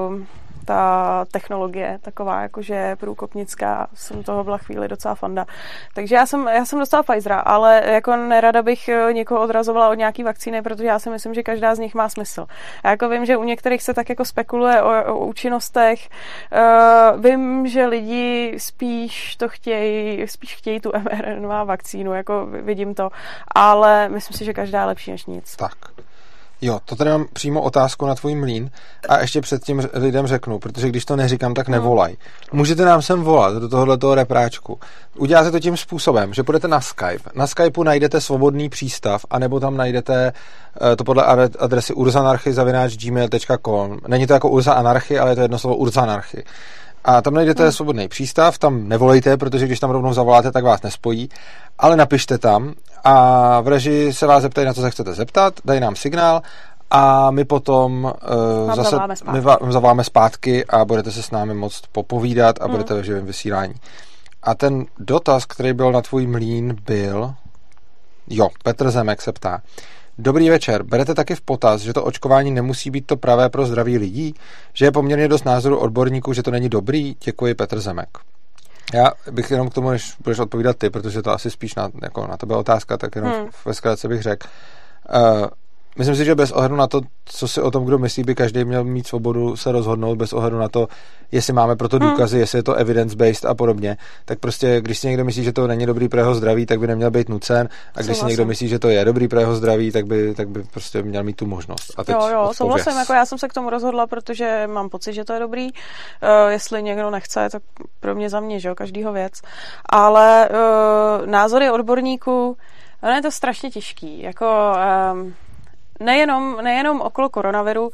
technologie, taková jakože průkopnická, jsem toho byla chvíli docela fanda. Takže já jsem dostala Pfizera, ale jako nerada bych někoho odrazovala od nějaký vakcíny, protože já si myslím, že každá z nich má smysl. Já jako vím, že u některých se tak jako spekuluje o účinnostech, vím, že lidi spíš chtějí tu mRNA vakcínu, jako vidím to, ale myslím si, že každá je lepší než nic. Tak. Jo, to tady mám přímo otázku na tvůj mlýn a ještě předtím lidem řeknu, protože když to neříkám, tak nevolaj. Můžete nám sem volat do tohoto repráčku. Uděláte to tím způsobem, že půjdete na Skype. Na Skypeu najdete svobodný přístav, anebo tam najdete to podle adresy urzanarchy@gmail.com. Není to jako Urza Anarchy, ale je to jedno slovo Urzanarchy. A tam najdete svobodný přístav, tam nevolejte, protože když tam rovnou zavoláte, tak vás nespojí, ale napište tam a v režii se vás zeptají, na co se chcete zeptat, dají nám signál a my potom zase zavoláme zpátky a budete se s námi moct popovídat a budete ve živém vysílání. A ten dotaz, který byl na tvůj mlýn, byl... Jo, Petr Zemek se ptá. Dobrý večer. Berete taky v potaz, že to očkování nemusí být to pravé pro zdraví lidí? Že je poměrně dost názoru odborníků, že to není dobrý? Děkuji, Petr Zemek. Já bych jenom k tomu, než budeš odpovídat ty, protože to asi spíš na tebe otázka, tak jenom ve zkratce bych řekl. Myslím si, že bez ohledu na to, co si o tom kdo myslí, by každý měl mít svobodu se rozhodnout bez ohledu na to, jestli máme pro to důkazy, jestli je to evidence-based a podobně. Tak prostě, když si někdo myslí, že to není dobrý pro jeho zdraví, tak by neměl být nucen. A když si někdo myslí, že to je dobrý pro jeho zdraví, tak by prostě měl mít tu možnost. A teď souhlasím. Jako já jsem se k tomu rozhodla, protože mám pocit, že to je dobrý. Jestli někdo nechce, tak pro mě za mě, že jo, každýho věc. Ale názory odborníků, ono je to strašně těžký. Jako nejenom okolo koronaviru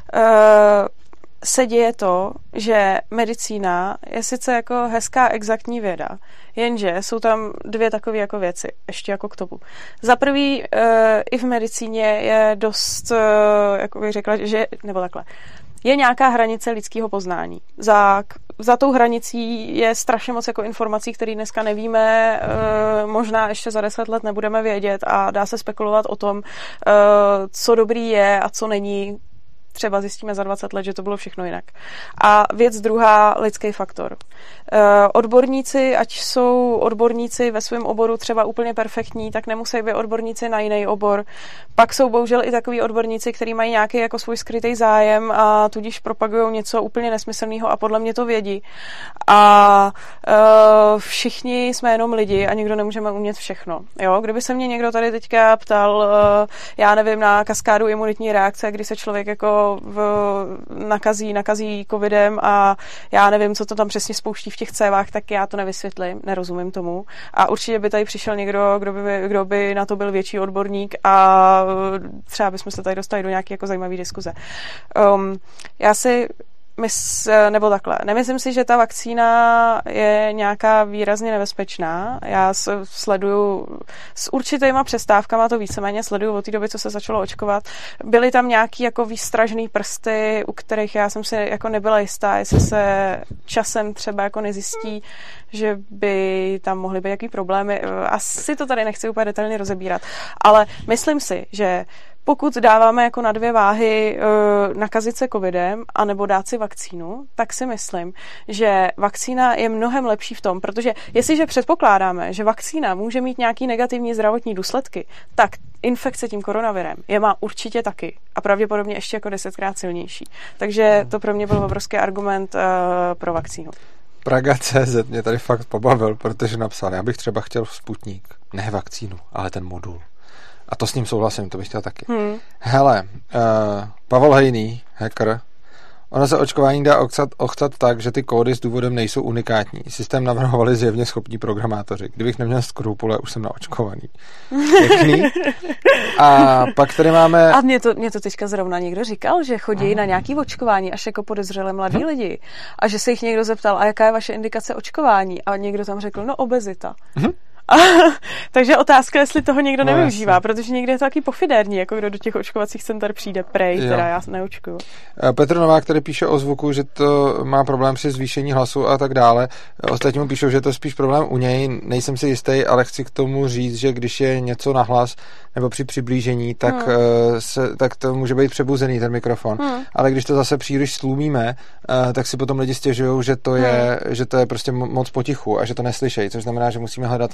se děje to, že medicína je sice jako hezká exaktní věda, jenže jsou tam dvě takové jako věci, ještě jako k tomu. Za prvý i v medicíně je dost, jako bych řekla, že, nebo takhle, je nějaká hranice lidského poznání. Za tou hranicí je strašně moc jako informací, které dneska nevíme, možná ještě za 10 let nebudeme vědět a dá se spekulovat o tom, co dobrý je a co není. Třeba zjistíme za 20 let, že to bylo všechno jinak. A věc druhá, lidský faktor. Odborníci, ať jsou odborníci ve svém oboru třeba úplně perfektní, tak nemusí být odborníci na jiný obor. Pak jsou bohužel i takový odborníci, kteří mají nějaký jako svůj skrytý zájem a tudíž propagují něco úplně nesmyslného a podle mě to vědí. A všichni jsme jenom lidi a nikdo nemůžeme umět všechno. Jo? Kdyby se mě někdo tady teďka ptal, já nevím, na kaskádu imunitní reakce, kdy se člověk jako nakazí covidem a já nevím, co to tam přesně spouští v těch cévách, tak já to nevysvětlím, nerozumím tomu. A určitě by tady přišel někdo, kdo by na to byl větší odborník a třeba bychom se tady dostali do nějaké jako zajímavé diskuze. Já si nebo takhle. Nemyslím si, že ta vakcína je nějaká výrazně nebezpečná. Já sleduju s určitýma přestávkama, to víceméně sleduju od té doby, co se začalo očkovat. Byly tam nějaký jako výstražný prsty, u kterých já jsem si jako nebyla jistá, jestli se časem třeba jako nezjistí, že by tam mohly být jaký problémy. Asi to tady nechci úplně detailně rozebírat, ale myslím si, že pokud dáváme jako na dvě váhy nakazit se covidem anebo dát si vakcínu, tak si myslím, že vakcína je mnohem lepší v tom, protože jestliže předpokládáme, že vakcína může mít nějaký negativní zdravotní důsledky, tak infekce tím koronavirem je má určitě taky a pravděpodobně ještě jako 10krát silnější. Takže to pro mě byl obrovský argument pro vakcínu. Praga.cz mě tady fakt pobavil, protože napsal, já bych třeba chtěl Sputnik, ne vakcínu, ale ten modul. A to s ním souhlasím, to bych chtěl taky. Hele, Pavel Hejný, hacker, ono se očkování dá ochcat tak, že ty kódy s důvodem nejsou unikátní. Systém navrhovali zjevně schopní programátoři. Kdybych neměl skrupule, už jsem naočkovaný. Pěkný. A pak tady máme... A mě to teďka zrovna někdo říkal, že chodí na nějaký očkování až jako podezřelé mladí lidi. A že se jich někdo zeptal, a jaká je vaše indikace očkování? A někdo tam řekl, no obezita. Takže otázka, jestli toho někdo nevyužívá, protože někdy je to taky pofidérní, jako kdo do těch očkovacích center přijde, teda já neočkuju. Petr Novák tady píše o zvuku, že to má problém při zvýšení hlasu a tak dále. Ostatní mu píšou, že je to spíš problém u něj. Nejsem si jistý, ale chci k tomu říct, že když je něco na hlas nebo při přiblížení, tak to může být přebuzený ten mikrofon. Ale když to zase příliš stlumíme, tak si potom lidi stěžují, že to je prostě moc potichu a že to neslyšejí, což znamená, že musíme hledat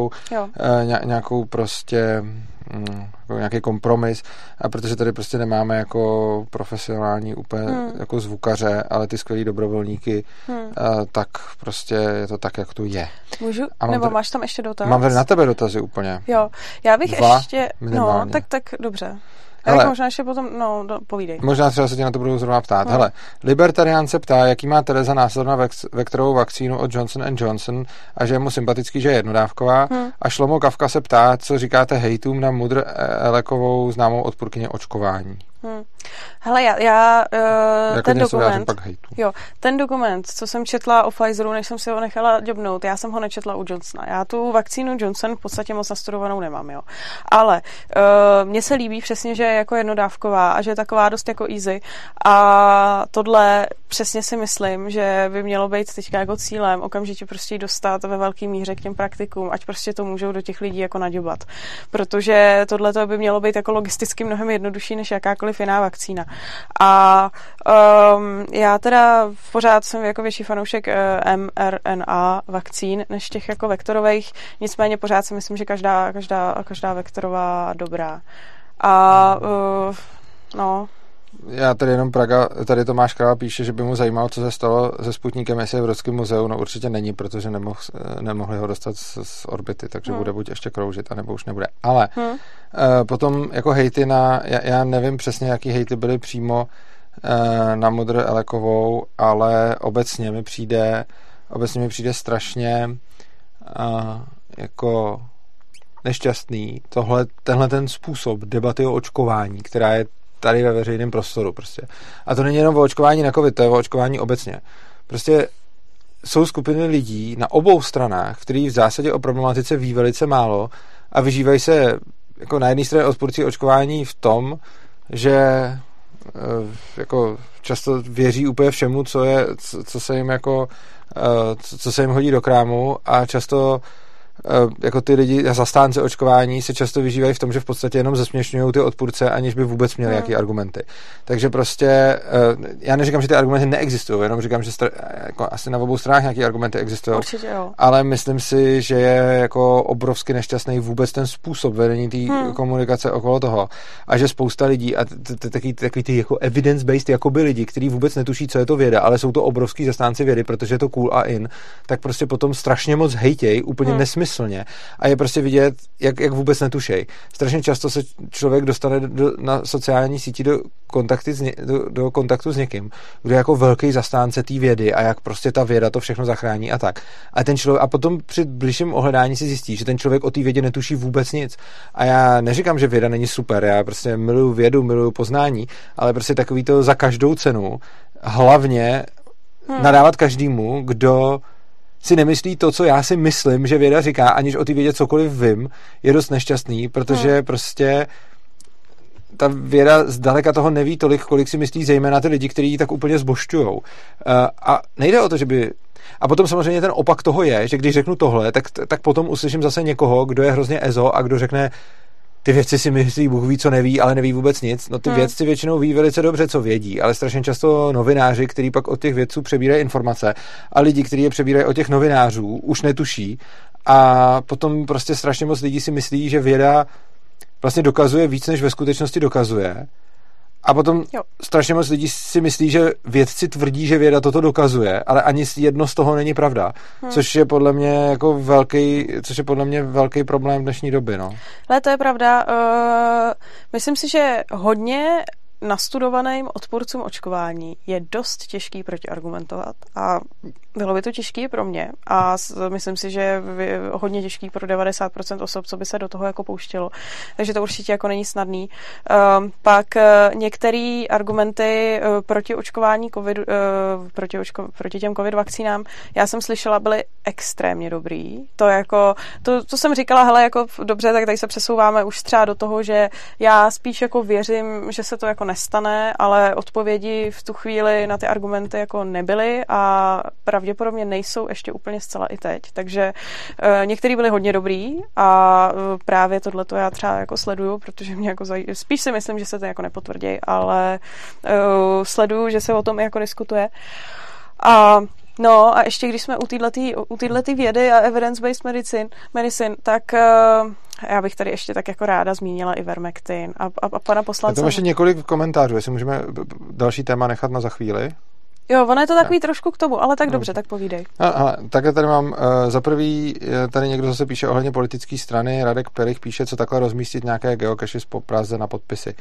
nějakou prostě nějaký kompromis, a protože tady prostě nemáme jako profesionální úplně jako zvukaře, ale ty skvělý dobrovolníky, tak prostě je to tak, jak to je. Můžu? Nebo tady, máš tam ještě dotaz? Mám tady na tebe dotazy úplně. Jo, já bych 2 ještě... minimálně. No, tak dobře. Ale možná ještě potom, povídej. Možná třeba se tě na to budu zrovna ptát. Hele, Libertarián se ptá, jaký má Tereza názor na vektorovou vakcínu od Johnson & Johnson a že je mu sympatický, že je jednodávková. A Šlomo Kafka se ptá, co říkáte hejtům na Mudr Elekovou známou odpůrkyně očkování. Hele, ten dokument, ten dokument, co jsem četla o Pfizeru, než jsem si ho nechala děbnout, já jsem ho nečetla u Johnsona. Já tu vakcínu Johnson v podstatě moc nastudovanou nemám, jo. Ale mně se líbí přesně, že je jako jednodávková a že je taková dost jako easy. A tohle přesně si myslím, že by mělo být teďka jako cílem okamžitě prostě dostat ve velký míře k těm praktikům, ať prostě to můžou do těch lidí jako naděbat. Protože tohle by mělo být jako logisticky mnohem jednodušší než jakákoliv jiná vakcína. A já teda pořád jsem jako větší fanoušek mRNA vakcín než těch jako vektorových, nicméně pořád si myslím, že každá vektorová dobrá. A no... Já tady jenom tady Tomáš Král píše, že by mu zajímalo, co se stalo se Sputnikem, jestli je v Brodském muzeu. No určitě není, protože nemohli ho dostat z orbity, takže bude buď ještě kroužit, anebo už nebude. Ale potom jako hejty já nevím přesně, jaký hejty byly přímo na Mudr Elekovou, ale obecně mi přijde strašně jako nešťastný tenhle ten způsob debaty o očkování, která je tady ve veřejném prostoru prostě. A to není jenom o očkování na COVID, to je o očkování obecně. Prostě jsou skupiny lidí na obou stranách, kteří v zásadě o problematice ví velice málo a vyžívají se jako na jedné straně odpůrci očkování v tom, že jako často věří úplně všemu, co se jim hodí do krámu, a často jako ty lidi zastánce očkování se často vyžívají v tom, že v podstatě jenom zesměšňují ty odpůrce, aniž by vůbec měli jaký argumenty. Takže prostě já neříkám, že ty argumenty neexistují, jenom říkám, že jako asi na obou stranách nějaké argumenty existují. Určitě jo. Ale myslím si, že je jako obrovsky nešťastný vůbec ten způsob vedení té komunikace okolo toho. A že spousta lidí, a takový ty jako evidence-based jakoby lidi, kteří vůbec netuší, co je to věda, ale jsou to obrovský zastánci vědy, protože je to cool a in, tak prostě potom strašně moc hejtěj, úplně nesmyslně. A je prostě vidět, jak vůbec netušej. Strašně často se člověk dostane na sociální síti do kontaktu s někým, kdo je jako velký zastánce té vědy a jak prostě ta věda to všechno zachrání a tak. A potom při bližším ohledání si zjistí, že ten člověk o té vědě netuší vůbec nic. A já neříkám, že věda není super, já prostě miluju vědu, miluju poznání, ale prostě takový to za každou cenu hlavně nadávat každému, kdo si nemyslí to, co já si myslím, že věda říká, aniž o ty vědě cokoliv vím, je dost nešťastný, protože prostě ta věda zdaleka toho neví tolik, kolik si myslí zejména ty lidi, kteří ji tak úplně zbožťujou. A nejde o to, že by... A potom samozřejmě ten opak toho je, že když řeknu tohle, tak potom uslyším zase někoho, kdo je hrozně ezo a kdo řekne, ty vědci si myslí, Bůh ví, co neví, ale neví vůbec nic. No ty vědci většinou ví velice dobře, co vědí, ale strašně často novináři, kteří pak od těch vědců přebírají informace, a lidi, kteří je přebírají od těch novinářů, už netuší. A potom prostě strašně moc lidí si myslí, že věda vlastně dokazuje víc, než ve skutečnosti dokazuje. A potom strašně moc lidí si myslí, že vědci tvrdí, že věda toto dokazuje, ale ani jedno z toho není pravda. Což je podle mě velký problém dnešní doby, no. Ale to je pravda. Myslím si, že hodně nastudovaným odpůrcům očkování je dost těžký protiargumentovat a bylo by to těžký pro mě a myslím si, že je hodně těžký pro 90% osob, co by se do toho jako pouštělo, takže to určitě jako není snadný. Pak některé argumenty proti očkování COVID, proti těm COVID vakcínám, já jsem slyšela, byly extrémně dobrý. To jsem říkala, hele, jako dobře, tak tady se přesouváme už třeba do toho, že já spíš jako věřím, že se to jako nestane, ale odpovědi v tu chvíli na ty argumenty jako nebyly a pravděpodobně nejsou ještě úplně zcela i teď. Takže některý byli hodně dobrý a právě tohleto já třeba jako sleduju, protože mě jako spíš si myslím, že se to jako nepotvrdí, ale sleduju, že se o tom jako diskutuje. No a ještě když jsme u této vědy a evidence-based medicine, tak já bych tady ještě tak jako ráda zmínila Ivermectin a pana poslance. Je tam ještě několik komentářů, jestli můžeme další téma nechat na za chvíli. Jo, ono je to takový trošku k tomu, ale tak dobře, tak povídej. Takhle tady mám, za prvý, tady někdo zase píše ohledně politické strany, Radek Perich píše, co takhle rozmístit nějaké geocache po Praze na podpisy.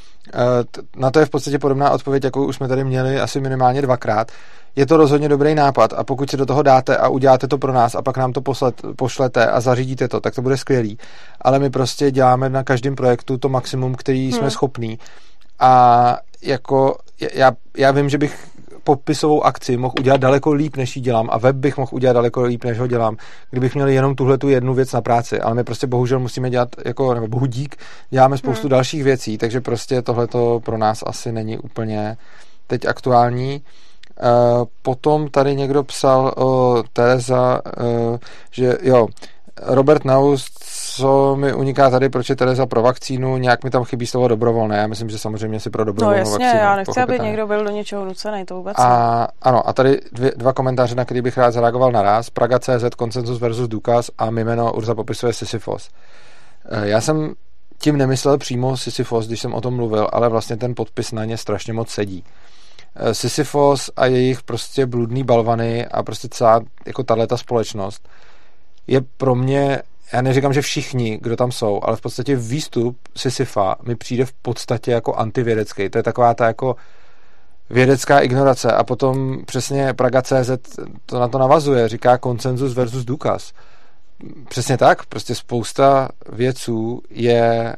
Na to je v podstatě podobná odpověď, jakou už jsme tady měli asi minimálně 2krát. Je to rozhodně dobrý nápad a pokud si do toho dáte a uděláte to pro nás a pak nám to pošlete a zařídíte to, tak to bude skvělý. Ale my prostě děláme na každém projektu to maximum, který jsme schopní. A jako já vím, že bych popisovou akci mohl udělat daleko líp, než ji dělám, a web bych mohl udělat daleko líp, než ho dělám, kdybych měl jenom tuhletu jednu věc na práci, ale my prostě bohužel musíme dělat, jako, nebo bohu dík, děláme spoustu dalších věcí, takže prostě tohleto pro nás asi není úplně teď aktuální. Potom tady někdo psal o Tereza, že jo, Robert Naus, co mi uniká tady, proč je Tereza pro vakcínu, nějak mi tam chybí slovo dobrovolné. Já myslím, že samozřejmě si pro dobrovolnou vakcínu. No jasně, já nechci, aby někdo byl do něčeho nucený, to vůbec ano, a tady dva komentáře, na který bych rád zareagoval naraz. Praga.cz, konsenzus versus důkaz a Mimeno Urza popisuje Sisyfos. Já jsem tím nemyslel přímo Sisyfos, když jsem o tom mluvil, ale vlastně ten podpis na ně strašně moc sedí. Sisyfos a jejich prostě bludný balvany a prostě celá jako tahleta společnost je pro mě, já neříkám, že všichni, kdo tam jsou, ale v podstatě výstup Sisyfa mi přijde v podstatě jako antivědecký. To je taková ta jako vědecká ignorace a potom přesně Praga.cz to na to navazuje, říká konsenzus versus důkaz. Přesně tak, prostě spousta věců je,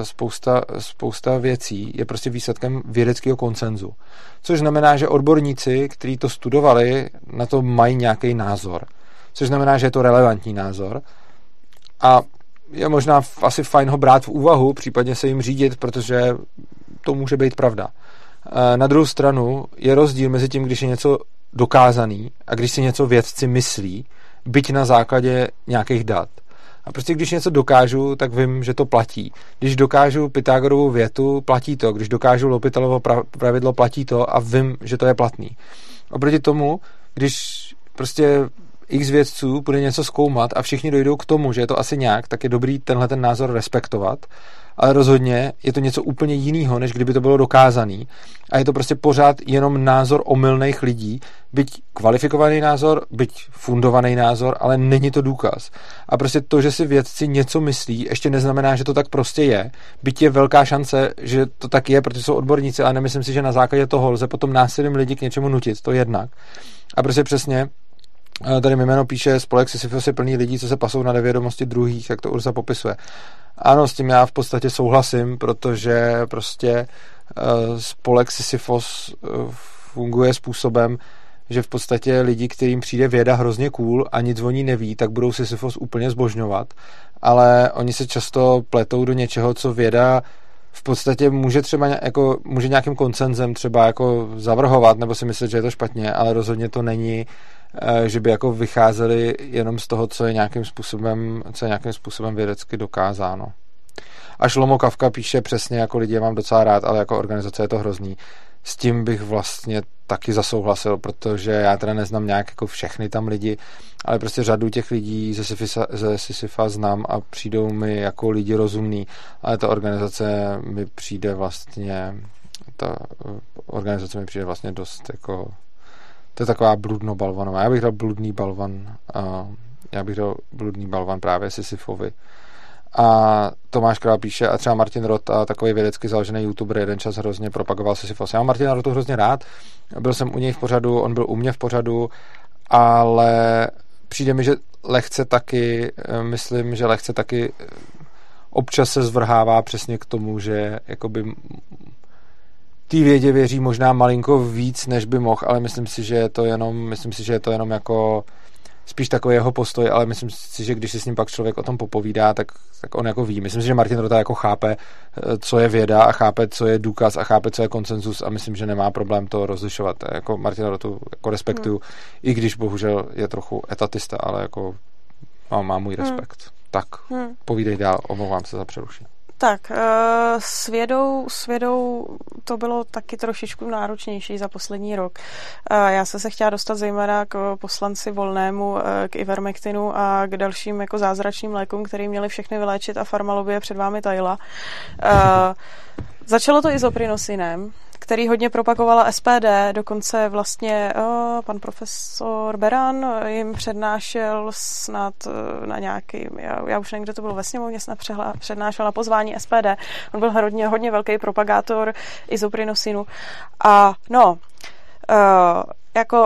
spousta věcí je prostě výsledkem vědeckého konsenzu. Což znamená, že odborníci, kteří to studovali, na to mají nějaký názor. Což znamená, že je to relevantní názor a je možná asi fajn ho brát v úvahu, případně se jim řídit, protože to může být pravda. Na druhou stranu je rozdíl mezi tím, když je něco dokázaný a když si něco vědci myslí, byť na základě nějakých dat. A prostě když něco dokážu, tak vím, že to platí. Když dokážu Pythagorovou větu, platí to. Když dokážu L'Hôpitalovo pravidlo, platí to a vím, že to je platný. Oproti tomu, když prostě x vědců bude něco zkoumat a všichni dojdou k tomu, že je to asi nějak, tak je dobrý tenhle ten názor respektovat, ale rozhodně je to něco úplně jiného, než kdyby to bylo dokázaný a je to prostě pořád jenom názor omylných lidí, byť kvalifikovaný názor, byť fundovaný názor, ale není to důkaz. A prostě to, že si vědci něco myslí, ještě neznamená, že to tak prostě je, byť je velká šance, že to tak je, protože jsou odborníci, ale nemyslím si, že na základě toho lze potom násilím lidi k něčemu nutit, to jednak. A prostě přesně tady Mimeno píše, spolek Sisyfos je plný lidí, co se pasou na nevědomosti druhých, jak to Urza popisuje. Ano, s tím já v podstatě souhlasím, protože prostě spolek Sisyfos funguje způsobem, že v podstatě lidi, kterým přijde věda hrozně cool a nic o ní neví, tak budou Sisyfos úplně zbožňovat, ale oni se často pletou do něčeho, co věda v podstatě může třeba může nějakým konsenzem třeba jako zavrhovat nebo si myslet, že je to špatně, ale rozhodně to není, že by jako vycházeli jenom z toho, co je nějakým způsobem vědecky dokázáno. A Šlomo Kafka píše přesně, jako lidi mám docela rád, ale jako organizace je to hrozný. S tím bych vlastně taky zasouhlasil, protože já teda neznám nějak jako všechny tam lidi, ale prostě řadu těch lidí ze Sisyfa znám a přijdou mi jako lidi rozumný, ale ta organizace mi přijde vlastně dost jako, to je taková bludno-balvanová. Já bych dal bludný balvan právě Sisyfovi. A Tomáš Král píše, a třeba Martin Rota, takový vědecky založený youtuber, jeden čas hrozně propagoval Sisyfos. Já mám Martina Rotu hrozně rád, byl jsem u něj v pořadu, on byl u mě v pořadu, ale přijde mi, že myslím, že lehce taky občas se zvrhává přesně k tomu, že jakoby té vědě věří možná malinko víc, než by mohl, ale myslím si, že je to jenom jako spíš takový jeho postoj, ale myslím si, že když si s ním pak člověk o tom popovídá, tak on jako ví. Myslím si, že Martin Rota jako chápe, co je věda a chápe, co je důkaz a chápe, co je konsenzus a myslím, že nemá problém to rozlišovat. Jako Martina Rotu jako respektuju, i když bohužel je trochu etatista, ale jako má můj respekt. Tak, povídej dál, omlouvám se za přerušení. Tak, s vědou to bylo taky trošičku náročnější za poslední rok. Já jsem se chtěla dostat zejména k poslanci Volnému, k Ivermectinu a k dalším jako zázračným lékům, který měli všechny vyléčit a farmalobie před vámi tajila. Začalo to izoprinosinem, který hodně propagovala SPD, dokonce vlastně pan profesor Beran jim přednášel snad na nějaký, já už nevím, kde to bylo, ve sněmovně snad přednášel na pozvání SPD. On byl hodně velký propagátor izoprinosinu. A jako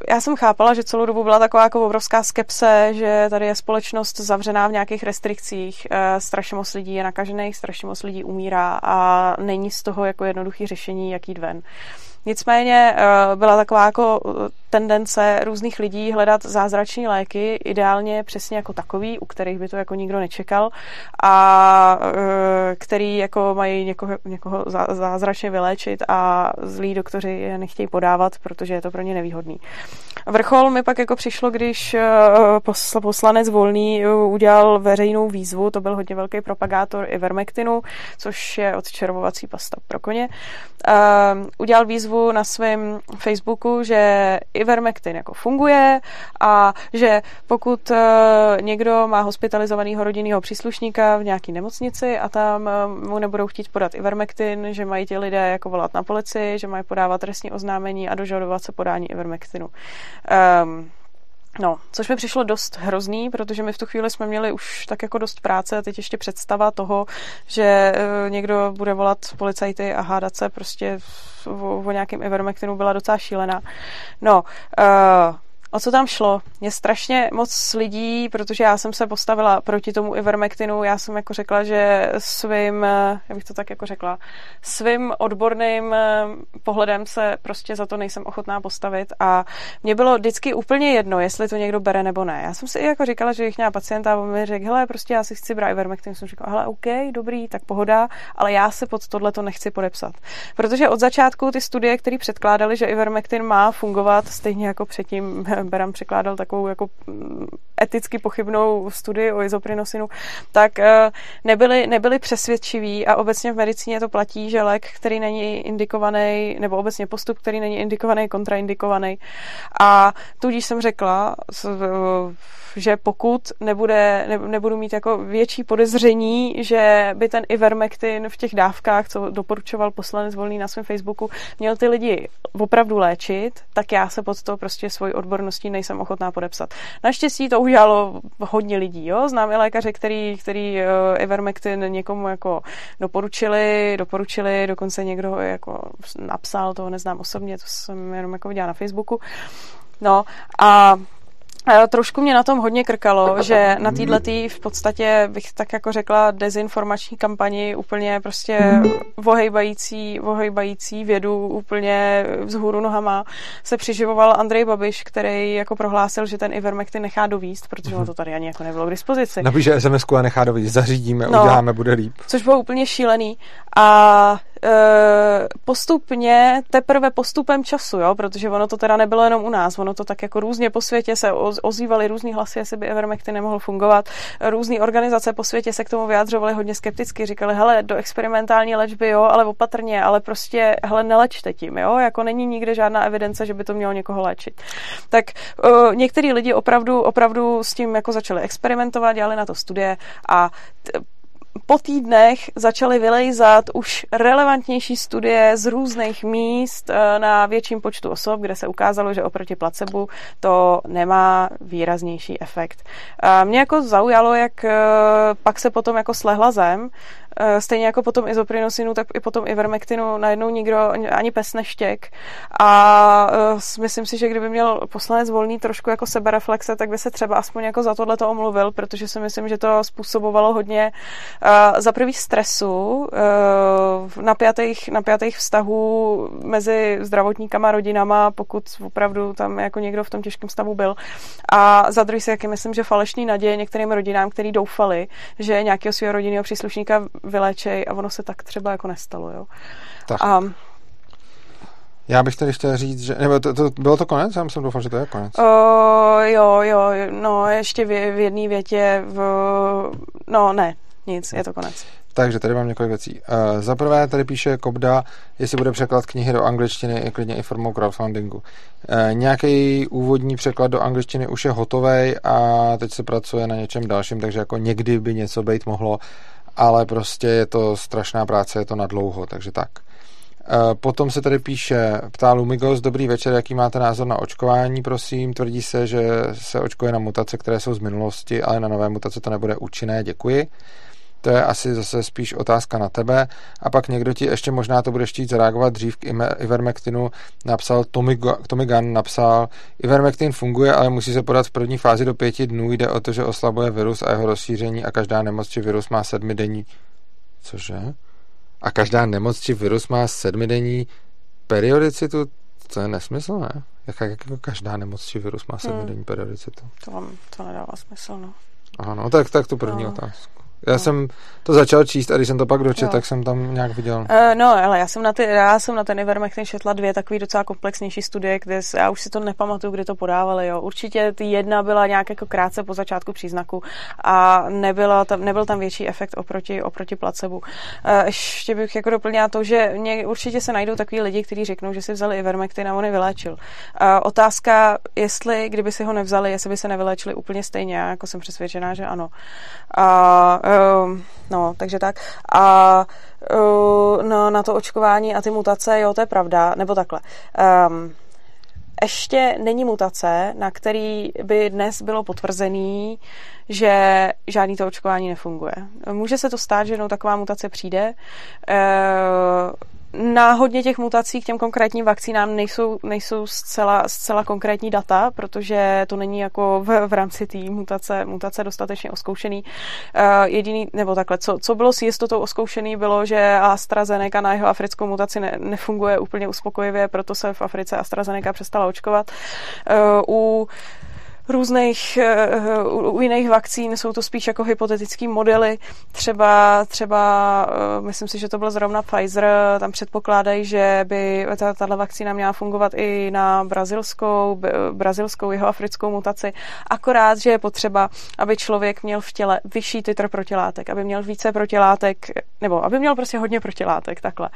já jsem chápala, že celou dobu byla taková jako obrovská skepse, že tady je společnost zavřená v nějakých restrikcích, strašně moc lidí je nakažených, strašně moc lidí umírá a není z toho jako jednoduchý řešení, jak jít ven. Nicméně byla taková jako tendence různých lidí hledat zázračné léky, ideálně přesně jako takový, u kterých by to jako nikdo nečekal a který jako mají někoho zázračně vyléčit a zlí doktoři je nechtějí podávat, protože je to pro ně nevýhodný. Vrchol mi pak jako přišlo, když poslanec Volný udělal veřejnou výzvu, to byl hodně velký propagátor Ivermectinu, což je odčervovací pasta pro koně. Udělal výzvu na svém Facebooku, že Ivermectin jako funguje a že pokud někdo má hospitalizovaného rodinného příslušníka v nějaké nemocnici a tam mu nebudou chtít podat Ivermectin, že mají ti lidé jako volat na policii, že mají podávat trestní oznámení a dožadovat se podání Ivermectinu. No, což mi přišlo dost hrozný, protože my v tu chvíli jsme měli už tak jako dost práce a teď ještě představa toho, že někdo bude volat policajty a hádat se prostě o nějakém Ivermectinu byla docela šílená. No, o co tam šlo? Je strašně moc lidí, protože já jsem se postavila proti tomu Ivermectinu, já jsem jako řekla, že svým odborným pohledem se prostě za to nejsem ochotná postavit a mě bylo vždycky úplně jedno, jestli to někdo bere nebo ne. Já jsem si i jako říkala, že jich měla pacienta a on mi řekl, hele, prostě já si chci brát Ivermectin, jsem říkala, hele, OK, dobrý, tak pohoda, ale já se pod tohleto nechci podepsat. Protože od začátku ty studie, které předkládaly, že Ivermectin má fungovat, stejně jako předtím Beram překládal takovou jako eticky pochybnou studii o izoprinosinu, tak nebyly přesvědčivý a obecně v medicíně to platí, že lék, který není indikovaný, nebo obecně postup, který není indikovaný, kontraindikovaný. A tudíž jsem řekla, že pokud nebudu mít jako větší podezření, že by ten Ivermectin v těch dávkách, co doporučoval poslanec Volný na svém Facebooku, měl ty lidi opravdu léčit, tak já se pod to prostě svojí odborností nejsem ochotná podepsat. Naštěstí to udělalo hodně lidí, jo? Znám i lékaře, který Ivermectin někomu jako doporučili, dokonce někdo jako napsal, toho neznám osobně, to jsem jenom jako viděla na Facebooku. No a trošku mě na tom hodně krkalo, že na této v podstatě bych tak jako řekla dezinformační kampani úplně prostě vohejbající vědu úplně vzhůru nohama se přiživoval Andrej Babiš, který jako prohlásil, že ten Ivermectin nechá dovízt, protože to tady ani jako nebylo k dispozici. Napíše SMS-ku a nechá dovízt, zařídíme, uděláme, bude líp. Což bylo úplně šílený a postupně, teprve postupem času, jo, protože ono to teda nebylo jenom u nás, ono to tak jako různě po světě se ozývaly různý hlasy, jestli by Ivermectin nemohl fungovat. Různé organizace po světě se k tomu vyjadřovaly hodně skepticky, říkali, hele, do experimentální léčby, jo, ale opatrně, ale prostě, hele, nelečte tím, jo, jako není nikde žádná evidence, že by to mělo někoho léčit. Tak některý lidi opravdu s tím jako začali experimentovat, dělali na to studie a po týdnech začaly vylejzat už relevantnější studie z různých míst na větším počtu osob, kde se ukázalo, že oproti placebu to nemá výraznější efekt. Mě jako zaujalo, jak pak se potom jako slehla zem, stejně jako potom izoprinosinu, tak i potom Ivermectinu najednou nikdo ani pes neštěk a myslím si, že kdyby měl poslanec Volný trošku jako sebereflexe, tak by se třeba aspoň jako za tohleto omluvil, protože si myslím, že to způsobovalo hodně za prvý stresu, napjatých vztahů mezi zdravotníkama, rodinama, pokud opravdu tam jako někdo v tom těžkém stavu byl. A za druhý si jaký myslím, že falešný naděje některým rodinám, který doufali, že nějakého svého rodinného příslušníka vyléčej a ono se tak třeba jako nestalo, jo. Tak. Já bych tady chtěl říct, že... Nebo bylo to konec? Já jsem doufal, že to je konec. Jo, no ještě v jedné větě no ne, nic, je to konec. Takže tady mám několik věcí. Za prvé tady píše Kobda, jestli bude překlad knihy do angličtiny, klidně i formou crowdfundingu. Nějaký úvodní překlad do angličtiny už je hotovej a teď se pracuje na něčem dalším, takže jako někdy by něco být mohlo, ale prostě je to strašná práce, je to na dlouho, takže tak. Potom se tady píše, ptá Lumigos, dobrý večer, jaký máte názor na očkování, prosím, tvrdí se, že se očkuje na mutace, které jsou z minulosti, ale na nové mutace to nebude účinné, děkuji. To je asi zase spíš otázka na tebe. A pak někdo ti ještě možná to bude chtít zareagovat dřív k Ivermectinu, napsal Tommy Gunn napsal, Ivermectin funguje, ale musí se podat v první fázi do 5 dnů. Jde o to, že oslabuje virus a jeho rozšíření a každá nemoc či virus má 7denní... Cože? A každá nemoc či virus má 7denní periodicitu? To je nesmysl, ne? Jako každá nemoc či virus má 7denní periodicitu. To nedává smysl, no. Aha, no tak tu první otázku. Já jsem to začal číst a když jsem to pak dočetl, tak jsem tam nějak viděl. No, ale já jsem na ten Ivermectin četla 2 takový docela komplexnější studie, kde já už si to nepamatuju, kdy to podávali, jo. Určitě ty jedna byla nějak jako krátce po začátku příznaku a nebyl tam větší efekt oproti placebu. Ještě bych jako doplnila to, že určitě se najdou takový lidi, kteří řeknou, že si vzali Ivermectin a on je vyléčil. Otázka, kdyby si ho nevzali, jestli by se nevyléčili úplně stejně, jako jsem přesvědčená, že ano. No, takže tak. A na to očkování a ty mutace, jo, to je pravda, nebo takhle. Ještě není mutace, na který by dnes bylo potvrzený, že žádný to očkování nefunguje. Může se to stát, že jednou taková mutace přijde. Na hodně těch mutací k těm konkrétním vakcínám nejsou zcela konkrétní data, protože to není jako v rámci té mutace dostatečně oskoušený. Jediný, nebo takhle, co bylo s jistotou oskoušený, bylo, že AstraZeneca na jeho africkou mutaci nefunguje úplně uspokojivě, proto se v Africe AstraZeneca přestala očkovat. U jiných vakcín jsou to spíš jako hypotetický modely. Třeba myslím si, že to byl zrovna Pfizer, tam předpokládají, že by tato vakcína měla fungovat i na brazilskou jihoafrickou mutaci. Akorát, že je potřeba, aby člověk měl v těle vyšší titr protilátek, aby měl více protilátek, nebo aby měl prostě hodně protilátek, takhle.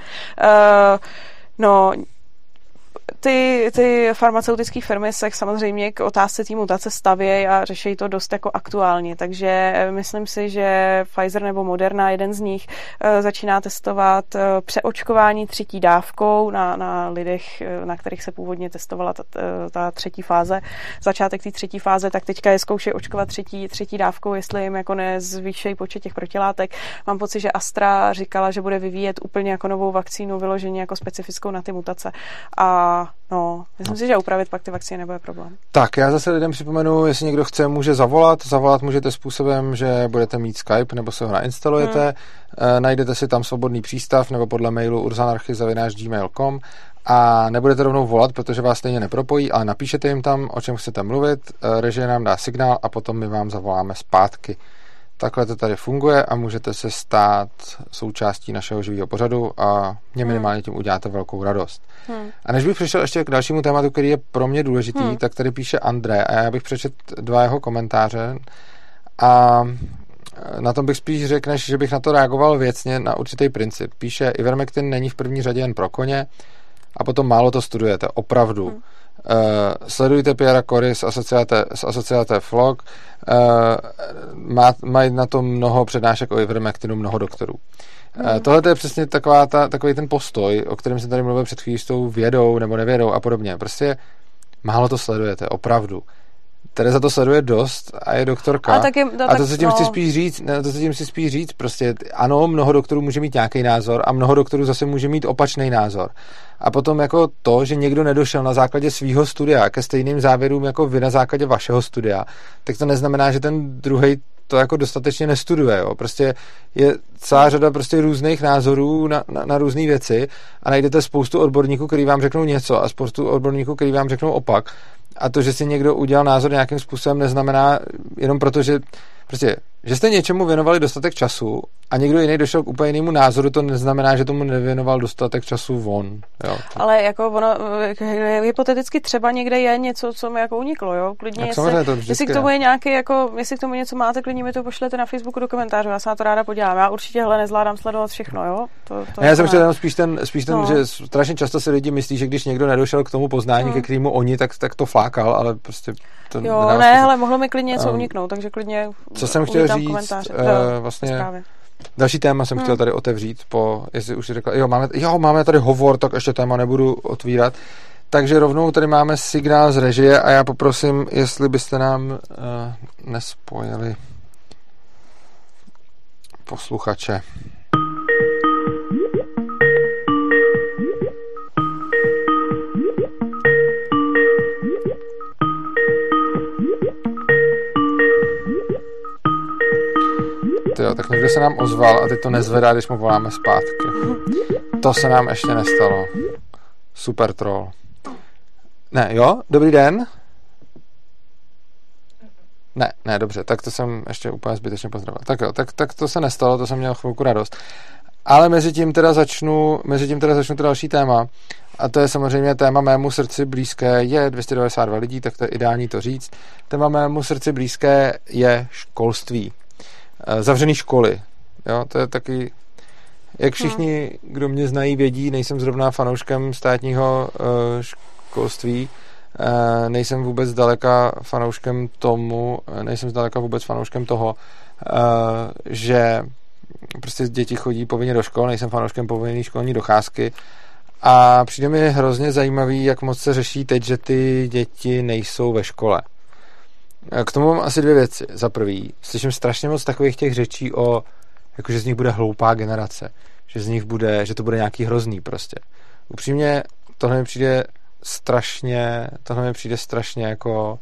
Ty farmaceutické firmy se samozřejmě k otázce té mutace stavějí a řeší to dost jako aktuálně, takže myslím si, že Pfizer nebo Moderna, jeden z nich, začíná testovat přeočkování 3. dávkou na lidech, na kterých se původně testovala ta 3. fáze, začátek té 3. fáze, tak teďka je zkoušejí očkovat 3. dávkou, jestli jim jako nezvýšejí počet těch protilátek. Mám pocit, že Astra říkala, že bude vyvíjet úplně jako novou vakcínu, vyloženě jako specifickou na ty mutace. A myslím si, že upravit pak ty vakcíny nebude problém. Tak, já zase lidem připomenu, jestli někdo chce, může zavolat. Zavolat můžete způsobem, že budete mít Skype nebo se ho nainstalujete. Najdete si tam svobodný přístav nebo podle mailu urzanarchy@gmail.com a nebudete rovnou volat, protože vás stejně nepropojí, ale napíšete jim tam, o čem chcete mluvit, režie nám dá signál a potom my vám zavoláme zpátky. Takhle to tady funguje a můžete se stát součástí našeho živého pořadu a mě minimálně tím uděláte velkou radost. A než bych přišel ještě k dalšímu tématu, který je pro mě důležitý, tak tady píše André a já bych přečet 2 jeho komentáře a na tom bych spíš řekl, než že bych na to reagoval věcně na určitý princip. Píše, Ivermectin není v první řadě jen pro koně a potom málo to studujete. Opravdu. Sledujte Pierra Corey z asociace Flock, mají na to mnoho přednášek o Ivermectinu, mnoho doktorů. Tohle je přesně takový ten postoj, o kterém jsem tady mluvil před chvílí s tou vědou nebo nevědou a podobně. Prostě málo to sledujete, opravdu. Tereza to sleduje dost a je doktorka. A to, co tím chci spíš říct, prostě ano, mnoho doktorů může mít nějaký názor a mnoho doktorů zase může mít opačný názor. A potom jako to, že někdo nedošel na základě svýho studia ke stejným závěrům jako vy na základě vašeho studia, tak to neznamená, že ten druhej to jako dostatečně nestuduje. Jo. Prostě je celá řada prostě různých názorů na různé věci a najdete spoustu odborníků, kteří vám řeknou něco a spoustu odborníků, kteří vám řeknou opak. A to, že si někdo udělal názor nějakým způsobem, neznamená jenom proto, že prostě, že jste něčemu věnovali dostatek času a někdo jiný došel k úplně jinému názoru, to neznamená, že tomu nevěnoval dostatek času on. Jo. Ale jako ono, hypoteticky třeba někde je něco, co mi jako uniklo, jo? Klidně, jestli k tomu je nějaký, jako, jestli k tomu něco máte, klidně mi to pošlete na Facebooku do komentářů, já se na to ráda podívám. Já určitě nezvládám sledovat všechno, jo? Já jsem chtěl spíš ten, že strašně často si lidi myslí, že když někdo nedošel k tomu poznání, ke kterému oni, tak to flákal, ale prostě to ale mohlo mi klidně něco uniknout, takže klidně co jsem chtěl říct, vlastně další téma jsem chtěl tady otevřít, jestli už řekla, máme tady hovor, tak ještě téma nebudu otvírat. Takže rovnou tady máme signál z režie a já poprosím, jestli byste nám nespojili posluchače. Jo, tak někdo se nám ozval a teď to nezvedá, když mu voláme zpátky. To se nám ještě nestalo. Super troll. Ne, jo? Dobrý den? Ne, dobře, tak to jsem ještě úplně zbytečně pozdravil. Tak jo, tak to se nestalo, to jsem měl chvilku radost. Ale mezi tím teda začnu to další téma. A to je samozřejmě téma mému srdci blízké, je 292 lidí, tak to je ideální to říct. Téma mému srdci blízké je školství. Zavřený školy. Jo, to je taky, jak všichni, kdo mě znají, vědí, nejsem zrovna fanouškem státního školství, nejsem vůbec zdaleka vůbec fanouškem toho, že prostě děti chodí povinně do škol, nejsem fanouškem povinné školní docházky a přijde mi hrozně zajímavý, jak moc se řeší teď, že ty děti nejsou ve škole. K tomu mám asi dvě věci. Za prvý, slyším strašně moc takových těch řečí o, jako že z nich bude hloupá generace, že to bude nějaký hrozný prostě. Upřímně, tohle mi přijde strašně jako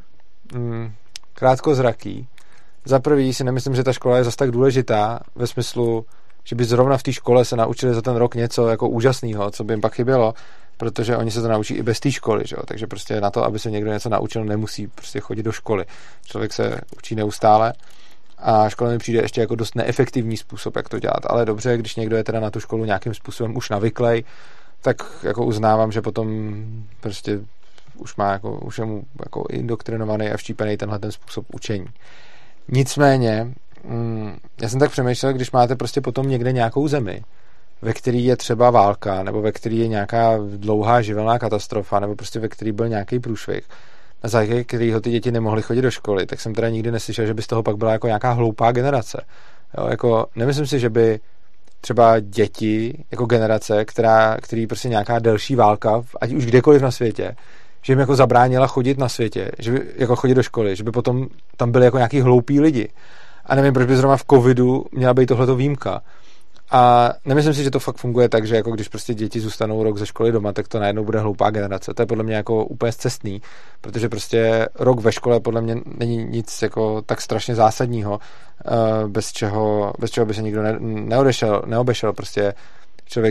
krátkozraký. Za prvý si nemyslím, že ta škola je zas tak důležitá ve smyslu, že by zrovna v té škole se naučili za ten rok něco jako úžasného, co by jim pak chybělo, protože oni se to naučí i bez té školy, že jo? Takže prostě na to, aby se někdo něco naučil, nemusí prostě chodit do školy. Člověk se učí neustále a škola mi přijde ještě jako dost neefektivní způsob, jak to dělat. Ale dobře, když někdo je teda na tu školu nějakým způsobem už navyklej, tak jako uznávám, že potom prostě už je mu jako indoktrinovaný a vštípený tenhle ten způsob učení. Nicméně, já jsem tak přemýšlel, když máte prostě potom někde nějakou zemi, ve který je třeba válka, nebo ve který je nějaká dlouhá živelná katastrofa, nebo prostě ve který byl nějaký průšvih, na základě kterého ty děti nemohly chodit do školy, tak jsem teda nikdy neslyšel, že by z toho pak byla jako nějaká hloupá generace. Jo, jako nemyslím si, že by třeba děti, jako generace, který prostě nějaká delší válka, ať už kdekoliv na světě, že jim jako zabránila chodit na světě, že by jako chodit do školy, že by potom tam byli jako nějaký hloupí lidi. A nevím, proč by zrovna v covidu měla být tohleto výjimka. A nemyslím si, že to fakt funguje tak, že jako když prostě děti zůstanou rok ze školy doma, tak to najednou bude hloupá generace. To je podle mě jako úplně scestný, protože prostě rok ve škole podle mě není nic jako tak strašně zásadního, bez čeho by se nikdo neobešel. Prostě člověk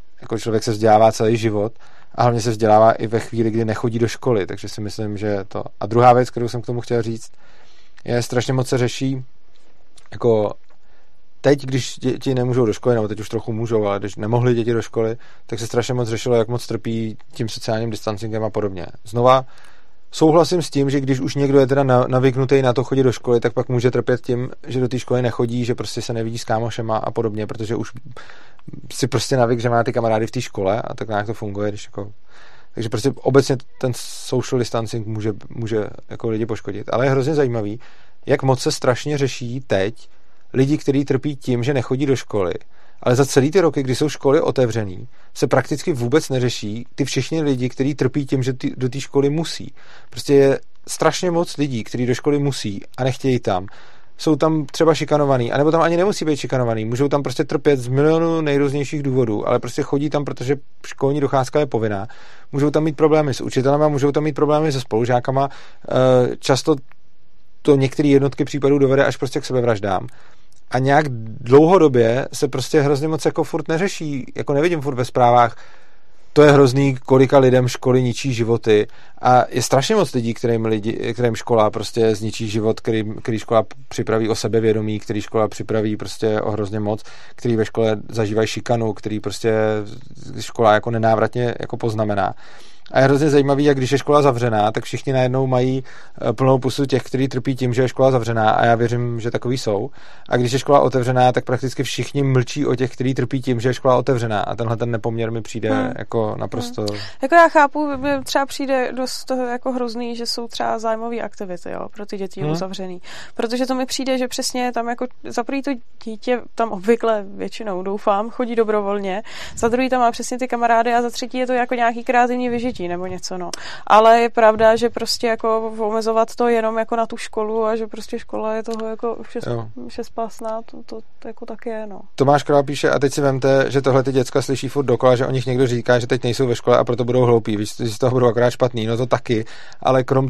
se vzdělává celý život a hlavně se vzdělává i ve chvíli, kdy nechodí do školy, takže si myslím, že to. A druhá věc, kterou jsem k tomu chtěl říct, je strašně moc se řeší jako teď, když děti nemůžou do školy, nebo teď už trochu můžou, ale když nemohli děti do školy, tak se strašně moc řešilo, jak moc trpí tím sociálním distancingem a podobně. Znova souhlasím s tím, že když už někdo je teda navyknutý na to chodit do školy, tak pak může trpět tím, že do té školy nechodí, že prostě se nevidí s kámošema a podobně, protože už si prostě navyk, že má ty kamarády v té škole a tak nějak to funguje, když jako. Takže prostě obecně ten social distancing může jako lidi poškodit. Ale je hrozně zajímavý, jak moc se strašně řeší teď lidi, kteří trpí tím, že nechodí do školy, ale za celý ty roky, kdy jsou školy otevřený, se prakticky vůbec neřeší ty všichni lidi, kteří trpí tím, že do té školy musí. Prostě je strašně moc lidí, kteří do školy musí a nechtějí tam. Jsou tam třeba šikanovaný, anebo tam ani nemusí být šikanovaný. Můžou tam prostě trpět z milionu nejrůznějších důvodů, ale prostě chodí tam, protože školní docházka je povinná. Můžou tam mít problémy s učitelema, můžou tam mít problémy se spolužákama. Často to některé jednotky případů dovede až prostě k sebevraždám. A nějak dlouhodobě se prostě hrozně moc jako furt neřeší, jako nevidím furt ve zprávách, to je hrozný, kolika lidem školy ničí životy a je strašně moc lidí, kterým škola prostě zničí život, který škola připraví o sebevědomí, který škola připraví prostě o hrozně moc, který ve škole zažívají šikanu, který prostě škola jako nenávratně jako poznamená. A je hrozně zajímavý, jak když je škola zavřená, tak všichni najednou mají plnou pusu těch, kteří trpí tím, že je škola zavřená a já věřím, že takový jsou. A když je škola otevřená, tak prakticky všichni mlčí o těch, kteří trpí tím, že je škola otevřená. A tenhle ten nepoměr mi přijde jako naprosto. Jako já chápu, mi třeba přijde dost toho jako hrozný, že jsou třeba zájmové aktivity, jo, pro ty děti uzavřený. Protože to mi přijde, že přesně tam jako za první to dítě tam obvykle většinou doufám, chodí dobrovolně, za druhý tam má přesně ty kamarády a za třetí je to jako nějaký kreativní vyžičení. dětí nebo něco, no. Ale je pravda, že prostě jako omezovat to jenom jako na tu školu a že prostě škola je toho jako všespásná, to jako tak je, no. Tomáš Král píše, a teď si vemte, že tohle ty děcka slyší furt dokola, že o nich někdo říká, že teď nejsou ve škole a proto budou hloupí, víš, že z toho budou akorát špatný, no to taky, ale krom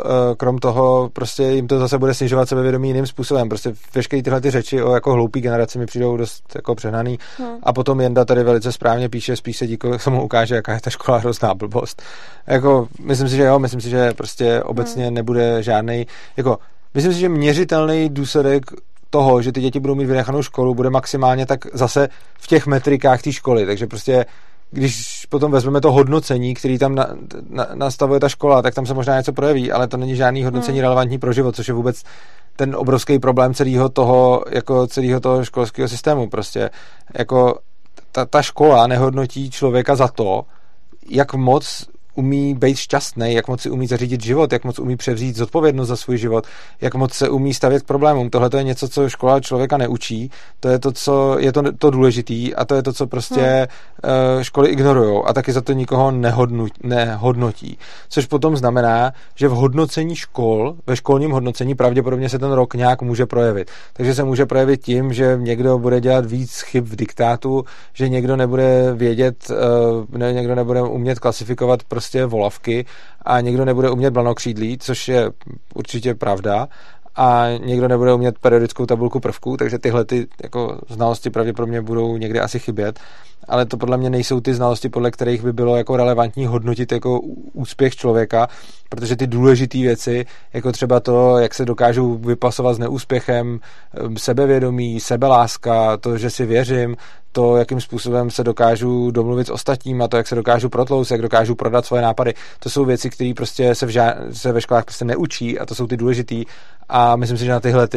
toho prostě jim to zase bude snižovat sebevědomí jiným způsobem, prostě veškeré tyhle ty řeči o jako hloupý generaci mi přijdou dost jako přehnaný a potom Jenda tady velice správně píše, spíš se díko tomu ukáže, jaká je ta škola hrozná blbost. Jako, myslím si, že prostě obecně nebude žádnej, jako, myslím si, že měřitelný důsledek toho, že ty děti budou mít vynechanou školu, bude maximálně tak zase v těch metrikách té školy, takže prostě když potom vezmeme to hodnocení, který tam nastavuje ta škola, tak tam se možná něco projeví, ale to není žádný hodnocení relevantní pro život, což je vůbec ten obrovský problém celého toho školského systému. Prostě jako ta škola nehodnotí člověka za to, jak moc umí být šťastný, jak moc si umí zařídit život, jak moc umí převzít zodpovědnost za svůj život, jak moc se umí stavět k problémům. Tohle to je něco, co škola člověka neučí, to je to, co je to důležitý a to je to, co prostě školy ignorujou a taky za to nikoho nehodnotí. Což potom znamená, že v hodnocení škol, ve školním hodnocení pravděpodobně se ten rok nějak může projevit. Takže se může projevit tím, že někdo bude dělat víc chyb v diktátu, že někdo nebude vědět, někdo nebude umět klasifikovat prostě volavky a někdo nebude umět blanokřídlí, což je určitě pravda, a někdo nebude umět periodickou tabulku prvků, takže tyhle ty jako znalosti pravděpodobně budou někde asi chybět, ale to podle mě nejsou ty znalosti, podle kterých by bylo jako relevantní hodnotit jako úspěch člověka, protože ty důležité věci, jako třeba to, jak se dokážou vypasovat s neúspěchem, sebevědomí, sebeláska, to, že si věřím, to, jakým způsobem se dokážu domluvit s ostatním a to, jak se dokážu protlouct, jak dokážu prodat svoje nápady, to jsou věci, které prostě se ve školách prostě neučí a to jsou ty důležitý a myslím si, že na tyhle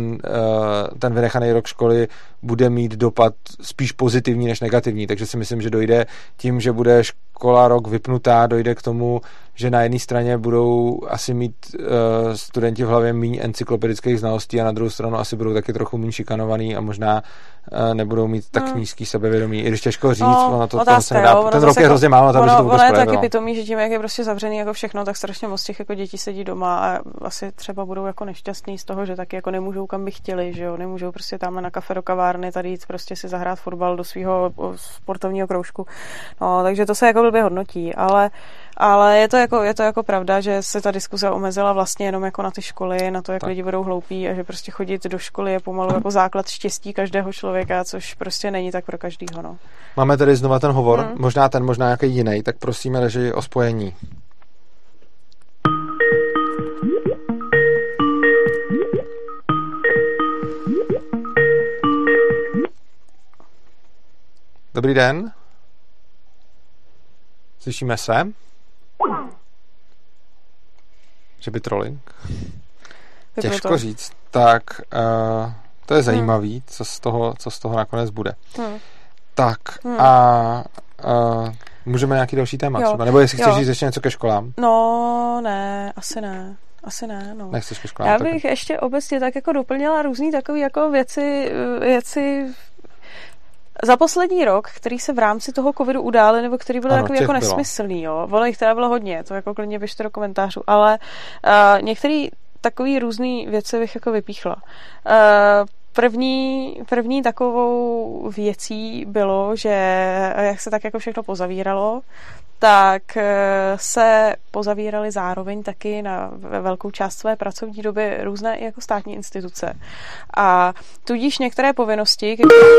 ten vynechaný rok školy bude mít dopad spíš pozitivní než negativní, takže si myslím, že dojde tím, že bude škola rok vypnutá, dojde k tomu, že na jedné straně budou asi mít studenti v hlavě méně encyklopedických znalostí a na druhou stranu asi budou taky trochu méně šikanovaný a možná nebudou mít tak nízký sebevědomí. I když těžko říct, to se nedá. Ten rok je hrozně málo, aby se to vůbec projevilo. Ono je taky pitomý, že tím, jak je prostě zavřený jako všechno, tak strašně moc těch jako dětí sedí doma a asi třeba budou jako nešťastní z toho, že taky jako nemůžou kam by chtěli, že jo, nemůžou prostě tamhle na kafe do kavárny tady jít prostě si zahrát fotbal do svého sportovního kroužku. No, takže to se jako blbě hodnotí, ale je to jako pravda, že se ta diskuze omezila vlastně jenom jako na ty školy, na to, jak lidi budou hloupí a že prostě chodit do školy je pomalu jako základ štěstí každého člověka, což prostě není tak pro každýho, no. Máme tady znova ten hovor, možná nějaký jiný, tak prosíme režii o spojení. Dobrý den. Slyšíme se? Že by trolling? Těžko říct. Tak to je zajímavý, co z toho nakonec bude. Tak a můžeme nějaký další téma třeba? Nebo jestli chceš říct ještě něco ke školám? No, ne, asi ne, no. Nechceš ke školám? Já bych ještě obecně tak jako doplnila různý takový jako věci za poslední rok, který se v rámci toho covidu udály, nebo který byl takový jako nesmyslný, jo. Ono jich teda bylo hodně, to jako klidně pište do komentářů, ale některý takový různý věci bych jako vypíchla. První takovou věcí bylo, že jak se tak jako všechno pozavíralo, tak se pozavíraly zároveň taky na velkou část své pracovní doby různé i jako státní instituce. A tudíž některé povinnosti...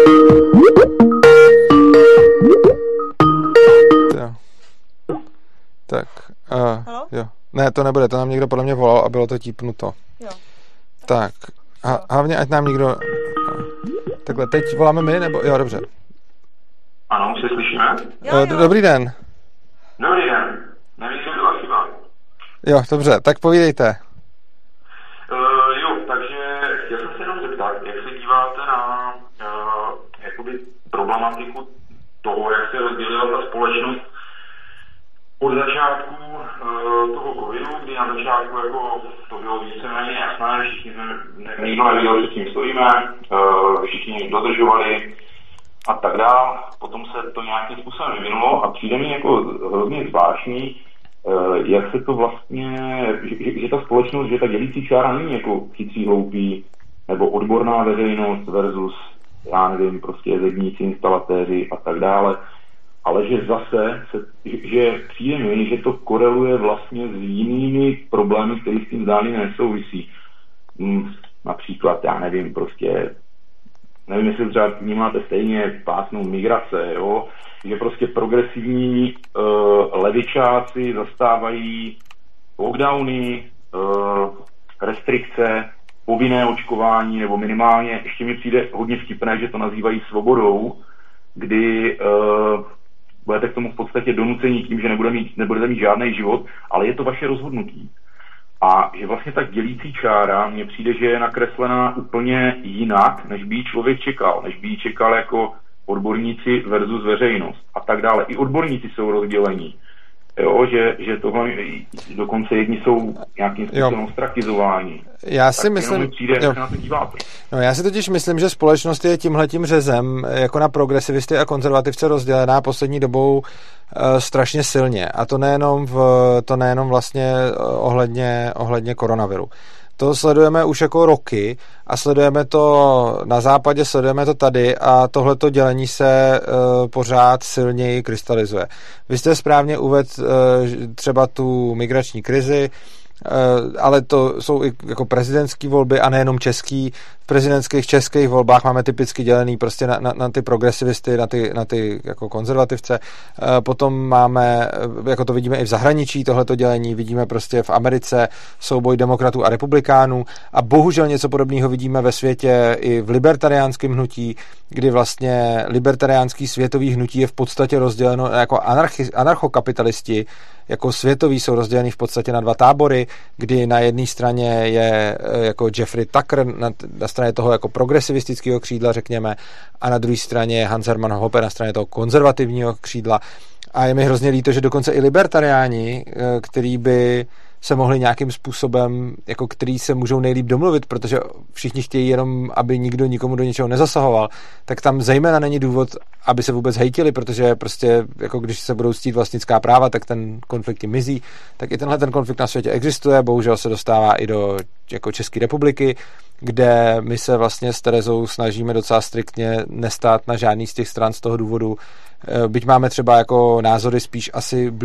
Tak, jo. Ne, to nebude, to nám někdo podle mě volal a bylo to típnuto. Jo. Tak, hlavně ať nám někdo... Takhle, teď voláme my, nebo... Jo, dobře. Ano, se slyšíme? Jo. Dobrý den. Dobrý den. Nevím, co byla chyba. Jo, dobře, tak povídejte. Jo, takže chtěl jsem se jenom zeptat, jak se díváte na jakoby problematiku toho, jak se rozdělila ta společnost od začátku toho covidu, kdy na začátku jako to bylo víceméně jasné, všichni nikdo nevěděl, co tím stojíme, všichni dodržovali a tak dále. Potom se to nějakým způsobem vyvinulo a přijde mi jako hrozně zvláštní, jak se to vlastně, že ta společnost, že ta dělící čára není jako chytří hloupí, nebo odborná veřejnost versus, já nevím, prostě zedníci, instalatéři a tak dále, ale že zase, že přijde mi, že to koreluje vlastně s jinými problémy, které s tím zdálně nesouvisí. Například, já nevím, prostě, nevím, jestli třeba vnímáte stejně pásnou migrace, jo? Že prostě progresivní levičáci zastávají lockdowny, restrikce, povinné očkování, nebo minimálně, ještě mi přijde hodně vtipné, že to nazývají svobodou, kdy budete k tomu v podstatě donucení tím, že nebudete mít žádný život, ale je to vaše rozhodnutí. A že vlastně ta dělící čára mně přijde, že je nakreslená úplně jinak, než by ji člověk čekal. Než by ji čekal jako odborníci versus veřejnost a tak dále. I odborníci jsou rozdělení. Jo, že tohle dokonce jedni jsou nějakým způsobem ostrakizováni. Já si myslím, já si totiž myslím, že společnost je tímhletím řezem jako na progresivisty a konzervativce rozdělená poslední dobou strašně silně. A to nejenom vlastně ohledně koronaviru. To sledujeme už jako roky a sledujeme to na západě, sledujeme to tady a tohleto dělení se pořád silněji krystalizuje. Vy jste správně uvedl třeba tu migrační krizi, ale to jsou i jako prezidentské volby a nejenom český. V prezidentských českých volbách máme typicky dělený prostě na ty progresivisty, na ty jako konzervativce. Potom máme, jako to vidíme i v zahraničí, tohleto dělení vidíme prostě v Americe, souboj demokratů a republikánů a bohužel něco podobného vidíme ve světě i v libertariánském hnutí, kdy vlastně libertariánský světový hnutí je v podstatě rozděleno jako anarchokapitalisti, jako světoví jsou rozdělení v podstatě na dva tábory, kdy na jedné straně je jako Jeffrey Tucker, na straně toho jako progresivistického křídla, řekněme, a na druhé straně je Hans Hermann Hoppe na straně toho konzervativního křídla. A je mi hrozně líto, že dokonce i libertariáni, který by se mohli nějakým způsobem, jako který se můžou nejlíp domluvit, protože všichni chtějí jenom, aby nikdo nikomu do ničeho nezasahoval, tak tam zejména není důvod, aby se vůbec hejtili, protože prostě, jako když se budou ctít vlastnická práva, tak ten konflikt jim mizí. Tak i ten konflikt na světě existuje, bohužel se dostává i do jako České republiky, kde my se vlastně s Terezou snažíme docela striktně nestát na žádný z těch stran z toho důvodu. Byť máme třeba jako názory spíš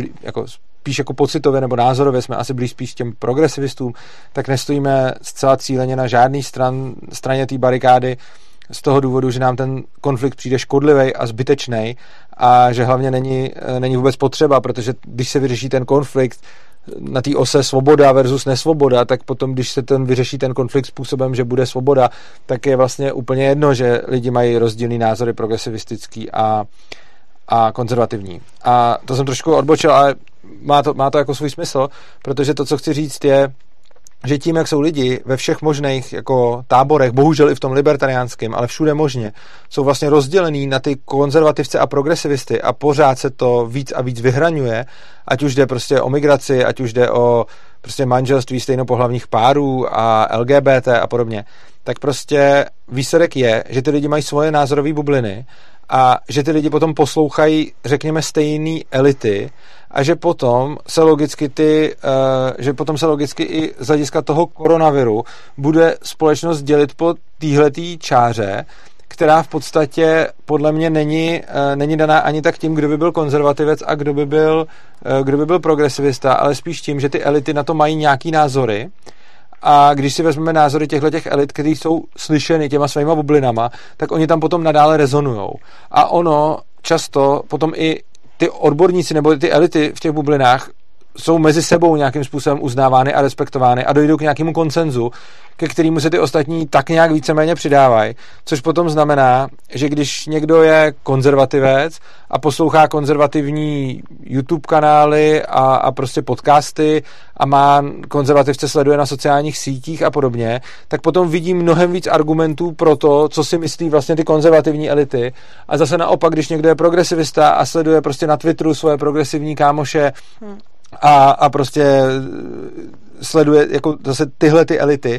jako pocitově nebo názorově jsme asi blíž spíš těm progresivistům, tak nestojíme zcela cíleně na žádný straně té barikády z toho důvodu, že nám ten konflikt přijde škodlivý a zbytečný a že hlavně není vůbec potřeba, protože když se vyřeší ten konflikt na té ose svoboda versus nesvoboda, tak potom, když se vyřeší ten konflikt způsobem, že bude svoboda, tak je vlastně úplně jedno, že lidi mají rozdílný názory progresivistický a konzervativní. A to jsem trošku odbočil, ale má to jako svůj smysl, protože to, co chci říct, je, že tím, jak jsou lidi ve všech možných jako táborech, bohužel i v tom libertariánském, ale všude možně, jsou vlastně rozdělený na ty konzervativce a progresivisty a pořád se to víc a víc vyhraňuje, ať už jde prostě o migraci, ať už jde o prostě manželství stejnopohlavních párů a LGBT a podobně, tak prostě výsledek je, že ty lidi mají svoje názorové bubliny a že ty lidi potom poslouchají, řekněme, stejné elity a že potom se logicky i z hlediska toho koronaviru bude společnost dělit po téhletý čáře, která v podstatě podle mě není daná ani tak tím, kdo by byl konzervativec a kdo by byl progresivista, ale spíš tím, že ty elity na to mají nějaký názory. A když si vezmeme názory těchto elit, které jsou slyšeny těma svýma bublinama, tak oni tam potom nadále rezonujou. A ono často potom i ty odborníci nebo ty elity v těch bublinách jsou mezi sebou nějakým způsobem uznávány a respektovány a dojdou k nějakému konsenzu, ke kterému se ty ostatní tak nějak víceméně přidávají, což potom znamená, že když někdo je konzervativec a poslouchá konzervativní YouTube kanály a prostě podcasty a má konzervativce sleduje na sociálních sítích a podobně, tak potom vidí mnohem víc argumentů pro to, co si myslí vlastně ty konzervativní elity. A zase naopak, když někdo je progresivista a sleduje prostě na Twitteru svoje progresivní kámoše a prostě sleduje jako zase tyhle ty elity,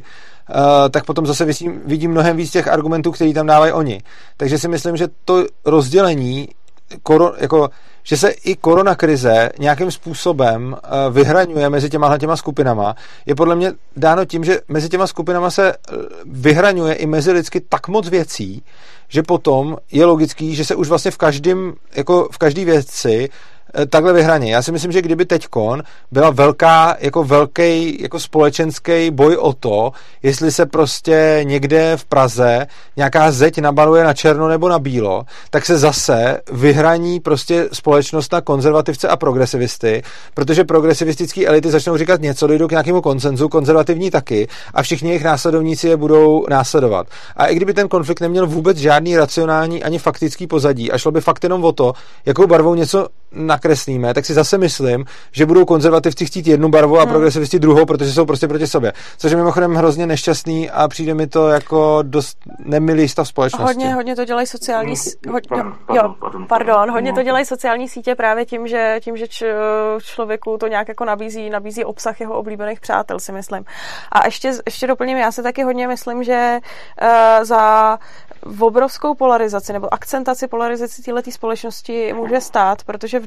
tak potom zase vidím mnohem víc těch argumentů, který tam dávají oni. Takže si myslím, že to rozdělení že se i koronakrize nějakým způsobem vyhraňuje mezi těma skupinama, je podle mě dáno tím, že mezi těma skupinama se vyhraňuje i mezi lidsky tak moc věcí, že potom je logický, že se už vlastně v každé věci takhle vyhraně. Já si myslím, že kdyby teďkon byla velký společenský boj o to, jestli se prostě někde v Praze nějaká zeď nabaluje na černo nebo na bílo, tak se zase vyhraní prostě společnost na konzervativce a progresivisty, protože progresivistické elity začnou říkat něco, dojdou k nějakému konsenzu, konzervativní taky a všichni jejich následovníci je budou následovat. A i kdyby ten konflikt neměl vůbec žádný racionální ani faktický pozadí a šlo by fakt jenom o to, jakou barvou něco nakreslíme, tak si zase myslím, že budou konzervativci chtít jednu barvu a progresivisti druhou, protože jsou prostě proti sobě. Což je mimochodem hrozně nešťastný a přijde mi to jako dost nemilý stav společnosti. Hodně to dělají hodně to dělají sociální sítě právě tím, že člověku to nějak jako nabízí obsah jeho oblíbených přátel, si myslím. A ještě doplním, já si taky hodně myslím, že za obrovskou polarizaci nebo akcentaci polarizaci této společnosti může stát, protože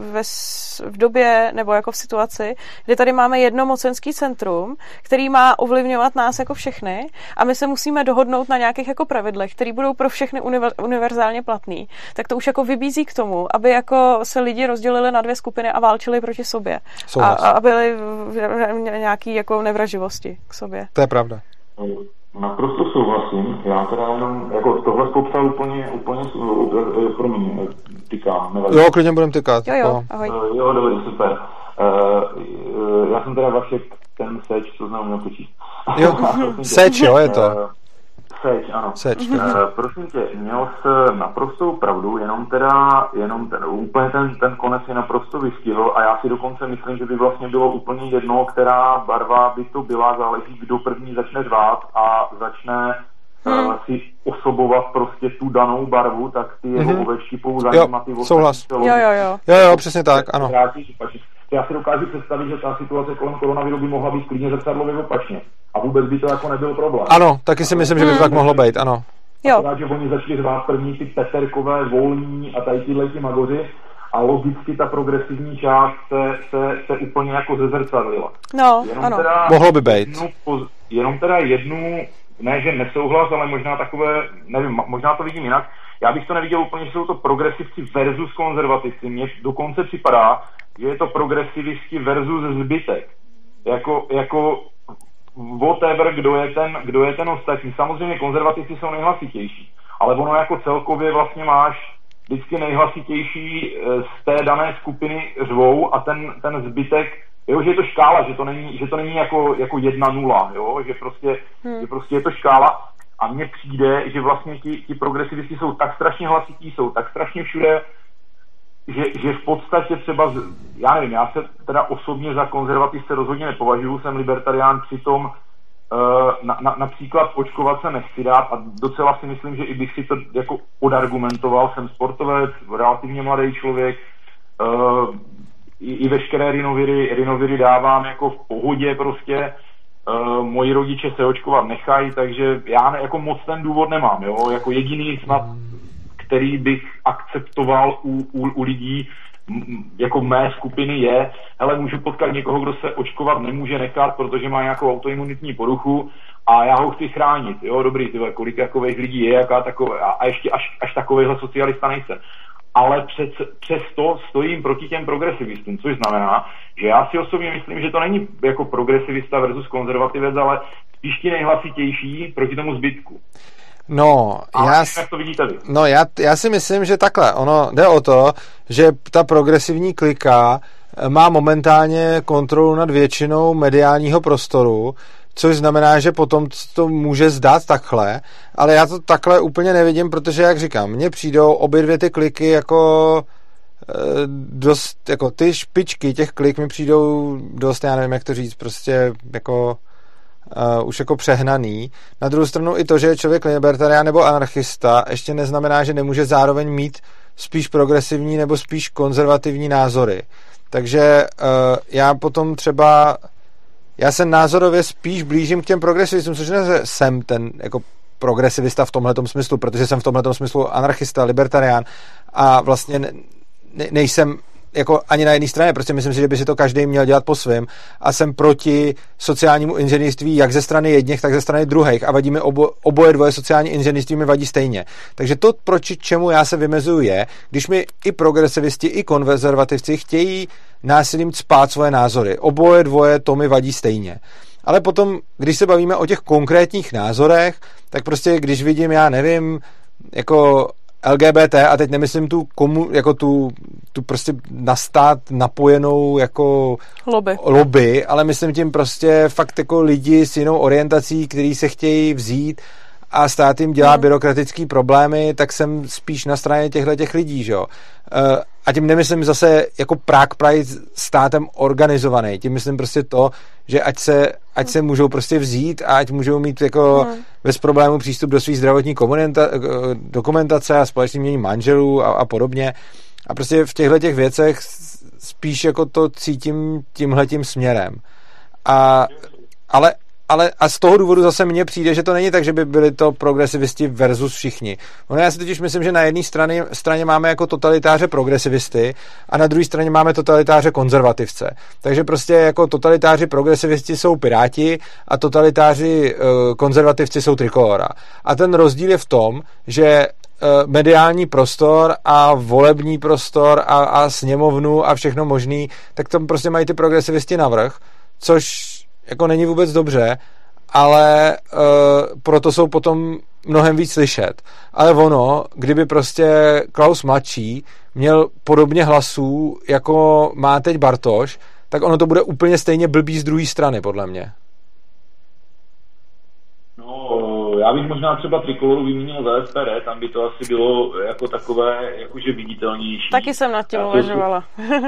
v době nebo jako v situaci, kdy tady máme jedno mocenský centrum, který má ovlivňovat nás jako všechny a my se musíme dohodnout na nějakých jako pravidlech, které budou pro všechny univerzálně platný, tak to už jako vybízí k tomu, aby jako se lidi rozdělili na dvě skupiny a válčili proti sobě. A byli nějaký jako nevraživosti k sobě. To je pravda. Naprosto souhlasím. Já teda jenom, jako tohle popsal úplně promiň, tykám. Nevadí. Jo, klidně budem tykat. Jo, ahoj. Jo, dobrý, super. Já jsem teda Vašek ten seč, co znám měl přečíst. Jo, seč, jo, je to. Seč, ano. Seč. Prosím tě, měl jsi naprostou pravdu, jenom teda úplně ten konec je naprosto vystihl a já si dokonce myslím, že by vlastně bylo úplně jedno, která barva by to byla, záleží, kdo první začne řvát a začne si osobovat prostě tu danou barvu, tak ty jeho ovečky budou zajímat ty souhlas. Jo, přesně tak, ano. Já si dokážu představit, že ta situace kolem koronaviru by mohla být klidně zrcadlově opačně. A vůbec by to jako nebyl problém. Ano, taky si myslím, že by to tak mohlo být, ano. Akorát, že oni začali řvát první ty Peterkové, Volní a tady tyhle ty magoři a logicky ta progresivní část se úplně jako zezrcadlila. No, ano. Mohlo by být. Jenom teda jednu, ne že nesouhlas, ale možná takové, nevím, možná to vidím jinak. Já bych to neviděl úplně, že jsou to progresivci versus konzervativci. Mně dokonce připadá, že je to progresivisti versus zbytek. Jako whatever, kdo je ten ostatní. Samozřejmě konzervativci jsou nejhlasitější, ale ono jako celkově vlastně máš vždycky nejhlasitější z té dané skupiny řvou a ten zbytek, jo, že je to škála, že to není jako 1-0, jo, že prostě je to škála. A mně přijde, že vlastně ti progresivisti jsou tak strašně hlasití, jsou tak strašně všude, že v podstatě třeba, já nevím, já se teda osobně za konzervativce rozhodně nepovažuji, jsem libertarián, přitom například očkovat se nechci dát a docela si myslím, že i bych si to jako odargumentoval, jsem sportovec, relativně mladý člověk, i veškeré rinoviry dávám jako v pohodě prostě, moji rodiče se očkovat nechají, takže já jako moc ten důvod nemám, jo, jako jediný snad, který bych akceptoval u lidí jako mé skupiny je, hele, můžu potkat někoho, kdo se očkovat nemůže nechat, protože má nějakou autoimunitní poruchu a já ho chci chránit, jo, dobrý, tyhle, kolik takových lidí je, jaká takové, a ještě až takovejhle socialista nejsem. Ale přesto stojím proti těm progresivistům, což znamená, že já si osobně myslím, že to není jako progresivista versus konzervativec, ale spíš ti nejhlasitější proti tomu zbytku. No, jak to vidíte vy? No, já si myslím, že takhle. Ono jde o to, že ta progresivní klika má momentálně kontrolu nad většinou mediálního prostoru, což znamená, že potom to může zdát takhle, ale já to takhle úplně nevidím, protože, jak říkám, mně přijdou obě dvě ty kliky jako dost, jako ty špičky těch klik mi přijdou dost, já nevím, jak to říct, prostě jako už jako přehnaný. Na druhou stranu i to, že je člověk libertarián nebo anarchista, ještě neznamená, že nemůže zároveň mít spíš progresivní nebo spíš konzervativní názory. Takže já potom třeba já se názorově spíš blížím k těm progresivistům, což ne, že jsem ten jako progresivista v tomhletom smyslu, protože jsem v tomhletom smyslu anarchista, libertarián a vlastně nejsem jako ani na jedné straně, prostě myslím si, že by si to každý měl dělat po svém a jsem proti sociálnímu inženýrství jak ze strany jedněch, tak ze strany druhých a vadí mi oboje dvoje sociální inženýrství mi vadí stejně. Takže to, proti čemu já se vymezuju je, když mi i progresivisti, i konzervativci chtějí násilím cpát svoje názory. Oboje dvoje to mi vadí stejně. Ale potom, když se bavíme o těch konkrétních názorech, tak prostě když vidím, já nevím, jako LGBT, a teď nemyslím tu prostě na stát napojenou jako lobby, ale myslím tím prostě fakt jako lidi s jinou orientací, kteří se chtějí vzít a stát jim dělá byrokratický problémy, tak jsem spíš na straně těch lidí, že jo. A tím nemyslím zase jako Prague Pride státem organizovaný, tím myslím prostě to, že ať se můžou prostě vzít a ať můžou mít jako bez problémů přístup do svých zdravotní dokumentace a společný mění manželů a podobně. A prostě v těchto věcech spíš jako to cítím tímhletím směrem. Ale z toho důvodu zase mně přijde, že to není tak, že by byli to progresivisti versus všichni. Já si totiž myslím, že na jedné straně máme jako totalitáře progresivisty a na druhé straně máme totalitáře konzervativce. Takže prostě jako totalitáři progresivisti jsou Piráti a totalitáři konzervativci jsou Trikolora. A ten rozdíl je v tom, že mediální prostor a volební prostor a sněmovnu a všechno možný, tak tam prostě mají ty progresivisti navrch, což jako není vůbec dobře, ale proto jsou potom mnohem víc slyšet. Ale kdyby prostě Klaus mladší měl podobně hlasů, jako má teď Bartoš, tak ono to bude úplně stejně blbý z druhé strany, podle mě. No, já bych možná třeba Trikoloru vyměnil za SPD, tam by to asi bylo jako takové, jakože viditelnější. Taky jsem nad tím uvažovala.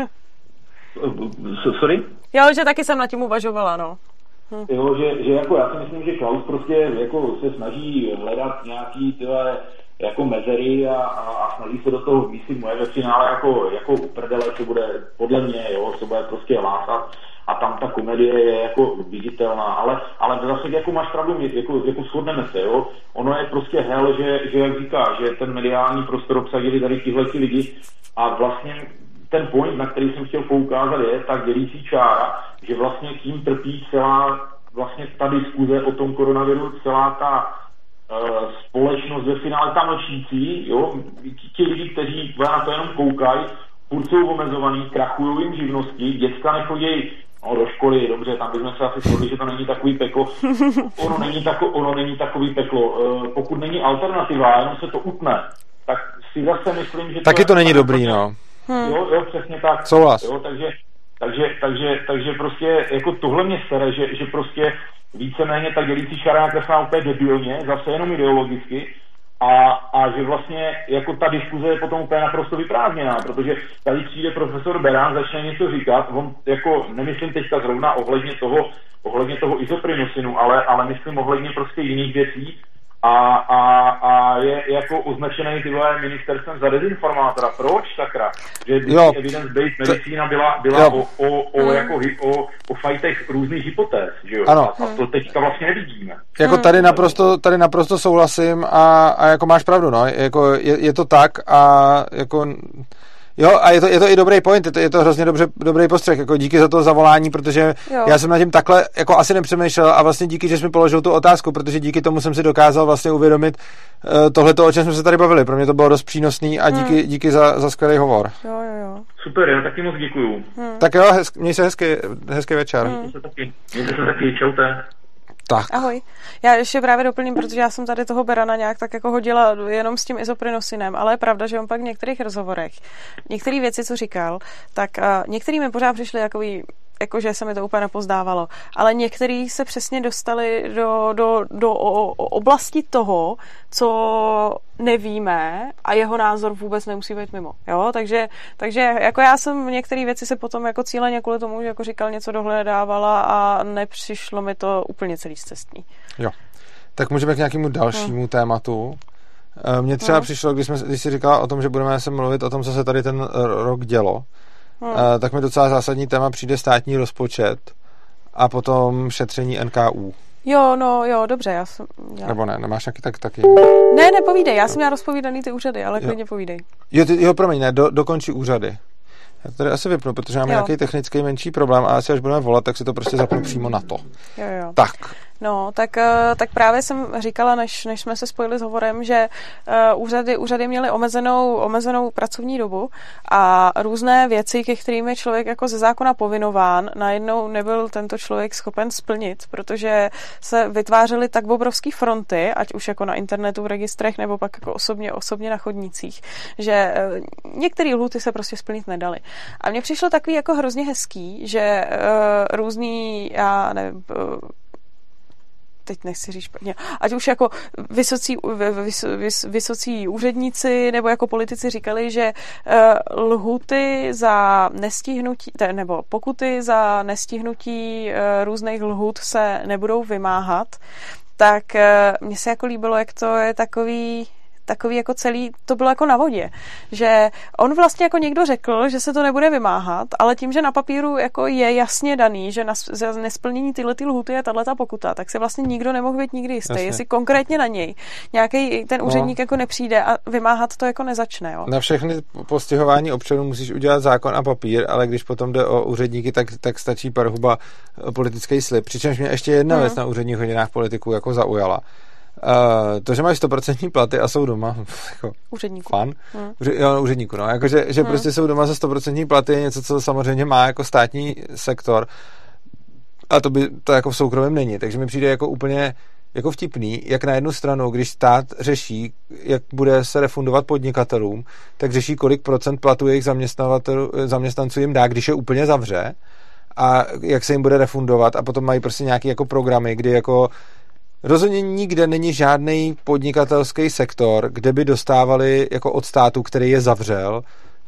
Sorry? Jo, že taky jsem nad tím uvažovala, no. Jo, že jako já si myslím, že Klaus prostě jako se snaží hledat nějaký tyhle jako mezery a snaží se do toho mísit moje ve finále jako uprdele, co bude podle mě, jo, co bude prostě lásat a tam ta komedie je jako viditelná, ale zase jako máš pravdu, jako shodneme se, jo, ono je prostě hell, že jak říká, že ten mediální prostor obsadili tady tihleti lidi a vlastně ten point, na který jsem chtěl poukázat, je ta dělící čára, že vlastně tím trpí celá vlastně ta diskuze o tom koronaviru, celá ta společnost ve finále ta mlčící, jo, ti lidi, kteří na to jenom koukají, furt jsou omezovaný, krachují jim živnosti, děcka nechodí do školy, dobře, tam bychom se asi shodli, že to není takový peklo. Ono není takový peklo. Pokud není alternativa, jenom se to utne, tak si zase myslím, že taky to není dobrý, no. Jo, přesně tak. Souhlas. Jo, takže prostě jako tohle mě sere, že prostě víceméně ta dělící čára nakreslá úplně debilně, zase jenom ideologicky a že vlastně jako ta diskuze je potom úplně naprosto vyprázdněná, protože tady přijde profesor Beran, začne něco říkat, on jako nemyslím teďka zrovna ohledně toho izoprinosinu, ale myslím ohledně prostě jiných věcí, a je jako označený tyhle ministerstvem za dezinformátora. Proč, sakra? Že evidence-based medicína byla o fajtech různých hypotéz, že jo? Ano. A to teďka vlastně nevidíme. Jako tady naprosto souhlasím a jako máš pravdu, no. Jako je to tak a jako jo, a je to i dobrý point, je to hrozně dobrý postřeh, jako díky za to zavolání, protože já jsem nad tím takhle jako asi nepřemýšlel a vlastně díky, že jsi mi položil tu otázku, protože díky tomu jsem si dokázal vlastně uvědomit tohleto, o čem jsme se tady bavili. Pro mě to bylo dost přínosný a díky za skvělý hovor. Jo. Super, já taky moc děkuju. Tak jo, měj se hezký večer. Mějte se taky, čaute. Tak. Ahoj. Já ještě právě doplním, protože já jsem tady toho Berana nějak tak jako hodila jenom s tím izoprinosinem, ale je pravda, že on pak v některých rozhovorech, některé věci, co říkal, tak některý mi pořád přišli jakože se mi to úplně nepozdávalo, ale některý se přesně dostali do oblasti toho, co nevíme a jeho názor vůbec nemusí být mimo. Jo? Takže jako já jsem některé věci se potom jako cíleně kvůli tomu, že jako říkal, něco dohledávala a nepřišlo mi to úplně celý cestný. Jo. Tak můžeme k nějakému dalšímu tématu. Mně třeba přišlo, když jsi říkala o tom, že budeme se mluvit o tom, co se tady ten rok dělo, tak mi docela zásadní téma přijde státní rozpočet a potom šetření NKÚ. Jo, dobře, já. Nebo ne, nemáš taky? Ne, nepovídej, já jsem měla rozpovídaný ty úřady, ale klidně povídej. Jo, promiň, ne, dokončí úřady. Já to tady asi vypnu, protože máme nějaký technický menší problém a asi až budeme volat, tak si to prostě zapnu přímo na to. Jo. Tak. No, tak právě jsem říkala, než jsme se spojili s hovorem, že úřady měly omezenou pracovní dobu a různé věci, ke kterým je člověk jako ze zákona povinován, najednou nebyl tento člověk schopen splnit, protože se vytvářely tak obrovský fronty, ať už jako na internetu v registrech, nebo pak jako osobně na chodnících, že některé lhůty se prostě splnit nedaly. A mně přišlo takový jako hrozně hezký, že různý, já nevím, teď nechci říct špatně, ať už jako vysocí úředníci nebo jako politici říkali, že lhuty za nestihnutí, nebo pokuty za nestihnutí různých lhut se nebudou vymáhat, tak mně se jako líbilo, jak to je takový jako celý, to bylo jako na vodě, že on vlastně jako někdo řekl, že se to nebude vymáhat, ale tím, že na papíru jako je jasně daný, že za nesplnění tyhle lhuty je tato pokuta, tak se vlastně nikdo nemohl být nikdy jistý, jestli konkrétně na něj nějaký ten úředník jako nepřijde a vymáhat to jako nezačne. Jo? Na všechny postihování občanů musíš udělat zákon a papír, ale když potom jde o úředníky, tak stačí parhuba politický slib. Přičemž mě ještě jedna věc na úředních hodinách politiků jako zaujala. To, že máš 100% platy a jsou doma, jako úředníku. Fun. Úředníku, no. Jakože, že prostě jsou doma za 100% platy je něco, co samozřejmě má jako státní sektor a to jako v soukromém není. Takže mi přijde jako úplně jako vtipný, jak na jednu stranu, když stát řeší, jak bude se refundovat podnikatelům, tak řeší, kolik procent platu jejich zaměstnanců jim dá, když je úplně zavře a jak se jim bude refundovat a potom mají prostě nějaký jako programy, kdy jako rozhodně nikde není žádný podnikatelský sektor, kde by dostávali jako od státu, který je zavřel,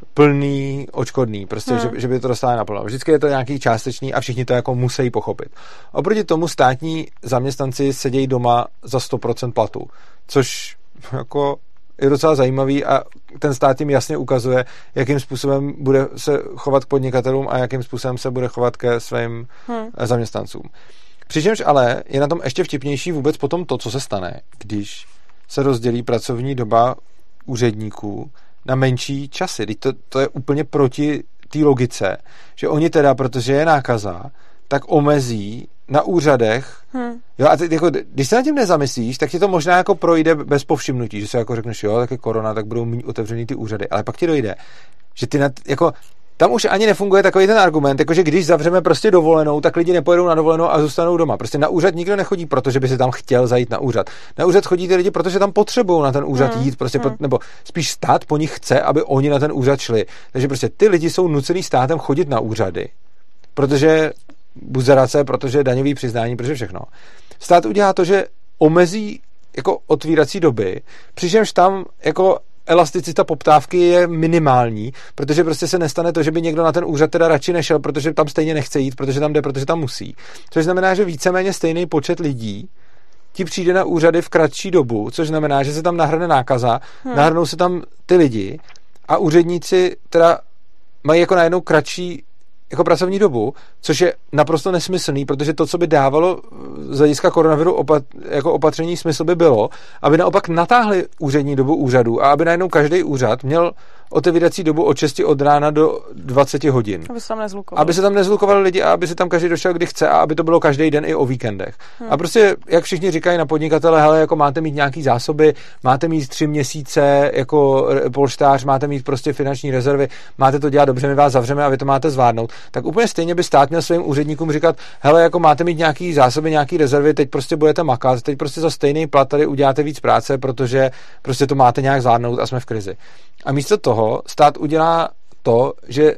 plný odškodný, prostě, že by to dostali naplno. Vždycky je to nějaký částečný a všichni to jako musí pochopit. Oproti tomu státní zaměstnanci sedějí doma za 100% platu, což jako je docela zajímavý a ten stát jim jasně ukazuje, jakým způsobem bude se chovat k podnikatelům a jakým způsobem se bude chovat ke svým zaměstnancům. Přičemž ale je na tom ještě vtipnější vůbec potom to, co se stane, když se rozdělí pracovní doba úředníků na menší časy. To je úplně proti té logice, že oni teda, protože je nákaza, tak omezí na úřadech. Jo, a teď, jako, když se nad tím nezamyslíš, tak ti to možná jako projde bez povšimnutí, že si jako řekneš, jo, tak je korona, tak budou mít otevřený ty úřady, ale pak ti dojde, že ty jako tam už ani nefunguje takový ten argument, jakože když zavřeme prostě dovolenou, tak lidi nepojedou na dovolenou a zůstanou doma. Prostě na úřad nikdo nechodí, protože by se tam chtěl zajít na úřad. Na úřad chodí ty lidi, protože tam potřebují na ten úřad jít, prostě nebo spíš stát po nich chce, aby oni na ten úřad šli. Takže prostě ty lidi jsou nucený státem chodit na úřady, protože buzerace, protože daňový přiznání, protože všechno. Stát udělá to, že omezí jako otvírací doby, přičemž tam jako elasticita poptávky je minimální, protože prostě se nestane to, že by někdo na ten úřad teda radši nešel, protože tam stejně nechce jít, protože tam jde, protože tam musí. Což znamená, že víceméně stejný počet lidí ti přijde na úřady v kratší dobu, což znamená, že se tam nahrne nákaza, nahrnou se tam ty lidi a úředníci teda mají jako najednou kratší jako pracovní dobu, což je naprosto nesmyslný, protože to, co by dávalo z hlediska koronaviru jako opatření smysl by bylo, aby naopak natáhli úřední dobu úřadu a aby najednou každý úřad měl otevírací dobu od 6 od rána do 20 hodin. Aby se tam nezlukovali lidi a aby se tam každý došel, kdy chce a aby to bylo každý den i o víkendech. A prostě, jak všichni říkají na podnikatele, hele, jako máte mít nějaký zásoby, máte mít 3 měsíce jako polštář, máte mít prostě finanční rezervy, máte to dělat dobře, my vás zavřeme a vy to máte zvládnout. Tak úplně stejně by stát měl svým úředníkům říkat, hele, jako máte mít nějaký zásoby, nějaký rezervy, teď prostě budete makat, teď prostě za stejný plat tady uděláte víc práce, protože prostě to máte nějak zvládnout a jsme v krizi. A místo toho stát udělá to, že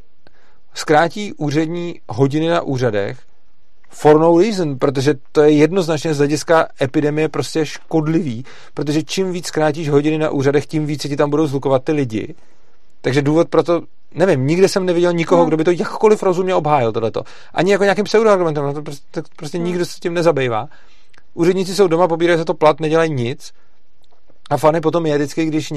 zkrátí úřední hodiny na úřadech for no reason, protože to je jednoznačně z hlediska epidemie prostě škodlivý, protože čím víc zkrátíš hodiny na úřadech, tím více ti tam budou zhlukovat ty lidi. Takže důvod pro to, nevím, nikde jsem neviděl nikoho, kdo by to jakkoliv rozumně obhájil tohleto. Ani jako nějakým pseudoargumentem, to prostě nikdo se tím nezabývá. Úředníci jsou doma, pobírají za to plat, nedělají nic. A fany potom je vždycky, když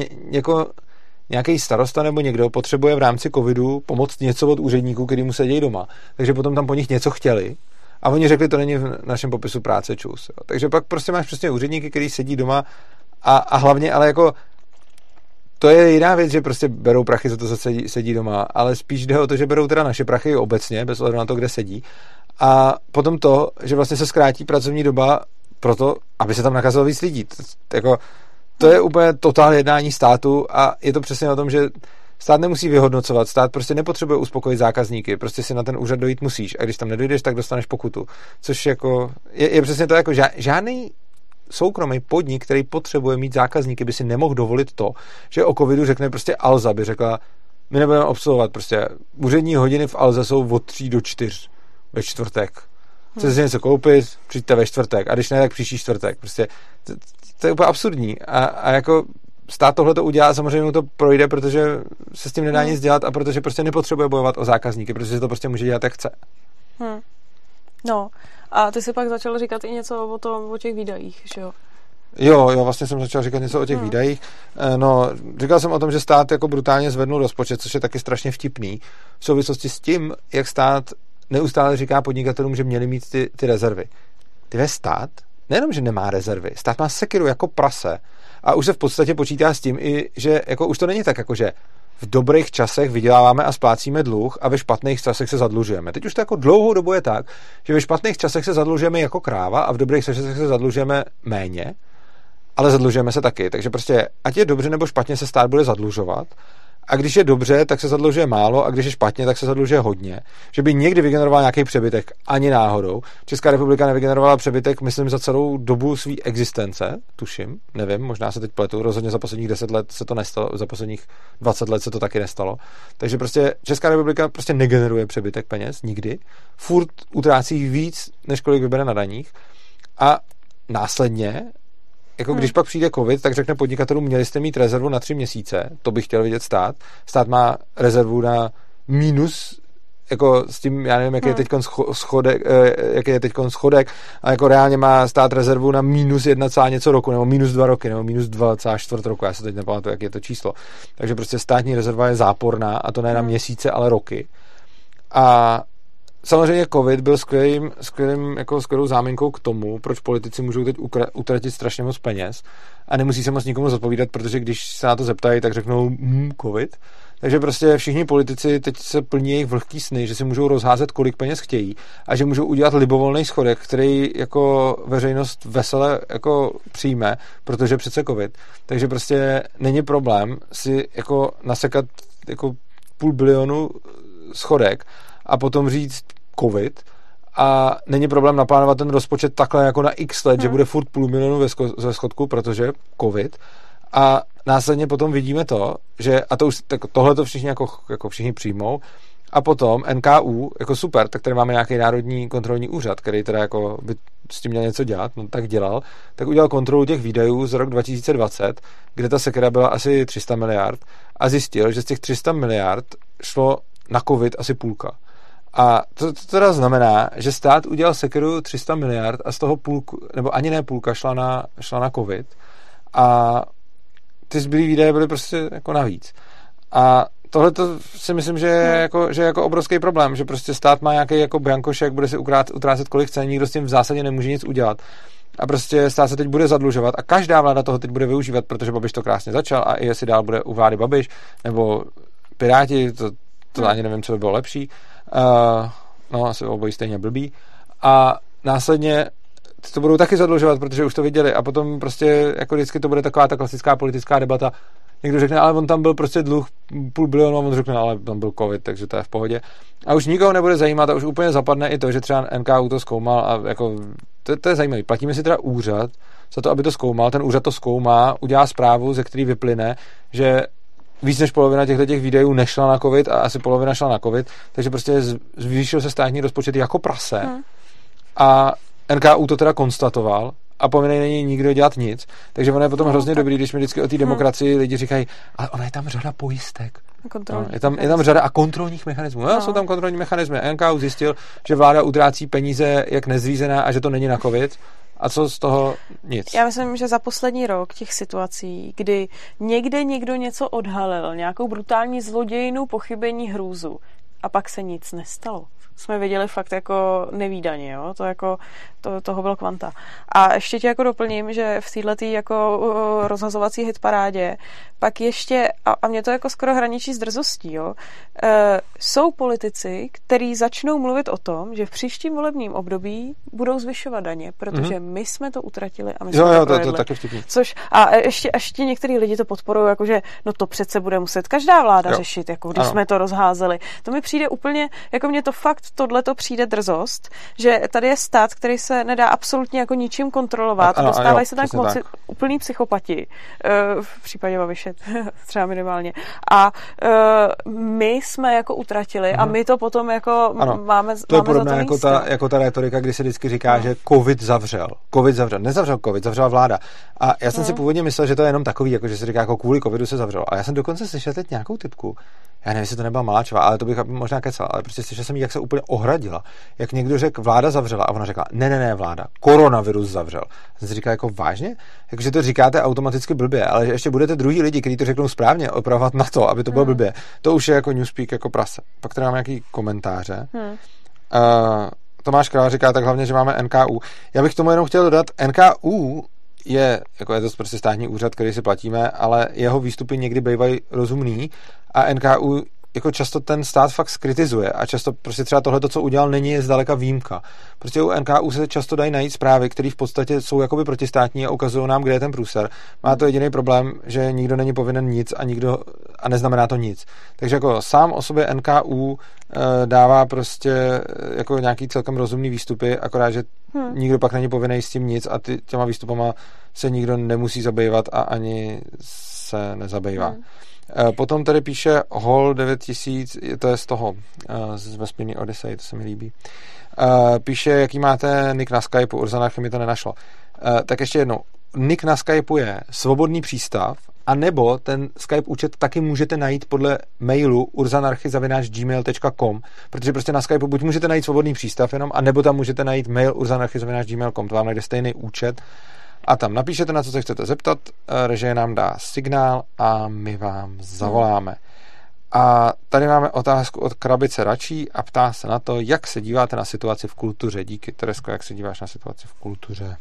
nějaký starosta nebo někdo potřebuje v rámci covidu pomoct něco od úředníků, který mu sedějí doma. Takže potom tam po nich něco chtěli A oni řekli, to není v našem popisu práce, čus. Jo. Takže pak prostě máš přesně úředníky, který sedí doma a hlavně, ale jako to je jiná věc, že prostě berou prachy za to, co sedí doma, ale spíš jde o to, že berou teda naše prachy obecně, bez ohledu na to, kde sedí. A potom to, že vlastně se zkrátí pracovní doba proto, aby se tam nakazilo víc lidí. To je úplně totál jednání státu a je to přesně o tom, že stát nemusí vyhodnocovat, stát prostě nepotřebuje uspokojit zákazníky, prostě si na ten úřad dojít musíš a když tam nedojdeš, tak dostaneš pokutu. Což jako je přesně to, jako žádný soukromý podnik, který potřebuje mít zákazníky, by si nemohl dovolit to, že o covidu řekne prostě Alza, by řekla, my nebudeme obsluhovat, prostě úřední hodiny v Alze jsou od 3 do 4 ve čtvrtek. Chcete si něco koupit, přijďte ve čtvrtek a když ne, tak příští čtvrtek. Prostě to je úplně absurdní a jako stát tohle to udělá, samozřejmě mu to projde, protože se s tím nedá nic dělat a protože prostě nepotřebuje bojovat o zákazníky, protože to prostě může dělat, jak chce. No, a ty si pak začal říkat i něco o těch výdajích, že jo? Jo, vlastně jsem začal říkat něco o těch výdajích. No, říkal jsem o tom, že stát jako brutálně zvednul rozpočet, což je taky strašně vtipný. V souvislosti s tím, jak stát neustále říká podnikatelům, že měli mít ty rezervy. Ty stát nejenom, že nemá rezervy, stát má sekiru jako prase a už se v podstatě počítá s tím, i, že jako už to není tak, jako že v dobrých časech vyděláváme a splácíme dluh a ve špatných časech se zadlužujeme. Teď už to jako dlouhou dobu je tak, že ve špatných časech se zadlužujeme jako kráva a v dobrých časech se zadlužujeme méně, ale zadlužujeme se taky. Takže prostě ať je dobře nebo špatně se stát bude zadlužovat. A když je dobře, tak se zadlužuje málo a když je špatně, tak se zadlužuje hodně. Že by někdy vygeneroval nějaký přebytek, ani náhodou. Česká republika nevygenerovala přebytek, myslím, za celou dobu své existence, tuším, nevím, možná se teď pletu, rozhodně za posledních 10 let se to nestalo, za posledních 20 let se to taky nestalo. Takže prostě Česká republika prostě negeneruje přebytek peněz, nikdy. Furt utrácí víc, než kolik vybere na daních. A následně jako když pak přijde covid, tak řekne podnikatelům, měli jste mít rezervu na 3 měsíce, to bych chtěl vidět stát. Stát má rezervu na minus, jako s tím, já nevím, jaký je teďkon schodek, a jako reálně má stát rezervu na minus 1, něco roku, nebo minus 2 roky, nebo minus 2,4 roku, já se teď nepamatuju, jak je to číslo. Takže prostě státní rezerva je záporná, a to ne na měsíce, ale roky. A samozřejmě covid byl skvělou záminkou k tomu, proč politici můžou teď utratit strašně moc peněz a nemusí se moc nikomu zodpovídat, protože když se na to zeptají, tak řeknou covid. Takže prostě všichni politici teď se plní jejich vlhký sny, že si můžou rozházet, kolik peněz chtějí a že můžou udělat libovolný schodek, který jako veřejnost vesele jako přijme, protože přece covid. Takže prostě není problém si jako nasekat jako 500 milionu schodek a potom říct covid a není problém naplánovat ten rozpočet takhle jako na x let, že bude furt 500 milionu ve schodku, protože covid a následně potom vidíme to, že a to už tohle to všichni jako všichni přijmou a potom NKÚ, jako super, tak tady máme nějaký národní kontrolní úřad, který teda jako by s tím měl něco dělat, no tak dělal, tak udělal kontrolu těch výdajů z rok 2020, kde ta sekera byla asi 300 miliard a zjistil, že z těch 300 miliard šlo na covid asi půlka. A to teda znamená, že stát udělal sekeru 300 miliard a z toho půlku, nebo ani ne půlka šla na covid a ty zbylý výdaje byly prostě jako navíc. A tohle to si myslím, že je jako obrovský problém, že prostě stát má nějaký jako biankošek, bude si utrácet kolik chce, nikdo s tím v zásadě nemůže nic udělat. A prostě stát se teď bude zadlužovat a každá vláda toho teď bude využívat, protože Babiš to krásně začal a i jestli dál bude u vlády Babiš nebo Piráti, to ani nevím, co by bylo lepší. No, asi obojí stejně blbý. A následně to budou taky zadlužovat, protože už to viděli a potom prostě jako vždycky to bude taková ta klasická politická debata. Někdo řekne, ale on tam byl prostě dluh 500 milionu a on řekne, ale tam byl covid, takže to je v pohodě. A už nikoho nebude zajímat a už úplně zapadne i to, že třeba NKÚ to zkoumal a jako to je zajímavé. Platíme si teda úřad za to, aby to zkoumal. Ten úřad to zkoumá, udělá zprávu, ze který vyplyne, že víc než polovina těch výdajů nešla na covid a asi polovina šla na covid, takže prostě zvýšil se státní rozpočet jako prase. A NKÚ to teda konstatoval a po mně není nikdo dělat nic. Takže ono je potom hrozně dobrý, když mi vždycky o té demokracii lidi říkají, ale ona je tam řada pojistek. Je tam řada a kontrolních mechanismů. No, jsou tam kontrolní mechanismy. NKÚ zjistil, že vláda utrácí peníze jak nezřízená a že to není na covid. A co z toho? Nic. Já myslím, že za poslední rok těch situací, kdy někde někdo něco odhalil, nějakou brutální zlodějnu, pochybení, hrůzu a pak se nic nestalo. jsme viděli fakt jako nevídaně, jo? Toho byl kvanta. A ještě tě jako doplním, že v této jako rozhazovací hitparádě pak ještě, a mě to jako skoro hraničí s drzostí, jo? Jsou politici, kteří začnou mluvit o tom, že v příštím volebním období budou zvyšovat daně, protože my jsme to utratili a my jsme to projedli. To taky vtipný. A ještě některý lidi to podporují, jakože no to přece bude muset každá vláda řešit, jako když jsme to rozházeli. To mi přijde úplně, jako mně to fakt tohleto přijde drzost, že tady je stát, který se nedá absolutně jako ničím kontrolovat. Dostávají se tam k moci úplný psychopati. V případě Babiše třeba minimálně. A my jsme jako utratili a my to potom jako máme to je podobné jako ta retorika, kdy se vždycky říká, že COVID zavřel. Nezavřel COVID, zavřela vláda. A já jsem si původně myslel, že to je jenom takový, jako že se říká, jako kvůli covidu se zavřelo. A já jsem dokonce slyšel teď nějakou typku. Já nevím, jestli to nebyla Maláčová, ale to bych možná kecal, ale prostě slyšel jsem jí, jak se úplně ohradila. Jak někdo řekl, vláda zavřela a ona řekla, ne, vláda, koronavirus zavřel. Jsem si říkal, jako vážně? Jakože to říkáte automaticky blbě, ale že ještě budete druhý lidi, kteří to řeknou správně, opravovat na to, aby to bylo blbě. To už je jako newspeak, jako prase. Pak tady máme nějaký komentáře. Tomáš Král říká tak hlavně, že máme NKÚ. Já bych tomu jenom chtěl dodat, NKÚ je to prostě státní úřad, který si platíme, ale jeho výstupy někdy bývají rozumný a NKÚ jako často ten stát fakt skritizuje a často prostě třeba tohleto, co udělal, není zdaleka výjimka. Prostě u NKÚ se často dají najít zprávy, které v podstatě jsou jakoby protistátní a ukazují nám, kde je ten průser. Má to jediný problém, že nikdo není povinen nic a neznamená to nic. Takže jako sám o sobě NKÚ dává prostě jako nějaký celkem rozumný výstupy, akorát, že nikdo pak není povinen s tím nic a těma výstupama se nikdo nemusí zabývat a ani se nezabývá. Potom tady píše Hol 9000, to je z toho, z Vesmírný Odyssey, to se mi líbí. Píše, jaký máte nick na Skypeu, Urzanarchy mi to nenašlo. Tak ještě jednou, nick na Skypeu je svobodný přístav, a nebo ten Skype účet taky můžete najít podle mailu urzanarchy@gmail.com, protože prostě na Skypeu buď můžete najít svobodný přístav jenom, a nebo tam můžete najít mail urzanarchy@gmail.com, to vám najde stejný účet a tam napíšete, na co se chcete zeptat, režie nám dá signál a my vám zavoláme. A tady máme otázku od Krabice Račí a ptá se na to, jak se díváte na situaci v kultuře. Díky, Teresko, jak se díváš na situaci v kultuře?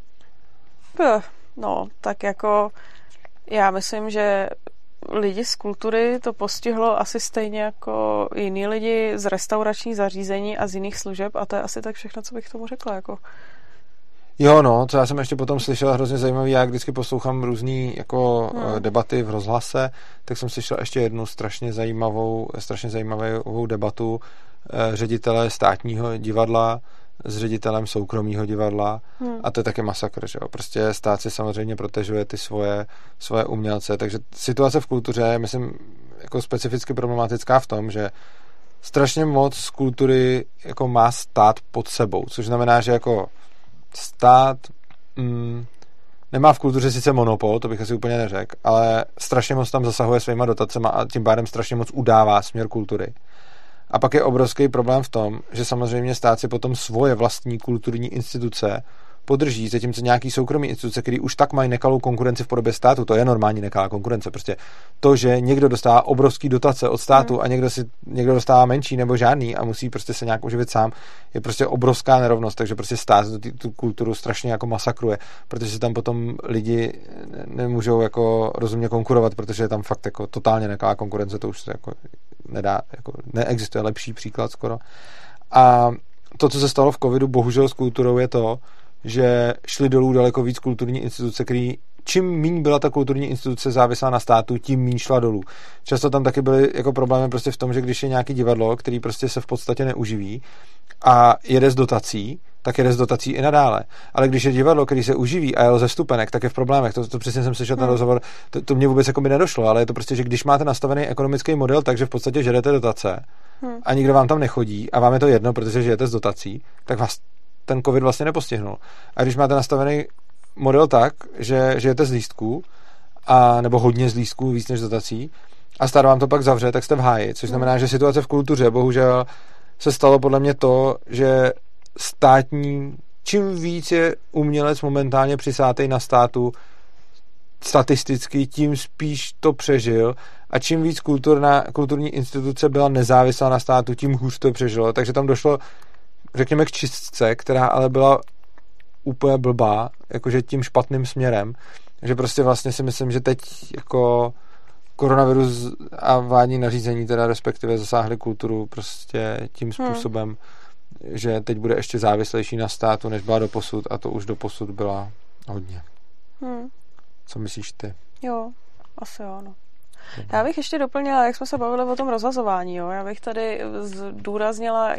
No, tak jako já myslím, že lidi z kultury to postihlo asi stejně jako jiní lidi z restauračních zařízení a z jiných služeb a to je asi tak všechno, co bych tomu řekla. Jako. Jo, no, co já jsem ještě potom slyšel hrozně zajímavý, já vždycky poslouchám různý jako debaty v rozhlase, tak jsem slyšel ještě jednu strašně zajímavou debatu ředitele státního divadla s ředitelem soukromého divadla a to je taky masakr, že jo. Prostě stát si samozřejmě protežuje ty svoje umělce, takže situace v kultuře je, myslím, jako specificky problematická v tom, že strašně moc z kultury jako má stát pod sebou, což znamená, že jako stát nemá v kultuře sice monopol, to bych asi úplně neřekl, ale strašně moc tam zasahuje svýma dotacema a tím pádem strašně moc udává směr kultury. A pak je obrovský problém v tom, že samozřejmě stát si potom svoje vlastní kulturní instituce podrží, zatímco nějaký soukromý instituce, který už tak mají nekalou konkurenci v podobě státu, to je normální nekalá konkurence. Prostě to, že někdo dostává obrovský dotace od státu a někdo dostává menší nebo žádný a musí prostě se nějak uživit sám, je prostě obrovská nerovnost, takže prostě stát tu kulturu strašně jako masakruje, protože se tam potom lidi nemůžou jako rozumně konkurovat, protože je tam fakt jako totálně nekalá konkurence, to už se jako nedá, jako neexistuje lepší příklad skoro. A to, co se stalo v covidu, bohužel s kulturou, je to, že šly dolů daleko víc kulturní instituce, který čím míň byla ta kulturní instituce závislá na státu, tím míň šla dolů. Často tam taky byly jako problémy prostě v tom, že když je nějaký divadlo, který prostě se v podstatě neuživí a jede z dotací, tak jede z dotací i nadále. Ale když je divadlo, který se uživí a jel ze vstupenek, tak je v problémech. To přesně jsem slyšel ten rozhovor, to mě vůbec jako by nedošlo, ale je to prostě, že když máte nastavený ekonomický model, takže v podstatě žerete dotace a nikdo vám tam nechodí a vám je to jedno, protože žijete z dotací, tak vás ten covid vlastně nepostihnul. A když máte nastavený model tak, že žijete z lístků, a nebo hodně z lístků, víc než dotací, a stát vám to pak zavře, tak jste v háji. Což znamená, že situace v kultuře, bohužel, se stalo podle mě to, že čím víc je umělec momentálně přisátej na státu, statisticky, tím spíš to přežil a čím víc kulturní instituce byla nezávislá na státu, tím hůř to přežilo. Takže tam došlo, řekněme, k čistce, která ale byla úplně blbá, jakože tím špatným směrem. Takže prostě vlastně si myslím, že teď jako koronavirus a vládní nařízení teda respektive zasáhly kulturu prostě tím způsobem, že teď bude ještě závislejší na státu, než byla doposud a to už doposud byla hodně. Co myslíš ty? Jo, asi jo, no. Já bych ještě doplnila, jak jsme se bavili o tom rozhazování, jo. Já bych tady zdůraznila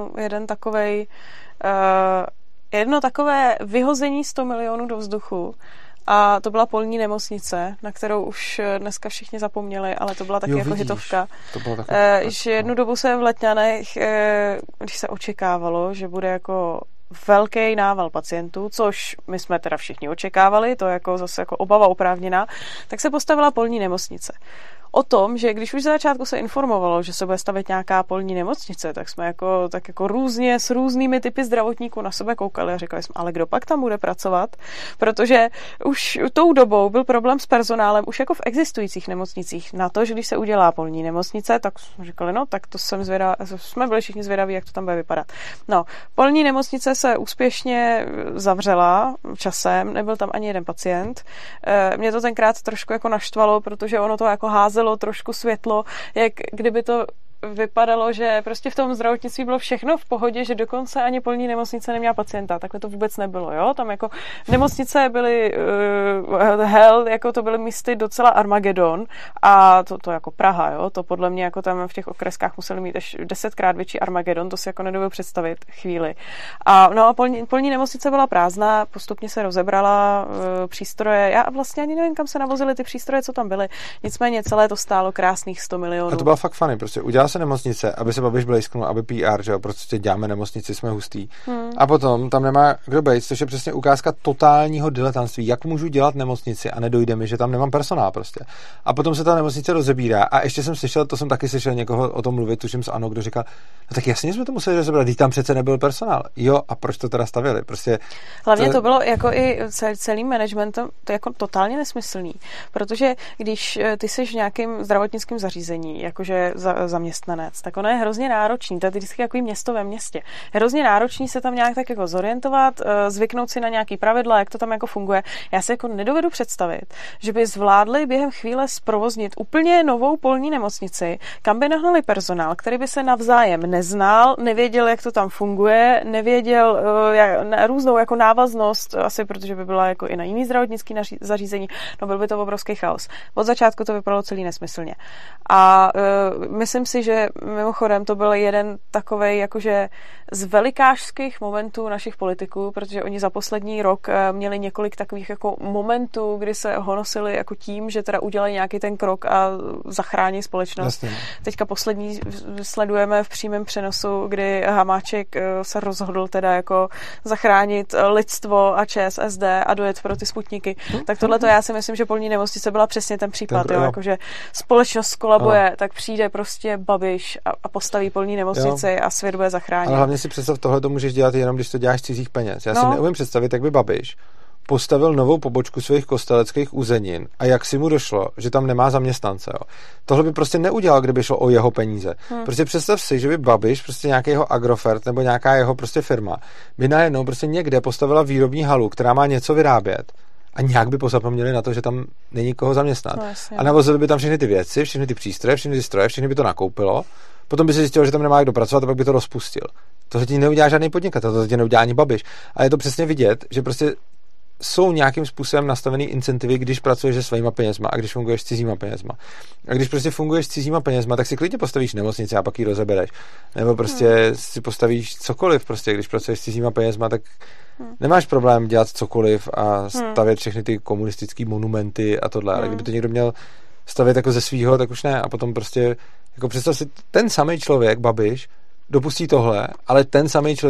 jedno takové vyhození 100 milionů do vzduchu. A to byla polní nemocnice, na kterou už dneska všichni zapomněli, ale to byla taky jako hitovka. Že jednu dobu se v Letňanech, když se očekávalo, že bude jako velký nával pacientů, což my jsme teda všichni očekávali, to jako zase jako obava oprávněná, tak se postavila polní nemocnice. O tom, že když už za začátku se informovalo, že se bude stavět nějaká polní nemocnice, tak jsme jako různě s různými typy zdravotníků na sebe koukali a říkali jsme, ale kdo pak tam bude pracovat? Protože už tou dobou byl problém s personálem už jako v existujících nemocnicích. Na to, že když se udělá polní nemocnice, tak jsme říkali, no tak to jsme byli všichni zvědaví, jak to tam bude vypadat. No, polní nemocnice se úspěšně zavřela časem, nebyl tam ani jeden pacient. Mě to tenkrát trošku jako naštvalo, protože ono to jako házelo trošku světlo, jak kdyby to vypadalo, že prostě v tom zdravotnictví bylo všechno v pohodě, že dokonce ani polní nemocnice neměla pacienta. Takhle to vůbec nebylo, jo? Tam jako nemocnice byly jako to byly místy docela Armagedon a to jako Praha, jo? To podle mě jako tam v těch okreskách museli mít až 10krát větší Armagedon, to si jako nedovedu představit chvíli. A polní nemocnice byla prázdná, postupně se rozebrala přístroje. Já vlastně ani nevím, kam se navozily ty přístroje, co tam byly. Nicméně celé to stálo krásných 100 milionů. A to bylo fakt funny, prostě udělal se nemocnice, aby se Babiš blejsknul, aby PR, že jo, prostě děláme nemocnici, jsme hustý. A potom tam nemá kdo bejt, což je přesně ukázka totálního diletantství. Jak můžu dělat nemocnici a nedojde mi, že tam nemám personál prostě. A potom se ta nemocnice rozebírá a ještě jsem slyšel, to jsem taky slyšel někoho o tom mluvit, tuším z ANO, kdo říkal, no tak jasně jsme to museli rozebrat, když tam přece nebyl personál. Jo, a proč to teda stavili? Prostě hlavně to bylo jako i celým managementem, to je jako totálně nesmyslný, protože když ty jsi v nějakém zdravotnickém zařízení, jakože zaměstnanec, tak ono je hrozně náročný, to je vždycky jako město ve městě. Je hrozně náročný se tam nějak tak jako zorientovat, zvyknout si na nějaký pravidla, jak to tam jako funguje. Já si jako nedovedu představit, že by zvládli během chvíle zprovoznit úplně novou polní nemocnici, kam by nahnali personál, který by se navzájem neznal, nevěděl, jak to tam funguje, nevěděl různou jako návaznost, asi protože by byla jako i na jiný zdravotnický zařízení, no byl by to obrovský chaos. Od začátku to vypadalo celý nesmyslně. A myslím si, že mimochodem to byl jeden takovej jakože z velikářských momentů našich politiků, protože oni za poslední rok měli několik takových jako momentů, kdy se honosili jako tím, že teda udělají nějaký ten krok a zachrání společnost. Jasně. Teďka poslední sledujeme v přímém přenosu, kdy Hamáček se rozhodl teda jako zachránit lidstvo a ČSSD a dojet pro ty Sputniky. Tak tohleto já si myslím, že polní nemocnice byla přesně ten případ, jo, jakože společnost skolabuje, tak přijde prostě Babiš a postaví polní nemocnici a svět bude zachránit. Ale hlavně si představ, tohle to můžeš dělat jenom, když to děláš z cizích peněz. Já si neumím představit, jak by Babiš postavil novou pobočku svých kosteleckých uzenin a jak si mu došlo, že tam nemá zaměstnance. Jo. Tohle by prostě neudělal, kdyby šlo o jeho peníze. Prostě představ si, že by Babiš, prostě nějaký jeho Agrofert nebo nějaká jeho prostě firma by najednou prostě někde postavila výrobní halu, která má něco vyrábět a nějak by pozapomněli na to, že tam není koho zaměstnat. No, a navozili by tam všechny ty věci, všechny ty přístroje, všechny ty stroje, všechny by to nakoupilo. Potom by se zjistilo, že tam nemá jak dopracovat a pak by to rozpustil. To se ti neudělá žádný podnikatel, to se ti neudělá ani Babiš. A je to přesně vidět, že prostě jsou nějakým způsobem nastavený incentivy, když pracuješ se svýma penězma a když funguješ s cizíma penězma. A když prostě funguješ s cizíma penězma, tak si klidně postavíš nemocnici a pak ji rozebereš. Nebo prostě si postavíš cokoliv, prostě když pracuješ s cizíma penězma, tak nemáš problém dělat cokoliv a stavět všechny ty komunistické monumenty a tohle. Ale kdyby to někdo měl stavět jako ze svýho, tak už ne. A potom prostě, jako představ si, ten samý člověk, Babiš, dopustí tohle, ale ten samý člověk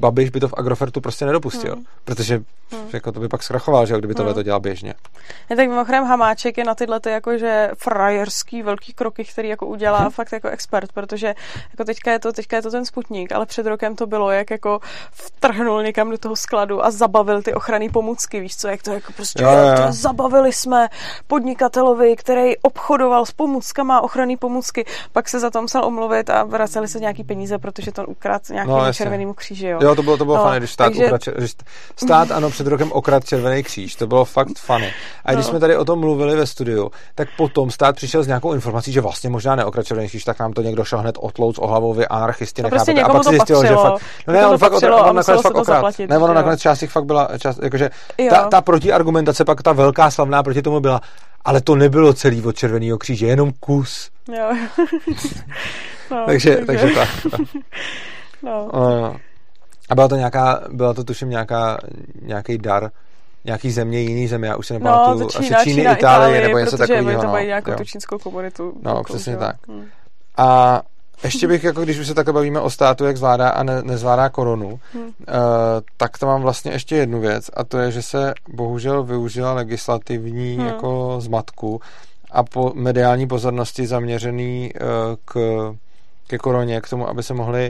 Babiš by to v Agrofertu prostě nedopustil, protože jako to by pak zkrachoval, že kdyby tohle to dělal běžně. Tak mimochodem Hamáček je na tyhle ty jakože frajerský velký kroky, který jako udělá fakt jako expert, protože jako teďka je to ten Sputnik, ale před rokem to bylo, jak jako vtrhnul někam do toho skladu a zabavil ty ochranné pomůcky, víš co, jak to jako prostě zabavili jsme podnikatelovi, který obchodoval s pomůckama, ochranné pomůcky, pak se za to musel omluvit a vraceli se nějaký peníze, protože to ukradl nějakému Červenému kříži, jo. Jo, to bylo funny, když stát ano, před rokem okradl Červený kříž, to bylo fakt funny. A když jsme tady o tom mluvili ve studiu, tak potom stát přišel s nějakou informací, že vlastně možná neokradl Červený kříž, tak nám to někdo šel hned otlouc o hlavou, vy anarchisti nechápete. Prostě a pak si zjistilo, že fakt on nakonec fakt okradl. Ne, ono nakonec část jich fakt byla, jakože ta protiargumentace pak ta velká slavná proti tomu byla, ale to nebylo celý od Červeného kříže, jenom kus. Jo. takže tak. A byla to tuším nějaký dar nějaký země, jiný země, já už se nepamatuju, asi Číny, Itálie, nebo něco takového. Protože to mají nějakou tu čínskou komunitu. No, přesně tak. A ještě bych, jako když už se takhle bavíme o státu, jak zvládá a nezvládá koronu, tak to mám vlastně ještě jednu věc, a to je, že se bohužel využila legislativní jako zmatku a po mediální pozornosti zaměřený ke koroně, k tomu, aby se mohli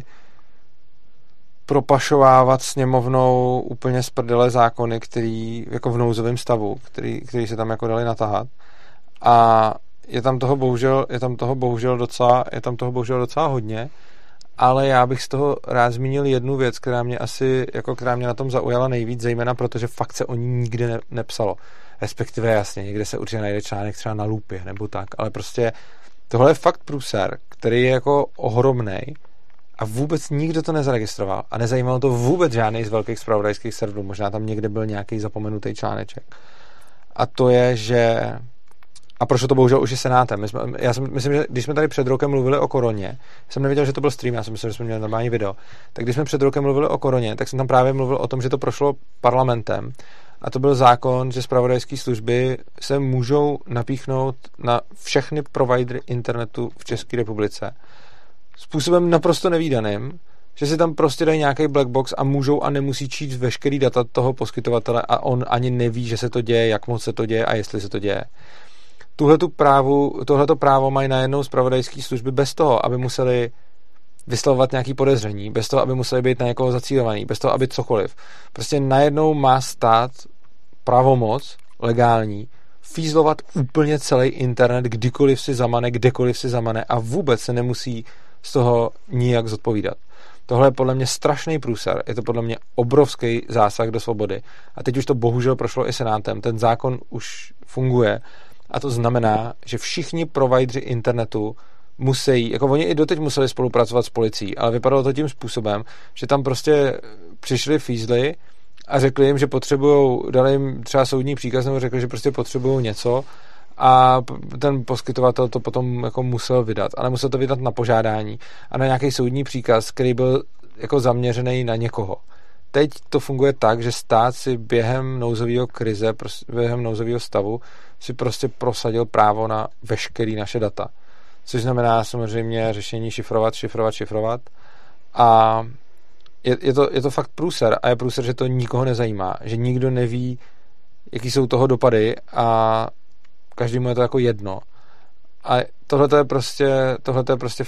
propašovávat sněmovnou úplně z prdele zákony, který jako v nouzovém stavu, který se tam jako dali natahat. A je tam toho bohužel docela hodně, ale já bych z toho rád zmínil jednu věc, která mě na tom zaujala nejvíc, zejména protože fakt se o ní nikdy nepsalo. Respektive jasně, někde se určitě najde článek třeba na Lupě nebo tak, ale prostě tohle je fakt průser, který je jako ohromnej a vůbec nikdo to nezaregistroval a nezajímalo to vůbec žádný z velkých zpravodajských serverů, možná tam někde byl nějaký zapomenutý článeček. A to je, že a prošlo to bohužel už i senátem. Já myslím, že když jsme tady před rokem mluvili o koroně, jsem nevěděl, že to byl stream, já jsem myslel, že jsme měli normální video, tak když jsme před rokem mluvili o koroně, tak jsem tam právě mluvil o tom, že to prošlo parlamentem a to byl zákon, že zpravodajské služby se můžou napíchnout na všechny providery internetu v České republice způsobem naprosto nevídaným, že si tam prostě dají nějaký black box a můžou a nemusí číst veškerý data toho poskytovatele a on ani neví, že se to děje, jak moc se to děje a jestli se to děje. Tohleto právo mají najednou zpravodajské služby bez toho, aby museli vyslovovat nějaké podezření, bez toho, aby museli být na někoho zacílovaný, bez toho, aby cokoliv. Prostě najednou má stát pravomoc legální fízlovat úplně celý internet, kdykoliv si zamane, kdekoliv si zamane a vůbec se nemusí z toho nijak zodpovídat. Tohle je podle mě strašný průser, je to podle mě obrovský zásah do svobody. A teď už to bohužel prošlo i senátem, ten zákon už funguje a to znamená, že všichni provideri internetu musí, jako oni i doteď museli spolupracovat s policií, ale vypadalo to tím způsobem, že tam prostě přišli fízli a řekli jim, že dali jim třeba soudní příkaz nebo řekli, že prostě potřebují něco a ten poskytovatel to potom jako musel vydat, ale musel to vydat na požádání a na nějaký soudní příkaz, který byl jako zaměřený na někoho. Teď to funguje tak, že stát si během nouzového stavu si prostě prosadil právo na veškerý naše data. Což znamená samozřejmě řešení šifrovat a je to fakt průser a je průser, že to nikoho nezajímá, že nikdo neví, jaký jsou toho dopady a každému je to jako jedno. A tohle je prostě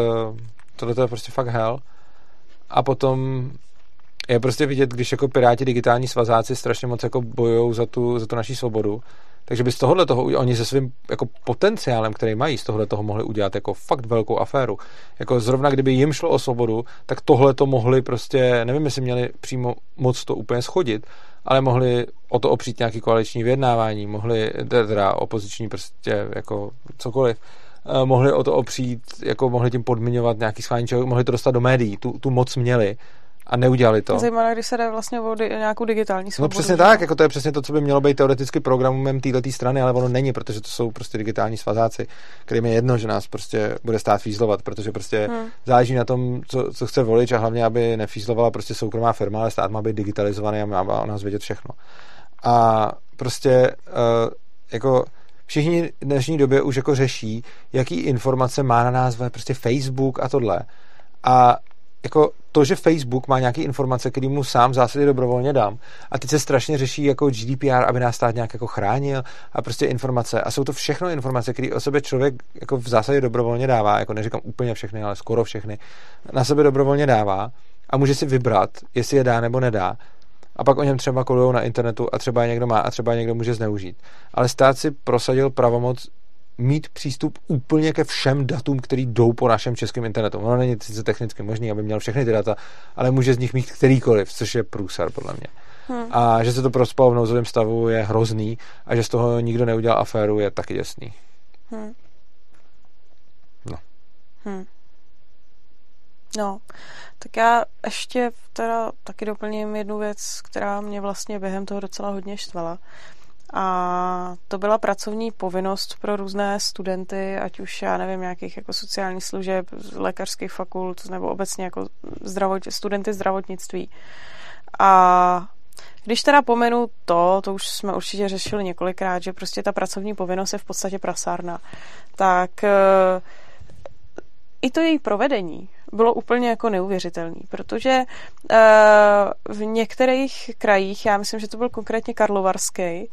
fakt hell. A potom je prostě vidět, když jako Piráti, digitální svazáci strašně moc jako bojujou za tu naší svobodu, takže by z tohohle toho oni se svým jako potenciálem, který mají, z tohohle toho mohli udělat jako fakt velkou aféru. Jako zrovna kdyby jim šlo o svobodu, tak tohle to mohli prostě, nevím, jestli měli přímo moc to úplně schodit, ale mohli o to opřít nějaký koaliční vyjednávání, mohli, teda opoziční prostě jako cokoliv, mohli o to opřít, jako mohli tím podmiňovat nějaký schválení, mohli to dostat do médií, tu moc měli a neudělali to. Zajímavé, když se jde vlastně o nějakou digitální svobodu. No přesně tak, jako to je přesně to, co by mělo být teoreticky programem této strany, ale ono není, protože to jsou prostě digitální svazáci, kterým je jedno, že nás prostě bude stát fízlovat, protože prostě záleží na tom, co chce volič a hlavně, aby nefízlovala prostě soukromá firma, ale stát má být digitalizovaný a má o nás vědět všechno. A prostě jako všichni v dnešní době už jako řeší, jaký informace má na nás prostě Facebook a tohle. A jako to, že Facebook má nějaké informace, které mu sám v zásadě dobrovolně dám. A teď se strašně řeší jako GDPR, aby nás stát nějak jako chránil a prostě informace. A jsou to všechno informace, které o sebe člověk jako v zásadě dobrovolně dává, jako neříkám úplně všechny, ale skoro všechny, na sebe dobrovolně dává a může si vybrat, jestli je dá nebo nedá. A pak o něm třeba kolujou na internetu a třeba je někdo má a třeba je někdo může zneužít. Ale stát si prosadil pravomoc mít přístup úplně ke všem datům, které jdou po našem českém internetu. Ono není sice technicky možný, aby měl všechny ty data, ale může z nich mít kterýkoliv, což je průser podle mě. A že se to prospalo v nouzovém stavu je hrozný a že z toho nikdo neudělal aféru je taky jasný. No, tak já ještě teda taky doplním jednu věc, která mě vlastně během toho docela hodně štvala. A to byla pracovní povinnost pro různé studenty, ať už, já nevím, nějakých jako sociálních služeb, lékařských fakult, nebo obecně jako studenty zdravotnictví. A když teda pomenu to už jsme určitě řešili několikrát, že prostě ta pracovní povinnost je v podstatě prasárna, tak i to její provedení bylo úplně jako neuvěřitelný, protože v některých krajích, já myslím, že to byl konkrétně Karlovarský,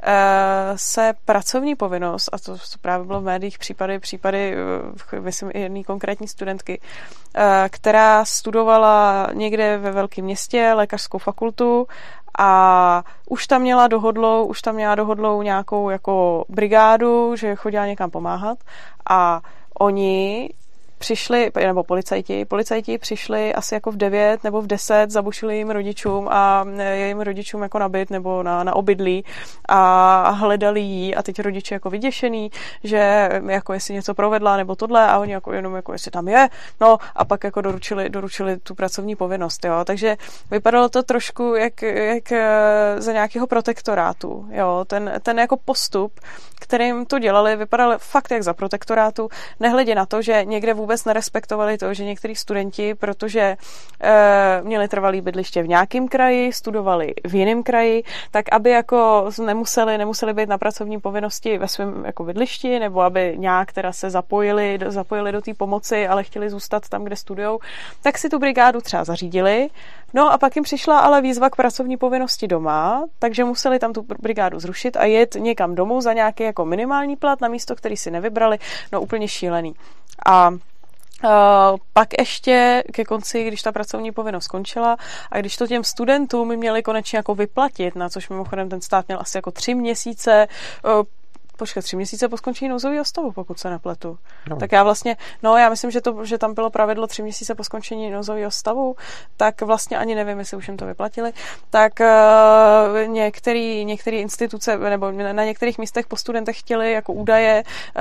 se pracovní povinnost, a to právě bylo v médiích případy myslím i jedné konkrétní studentky, která studovala někde ve velkém městě lékařskou fakultu a už tam měla dohodlou nějakou jako brigádu, že chodila někam pomáhat a oni přišli, nebo policajti přišli asi jako v 9 nebo v 10, zabušili jejím rodičům a jejím rodičům jako na byt nebo na obydlí a hledali jí a teď rodiče jako vyděšený, že jako jestli něco provedla nebo tohle a oni jako jenom jako jestli tam je, no a pak jako doručili tu pracovní povinnost, jo, takže vypadalo to trošku jak za nějakého protektorátu, jo, ten jako postup, kterým to dělali, vypadal fakt jak za protektorátu, nehledě na to, že někde vůbec nerespektovali to, že některý studenti, protože měli trvalý bydliště v nějakém kraji, studovali v jiném kraji, tak aby jako nemuseli být na pracovní povinnosti ve svém jako bydlišti, nebo aby nějak teda se zapojili do té pomoci, ale chtěli zůstat tam, kde studujou, tak si tu brigádu třeba zařídili. No a pak jim přišla ale výzva k pracovní povinnosti doma, takže museli tam tu brigádu zrušit a jet někam domů za nějaký jako minimální plat na místo, který si nevybrali, no úplně šílený. A pak ještě ke konci, když ta pracovní povinnost skončila a když to těm studentům měli konečně jako vyplatit, na což mimochodem ten stát měl asi jako 3 měsíce po skončení nouzového stavu, pokud se nepletu. No. Tak já vlastně, já myslím, že tam bylo pravidlo 3 měsíce po skončení nouzového stavu, tak vlastně ani nevím, jestli už jim to vyplatili. Tak některé instituce, nebo na některých místech po studentech chtěli jako údaje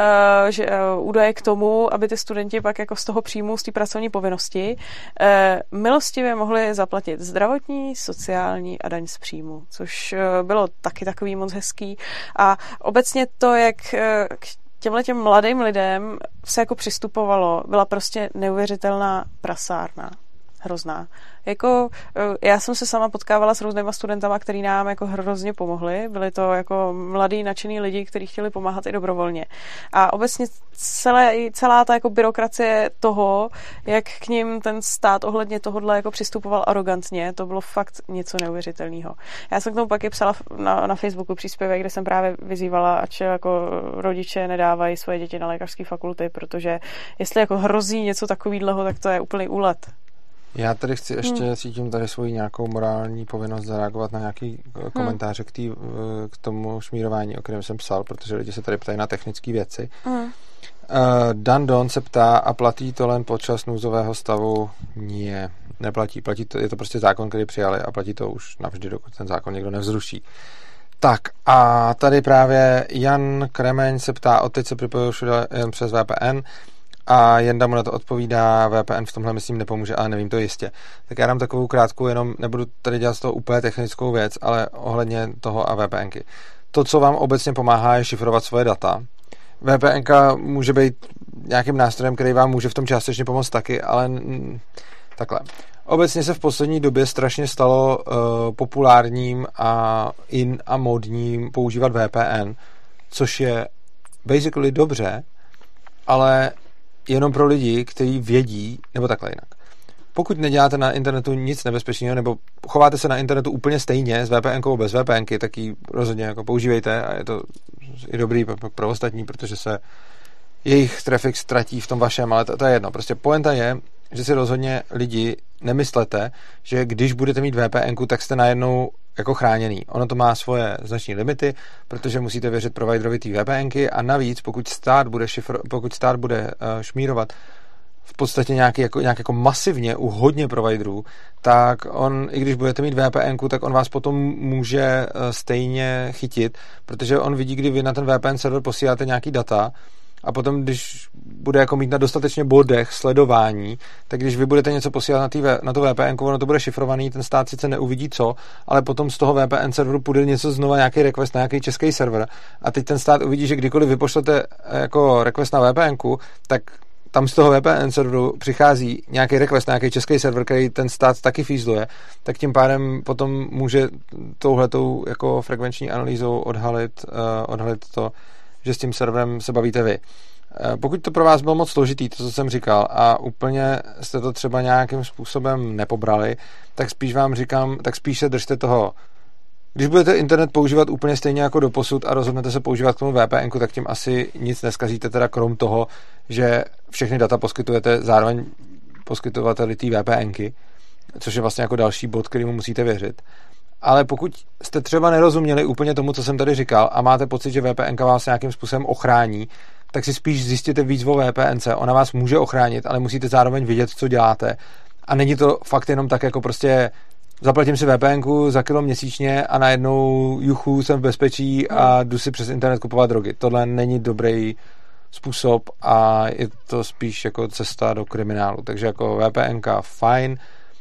k tomu, aby ty studenti pak jako z toho příjmu, z té pracovní povinnosti milostivě mohli zaplatit zdravotní, sociální a daň z příjmu, což bylo taky takový moc hezký. A obecně to, jak k těmhletěm mladým lidem se jako přistupovalo, byla prostě neuvěřitelná prasárna. Hrozná. Jako, já jsem se sama potkávala s různýma studentama, který nám jako hrozně pomohli. Byli to jako mladí, nadšený lidi, kteří chtěli pomáhat i dobrovolně. A obecně celá ta jako byrokracie toho, jak k ním ten stát ohledně tohodle jako přistupoval arrogantně, to bylo fakt něco neuvěřitelného. Já jsem k tomu pak i psala na Facebooku příspěvek, kde jsem právě vyzývala, ať jako rodiče nedávají svoje děti na lékařské fakulty, protože jestli jako hrozí něco takového, tak to je úplný úlet. Já tady chci ještě, cítím tady svoji nějakou morální povinnost zareagovat na nějaký komentáře k tomu šmírování, o kterém jsem psal, protože lidi se tady ptají na technické věci. Dan Don se ptá, a platí to len počas nouzového stavu? Nie, neplatí. Je to prostě zákon, který přijali a platí to už navždy, dokud ten zákon někdo nevzruší. Tak a tady právě Jan Kremeň se ptá, odteď se připojuju všude jen přes VPN, a Jenda mu na to odpovídá, VPN v tomhle myslím nepomůže, ale nevím to jistě. Tak já dám takovou krátkou, jenom nebudu tady dělat z toho úplně technickou věc, ale ohledně toho a VPNky. To, co vám obecně pomáhá, je šifrovat svoje data. VPNka může být nějakým nástrojem, který vám může v tom částečně pomoct taky, ale takhle. Obecně se v poslední době strašně stalo populárním a modním používat VPN, což je basically dobře, ale jenom pro lidi, kteří vědí, nebo takhle jinak. pokud neděláte na internetu nic nebezpečného, nebo chováte se na internetu úplně stejně s VPNkou bez VPNky, tak ji rozhodně jako používejte a je to i dobrý pro ostatní, protože se jejich trafik ztratí v tom vašem, ale to je jedno. Prostě pointa je, že si rozhodně lidi nemyslete, že když budete mít VPNku, tak jste najednou jako chráněný. Ono to má svoje značné limity, protože musíte věřit providerovi té VPNky a navíc, pokud stát bude šmírovat v podstatě nějak jako masivně u hodně providerů, tak on, i když budete mít VPNku, tak on vás potom může stejně chytit, protože on vidí, kdy vy na ten VPN server posíláte nějaký data a potom, když bude jako mít na dostatečně bodech sledování, tak když vy budete něco posílat na tu VPNku, ono to bude šifrovaný, ten stát sice neuvidí co, ale potom z toho VPN serveru půjde něco znova, nějaký request na nějaký český server a teď ten stát uvidí, že kdykoliv vypošlete jako request na VPNku, tak tam z toho VPN serveru přichází nějaký request na nějaký český server, který ten stát taky fízluje, tak tím pádem potom může touhletou jako frekvenční analýzou odhalit to, že s tím serverem se bavíte vy. Pokud to pro vás bylo moc složitý, to, co jsem říkal, a úplně jste to třeba nějakým způsobem nepobrali, tak spíš vám říkám, tak spíš se držte toho. Když budete internet používat úplně stejně jako doposud a rozhodnete se používat k tomu VPNku, tak tím asi nic neskazíte, teda krom toho, že všechny data poskytujete zároveň poskytovateli té VPNky, což je vlastně jako další bod, kterému musíte věřit. Ale pokud jste třeba nerozuměli úplně tomu, co jsem tady říkal a máte pocit, že VPNka vás nějakým způsobem ochrání, tak si spíš zjistěte víc o VPNce. Ona vás může ochránit, ale musíte zároveň vědět, co děláte. A není to fakt jenom tak jako prostě zaplatím si VPNku za kilo měsíčně a najednou juchu, jsem v bezpečí a jdu si přes internet kupovat drogy. Tohle není dobrý způsob a je to spíš jako cesta do kriminálu. Takže jako VPNka fajn,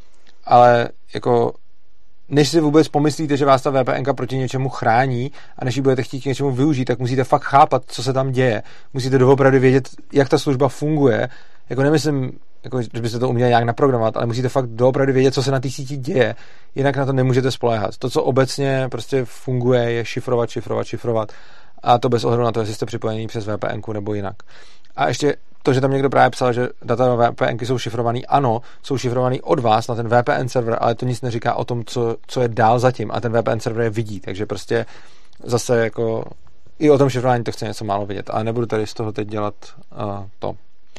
ale jako než si vůbec pomyslíte, že vás ta VPNka proti něčemu chrání a než ji budete chtít k něčemu využít, tak musíte fakt chápat, co se tam děje. Musíte doopravdy vědět, jak ta služba funguje. Jako nemyslím, jako, že byste to uměli nějak naprogramovat, ale musíte fakt doopravdy vědět, co se na té síti děje, jinak na to nemůžete spoléhat. To, co obecně prostě funguje, je šifrovat a to bez ohledu na to, jestli jste připojení přes VPNku nebo jinak. A ještě to, že tam někdo právě psal, že data VPNky jsou šifrovaný, ano, jsou šifrovaný od vás na ten VPN server, ale to nic neříká o tom, co je dál zatím a ten VPN server je vidí, takže prostě zase jako i o tom šifrování to chce něco málo vidět, ale nebudu tady z toho teď dělat to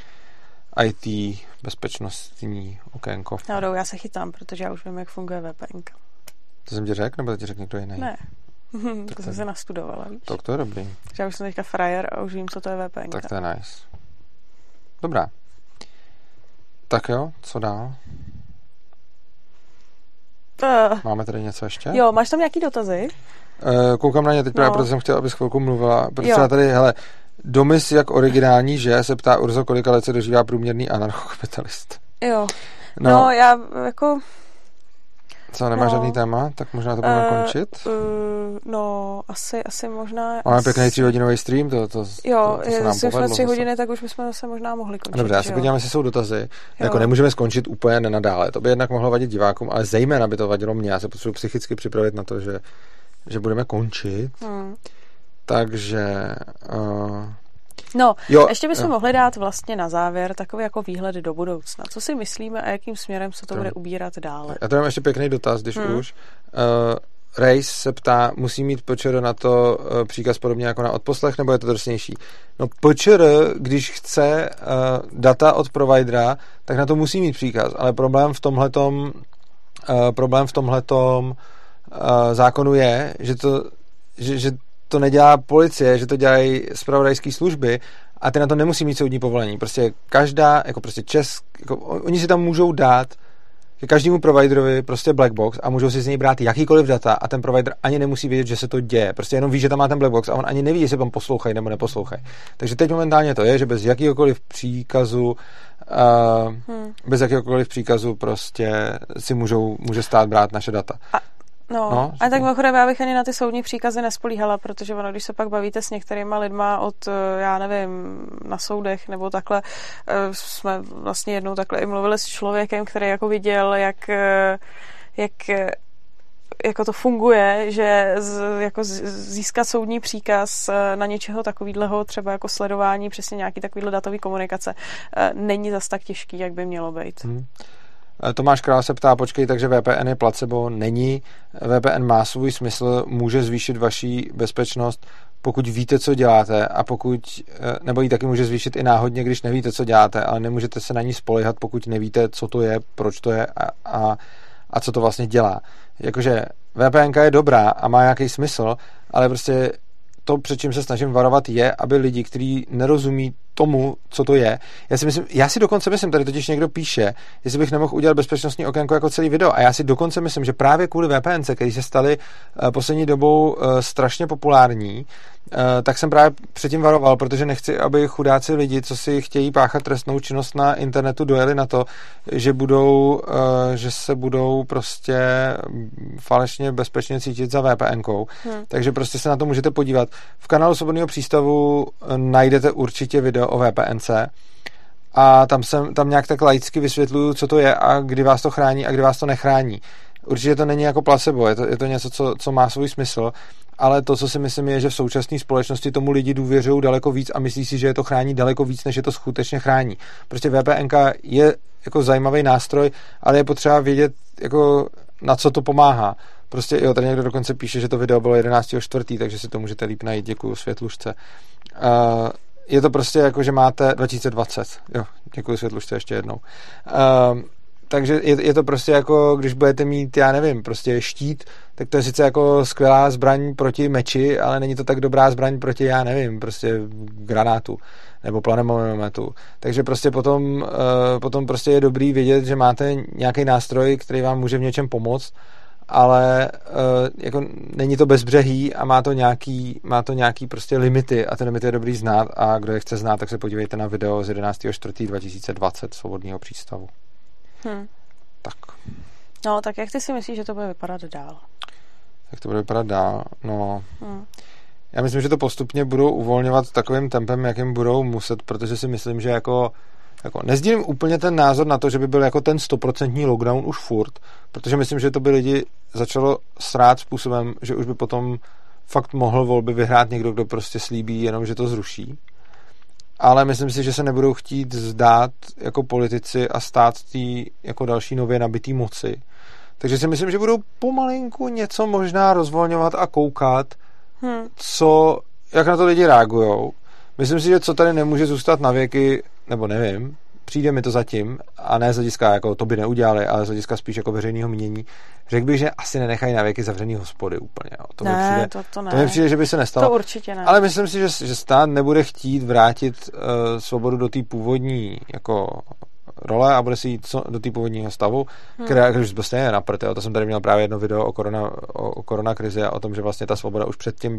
IT bezpečnostní okénko. No, já se chytám, protože já už vím, jak funguje VPNka. To jsem ti řekl, nebo to ti řekl někdo jiný? Ne. To jsem se nastudovala, víš? To je dobrý. Že já už jsem teďka frajer a už vím, co to je VPNka. Tak to je nice. Dobrá. Tak jo, co dál? Máme tady něco ještě? Jo, máš tam nějaký dotazy? Koukám na ně teď právě, protože jsem chtěl, abys chvilku mluvila. Protože já tady, hele, Domis jak originální, že se ptá Urzo, kolika let se dožívá průměrný anarchokapitalist. Jo. No, já jako... Co, nemáš žádný téma? Tak možná to budeme končit? No, asi možná... Máme pěkný 3hodinový stream, to jo, se nám jestli povedlo. jsme 3 hodiny, tak už bychom se možná mohli končit. Dobře, já se podívám, jestli jsou dotazy. Jako nemůžeme skončit úplně nenadále. To by jednak mohlo vadit divákům, ale zejména by to vadilo mě. Já se potřebuji psychicky připravit na to, že budeme končit. Takže... No, ještě bychom mohli dát vlastně na závěr takový jako výhled do budoucna. Co si myslíme a jakým směrem se to bude ubírat dále? Já tady mám ještě pěkný dotaz, když už. Race se ptá, musí mít PČR na to příkaz podobně jako na odposlech, nebo je to drsnější? No PČR, když chce data od providera, tak na to musí mít příkaz, ale problém v tomhletom zákonu je, že to nedělá policie, že to dělají zpravodajské služby a ty na to nemusí mít soudní povolení. Prostě každá, jako prostě oni si tam můžou dát ke každému providerovi prostě black box a můžou si z něj brát jakýkoliv data a ten provider ani nemusí vědět, že se to děje. Prostě jenom ví, že tam má ten black box a on ani neví, jestli tam poslouchají nebo neposlouchají. Takže teď momentálně to je, že bez jakýhokoliv příkazu prostě si může stát brát naše data. No, a tak mimochodem já bych ani na ty soudní příkazy nespolíhala, protože ono, když se pak bavíte s některýma lidma od, já nevím, na soudech nebo takhle, jsme vlastně jednou takhle i mluvili s člověkem, který jako viděl, jak jako to funguje, že jako získat soudní příkaz na něčeho takovýhleho, třeba jako sledování přesně nějaký takovýhle datový komunikace, není zas tak těžký, jak by mělo být. Tomáš Král se ptá, počkej, takže VPN je placebo? Není. VPN má svůj smysl, může zvýšit vaši bezpečnost, pokud víte, co děláte, a nebo ji taky může zvýšit i náhodně, když nevíte, co děláte, ale nemůžete se na ní spoléhat, pokud nevíte, co to je, proč to je a co to vlastně dělá. Jakože VPNka je dobrá a má nějaký smysl, ale prostě to, před čím se snažím varovat, je, aby lidi, kteří nerozumí tomu, co to je. Já si dokonce myslím, tady totiž někdo píše, jestli bych nemohl udělat bezpečnostní okénko jako celý video. A já si dokonce myslím, že právě kvůli VPNce, který se staly poslední dobou strašně populární, tak jsem právě předtím varoval, protože nechci, aby chudáci lidi, co si chtějí páchat trestnou činnost na internetu, dojeli na to, že se budou prostě falešně bezpečně cítit za VPNkou. Takže prostě se na to můžete podívat. V kanálu Svobodného přístavu najdete určitě video o VPNce a tam nějak tak laicky vysvětluju, co to je a kdy vás to chrání a kdy vás to nechrání. Určitě to není jako placebo, je to něco, co má svůj smysl, ale to, co si myslím, je, že v současné společnosti tomu lidi důvěřují daleko víc a myslí si, že je to chrání daleko víc, než je to skutečně chrání. Prostě VPNka je jako zajímavý nástroj, ale je potřeba vědět, jako na co to pomáhá. Prostě jo, tady někdo dokonce píše, že to video bylo 11.4., takže si to můžete líp najít, děkuju Světlušce. Je to prostě jako, že máte 2020. Jo, děkuji Světlušce ještě jednou. Takže je to prostě jako, když budete mít, já nevím, prostě štít, tak to je sice jako skvělá zbraň proti meči, ale není to tak dobrá zbraň proti, já nevím, prostě granátu nebo planemometu. Takže prostě potom prostě je dobrý vědět, že máte nějaký nástroj, který vám může v něčem pomoct, ale jako není to bezbřehý a má to nějaký prostě limity a ty limity je dobrý znát a kdo je chce znát, tak se podívejte na video z 11.4.2020 Svobodného přístavu. Tak. No, tak jak ty si myslíš, že to bude vypadat dál? Jak to bude vypadat dál? No, já myslím, že to postupně budou uvolňovat takovým tempem, jakým budou muset, protože si myslím, že jako nezdílím úplně ten názor na to, že by byl jako ten 100% lockdown už furt, protože myslím, že to by lidi začalo srát způsobem, že už by potom fakt mohl volby vyhrát někdo, kdo prostě slíbí jenom, že to zruší. Ale myslím si, že se nebudou chtít zdát jako politici a stát tý jako další nově nabitý moci. Takže si myslím, že budou pomalinku něco možná rozvolňovat a koukat, jak na to lidi reagujou. Myslím si, že co tady nemůže zůstat na věky, nebo nevím, přijde mi to zatím, a ne z hlediska, jako to by neudělali, ale z hlediska spíš jako veřejného mínění. Řekl bych, že asi nenechají na věky zavřený hospody úplně. Jo. To mi přijde, že by se nestalo. To určitě ne. Ale myslím si, že stát nebude chtít vrátit svobodu do té původní jako role a bude si jít do té původního stavu, která už prostě je na prd. To jsem tady měl právě jedno video o koronakrizi a o tom, že vlastně ta svoboda už předtím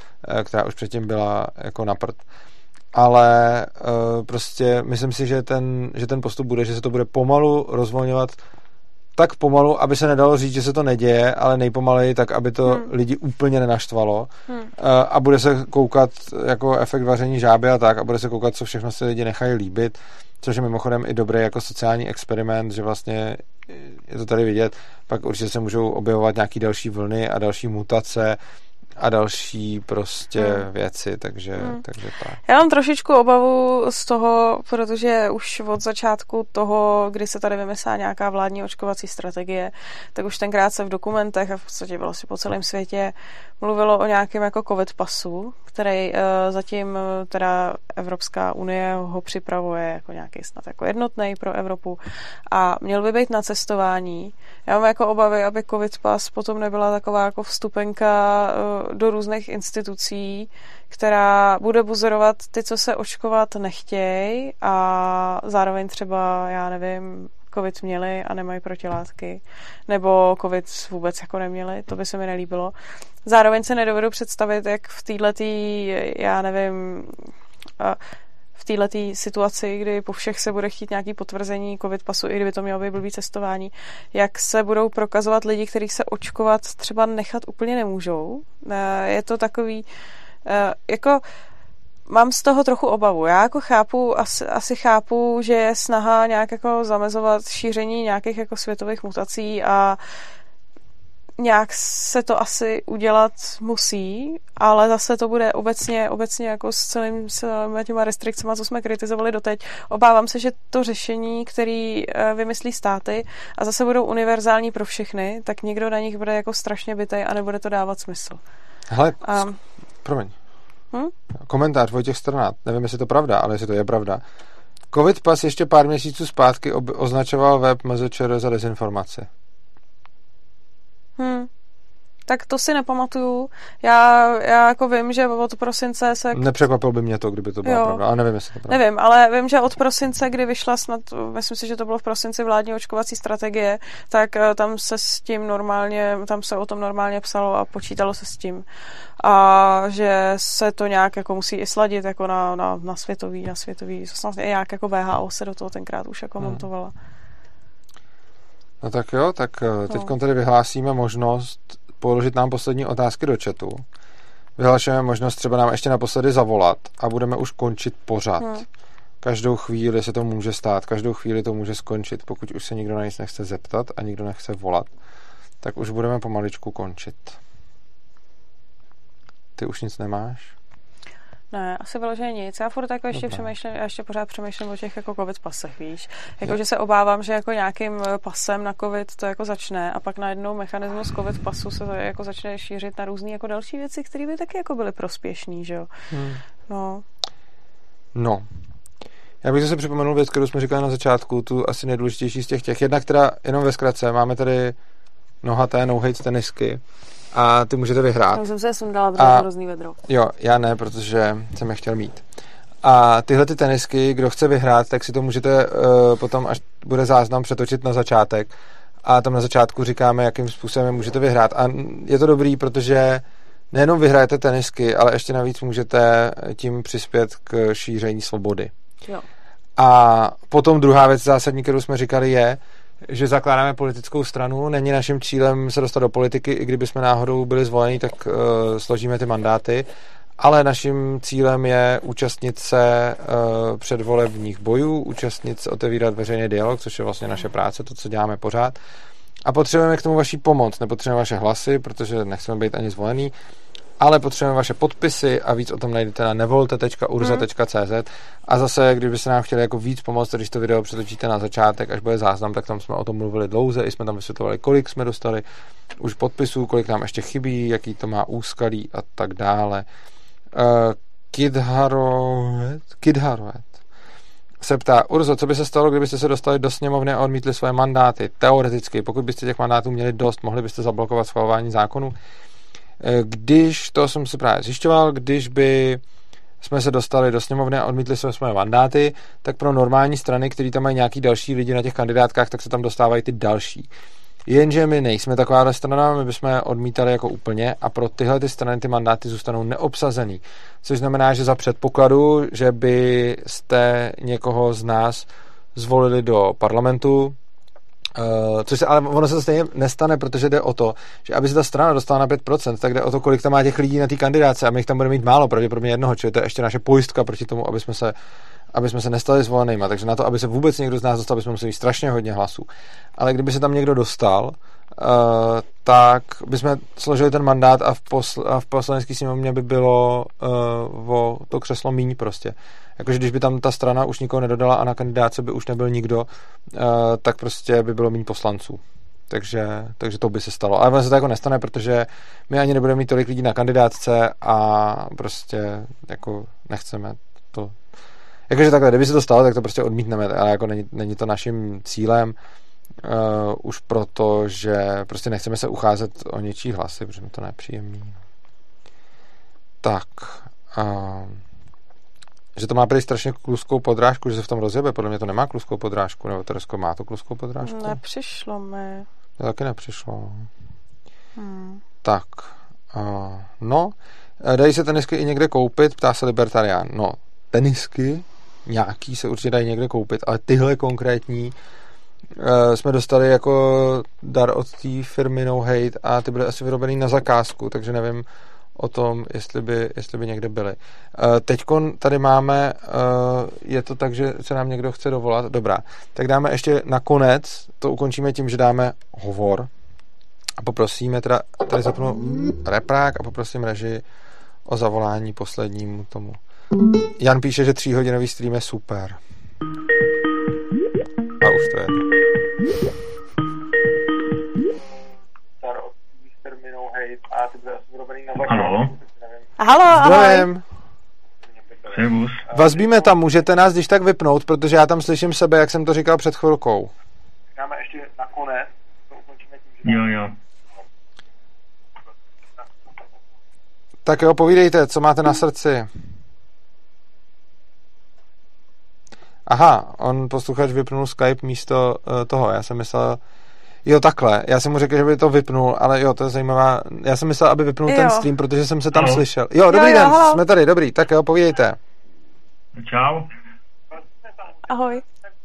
byla jako na prd. Ale prostě myslím si, že ten postup bude, že se to bude pomalu rozvolňovat, tak pomalu, aby se nedalo říct, že se to neděje, ale nejpomaleji tak, aby to lidi úplně nenaštvalo a bude se koukat jako efekt vaření žáby a tak a bude se koukat, co všechno si lidi nechají líbit, což je mimochodem i dobrý jako sociální experiment, že vlastně je to tady vidět, pak určitě se můžou objevovat nějaký další vlny a další mutace a další prostě věci, takže tak. Já mám trošičku obavu z toho, protože už od začátku toho, kdy se tady vymyslá nějaká vládní očkovací strategie, tak už tenkrát se v dokumentech a v podstatě vlastně po celém světě mluvilo o nějakém jako covid pasu, který zatím teda Evropská unie ho připravuje jako nějaký snad jako jednotný pro Evropu a měl by být na cestování. Já mám jako obavy, aby covid pas potom nebyla taková jako vstupenka do různých institucí, která bude buzerovat ty, co se očkovat nechtějí a zároveň třeba, já nevím, covid měli a nemají protilátky, nebo covid vůbec jako neměli, to by se mi nelíbilo. Zároveň se nedovedu představit, jak v téhletý, já nevím, v této situaci, kdy po všech se bude chtít nějaký potvrzení covid pasu, i kdyby to mělo být blbý cestování, jak se budou prokazovat lidi, kteří se očkovat třeba nechat úplně nemůžou. Je to takový, jako mám z toho trochu obavu. Já jako asi chápu, že je snaha nějak jako zamezovat šíření nějakých jako světových mutací a nějak se to asi udělat musí, ale zase to bude obecně jako s celými těma restrikcemi, co jsme kritizovali doteď. Obávám se, že to řešení, který vymyslí státy a zase budou univerzální pro všechny, tak někdo na nich bude jako strašně bitej a nebude to dávat smysl. Hele, promiň. Komentář Vojtěch Strnad, nevím, jestli to pravda, ale jestli to je pravda. Covid pas ještě pár měsíců zpátky označoval web MZČR za dezinformaci. Tak to si nepamatuju. Já jako vím, že od prosince se... Nepřekvapilo by mě to, kdyby to byla pravda, ale nevím, jestli to pravda. Nevím, ale vím, že od prosince, kdy vyšla snad, myslím si, že to bylo v prosinci vládní očkovací strategie, tak tam se s tím normálně, tam se o tom normálně psalo a počítalo se s tím. A že se to nějak jako musí i sladit jako na světový, snad nějak jako VHO se do toho tenkrát už jako montovala. No tak jo, tak teď tady vyhlásíme možnost položit nám poslední otázky do chatu. Vyhlašujeme možnost třeba nám ještě naposledy zavolat a budeme už končit pořad. Každou chvíli se to může stát, každou chvíli to může skončit. Pokud už se nikdo na nic nechce zeptat a nikdo nechce volat, tak už budeme pomaličku končit. Ty už nic nemáš? Ne, asi vyloženě nic. Já furt jako ještě přemýšlím, pořád přemýšlím o těch jako covid pasech, víš. Jako, že se obávám, že jako nějakým pasem na covid to jako začne a pak najednou mechanismus covid pasu se to jako začne šířit na různý jako další věci, které by taky jako byly prospěšný, že jo. No. Já bych zase připomenul věc, kterou jsme říkali na začátku, tu asi nejdůležitější z těch. Jedna, která jenom ve zkratce, máme tady nohaté no-hate tenisky a ty můžete vyhrát. Já jsem se sundala, protože hrozný vedro. Jo, já ne, protože jsem je chtěl mít. A tyhle ty tenisky, kdo chce vyhrát, tak si to můžete potom, až bude záznam, přetočit na začátek. A tam na začátku říkáme, jakým způsobem můžete vyhrát. A je to dobrý, protože nejenom vyhrajete tenisky, ale ještě navíc můžete tím přispět k šíření svobody. Jo. A potom druhá věc zásadní, kterou jsme říkali, je, že zakládáme politickou stranu. Není naším cílem se dostat do politiky, i kdyby jsme náhodou byli zvoleni, tak složíme ty mandáty. Ale naším cílem je účastnit se předvolebních bojů, účastnit se, otevírat veřejný dialog, což je vlastně naše práce, to, co děláme pořád. A potřebujeme k tomu vaši pomoc. Nepotřebujeme vaše hlasy, protože nechceme být ani zvolený, ale potřebujeme vaše podpisy a víc o tom najdete na nevolte.urza.cz. A zase, kdyby se nám chtěli jako víc pomoct, když to video přetočíte na začátek, až bude záznam, tak tam jsme o tom mluvili dlouze, i jsme tam vysvětlovali, kolik jsme dostali už podpisů, kolik nám ještě chybí, jaký to má úskalí a tak dále. Kidharoet se ptá, Urzo, co by se stalo, kdybyste se dostali do sněmovny a odmítli svoje mandáty? Teoreticky, pokud byste těch mandátů měli dost, mohli byste zablokovat schvalování zákonů? Když, to jsem si právě zjišťoval, když by jsme se dostali do sněmovny a odmítli svoje mandáty, tak pro normální strany, které tam mají nějaký další lidi na těch kandidátkách, tak se tam dostávají ty další. Jenže my nejsme taková strana, my bychom je odmítali jako úplně a pro tyhle ty strany ty mandáty zůstanou neobsazený. Což znamená, že za předpokladu, že byste někoho z nás zvolili do parlamentu, ale ono se to stejně nestane, protože jde o to, že aby se ta strana dostala na 5%, tak jde o to, kolik tam má těch lidí na té kandidáce a my jich tam budeme mít málo, pravděpodobně jednoho, čili to je ještě naše pojistka proti tomu, aby jsme se nestali zvolenýma. Takže na to, aby se vůbec někdo z nás dostal, bychom museli strašně hodně hlasů. Ale kdyby se tam někdo dostal, tak bychom složili ten mandát a v poslanecké sněmovně by bylo o to křeslo míň prostě. Jakože když by tam ta strana už nikoho nedodala a na kandidáce by už nebyl nikdo, tak prostě by bylo míň poslanců. Takže to by se stalo. Ale se to jako nestane, protože my ani nebudeme mít tolik lidí na kandidátce a prostě jako nechceme to. Jakože takhle, kdyby se to stalo, tak to prostě odmítneme, ale jako není to naším cílem, už proto, že prostě nechceme se ucházet o něčí hlasy, protože mi to nepříjemný. Tak, že to má prý strašně kluskou podrážku, že se v tom rozjebe, podle mě to nemá kluskou podrážku, nebo Teresko, má to kluskou podrážku? Nepřišlo mi. To taky nepřišlo. Tak, no, dají se tenisky i někde koupit, ptá se Libertarián. No, tenisky nějaký se určitě dají někde koupit, ale tyhle konkrétní jsme dostali jako dar od té firmy No Hate a ty byly asi vyrobený na zakázku, takže nevím o tom, jestli by někde byly. Teďkon tady máme, je to tak, že se nám někdo chce dovolat, dobrá, tak dáme ještě nakonec, to ukončíme tím, že dáme hovor A poprosíme tady zapnu reprák a poprosím režii o zavolání poslednímu tomu. Jan píše, že 3hodinový stream je super. A už to je. Halo. Halo, Zdravím. Servus. Vazbíme tam, můžete nás když tak vypnout, protože já tam slyším sebe, jak jsem to říkal před chvilkou. Dáme ještě nakonec, to ukončíme tím, že... Jo. Tak jo, povídejte, co máte na srdci. Aha, on posluchač vypnul Skype místo toho, já jsem myslel, jo takhle, já jsem mu řekl, že by to vypnul, ale jo, to je zajímavá, já jsem myslel, aby vypnul ten stream, protože jsem se tam slyšel. Jo, dobrý den, halo. jsme tady, dobrý, tak jo, povídejte. Čau. Ahoj.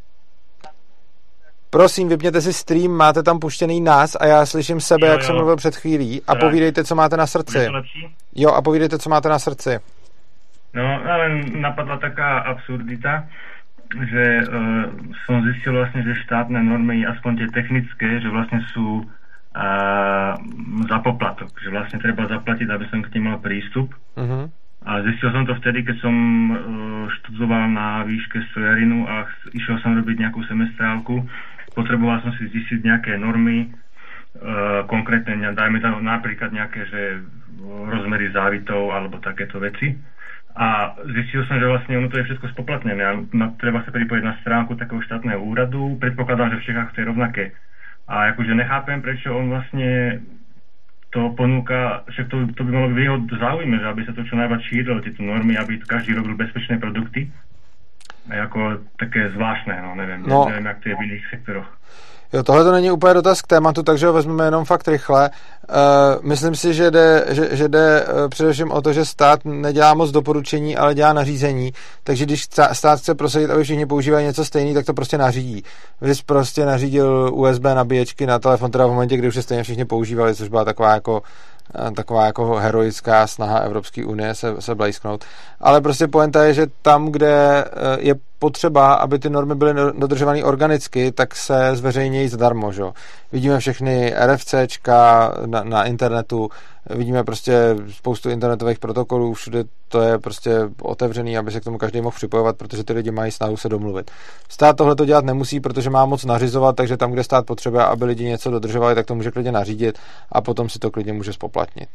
Prosím, vypněte si stream, máte tam puštěný nás a já slyším sebe, Jo, jak jsem mluvil před chvílí a povídejte, co máte na srdci. Bude to lepší? Jo, a povídejte, co máte na srdci. No, ale napadla taká absurdita, že som zistil vlastne, že štátne normy, aspoň tie technické, že vlastne sú za poplatok, že vlastne treba zaplatiť, aby som k nim mal prístup. Mhm. A zistil som to vtedy, keď som študoval na výške strojarinu a išiel som robiť nejakú semestrálku. Potreboval som si zistiť nejaké normy, konkrétne, dajme tam napríklad nejaké, že rozmery závitov alebo takéto veci. A zistil som, že vlastne ono to je všetko spoplatnené a treba sa pripojiť na stránku takého štátneho úradu. Predpokladám, že v Čechách to je rovnaké. A akože nechápem, prečo on vlastne to ponúka, však to by malo byť v jeho záujme, že aby sa to čo najviac šírilo, tieto normy, aby každý robil bezpečné produkty. A jako také zvláštné, no neviem, neviem, jak to je v iných sektoroch. Jo, tohle to není úplně dotaz k tématu, takže ho vezmeme jenom fakt rychle. Myslím si, že jde především o to, že stát nedělá moc doporučení, ale dělá nařízení. Takže když stát chce prosadit, aby všichni používali něco stejný, tak to prostě nařídí. Vys prostě nařídil USB nabíječky na telefon, teda v momentě, kdy už je stejně všichni používali, což byla taková jako heroická snaha Evropské unie se blejsknout. Ale prostě pointa je, že tam, kde je potřeba, aby ty normy byly dodržovány organicky, tak se zveřejnějí zadarmo, že? Vidíme všechny RFCčka na internetu, vidíme prostě spoustu internetových protokolů, všude to je prostě otevřený, aby se k tomu každý mohl připojovat, protože ty lidi mají snahu se domluvit. Stát tohle to dělat nemusí, protože má moc nařizovat, takže tam, kde stát potřebuje, aby lidi něco dodržovali, tak to může klidně nařídit a potom si to klidně může spoplatnit.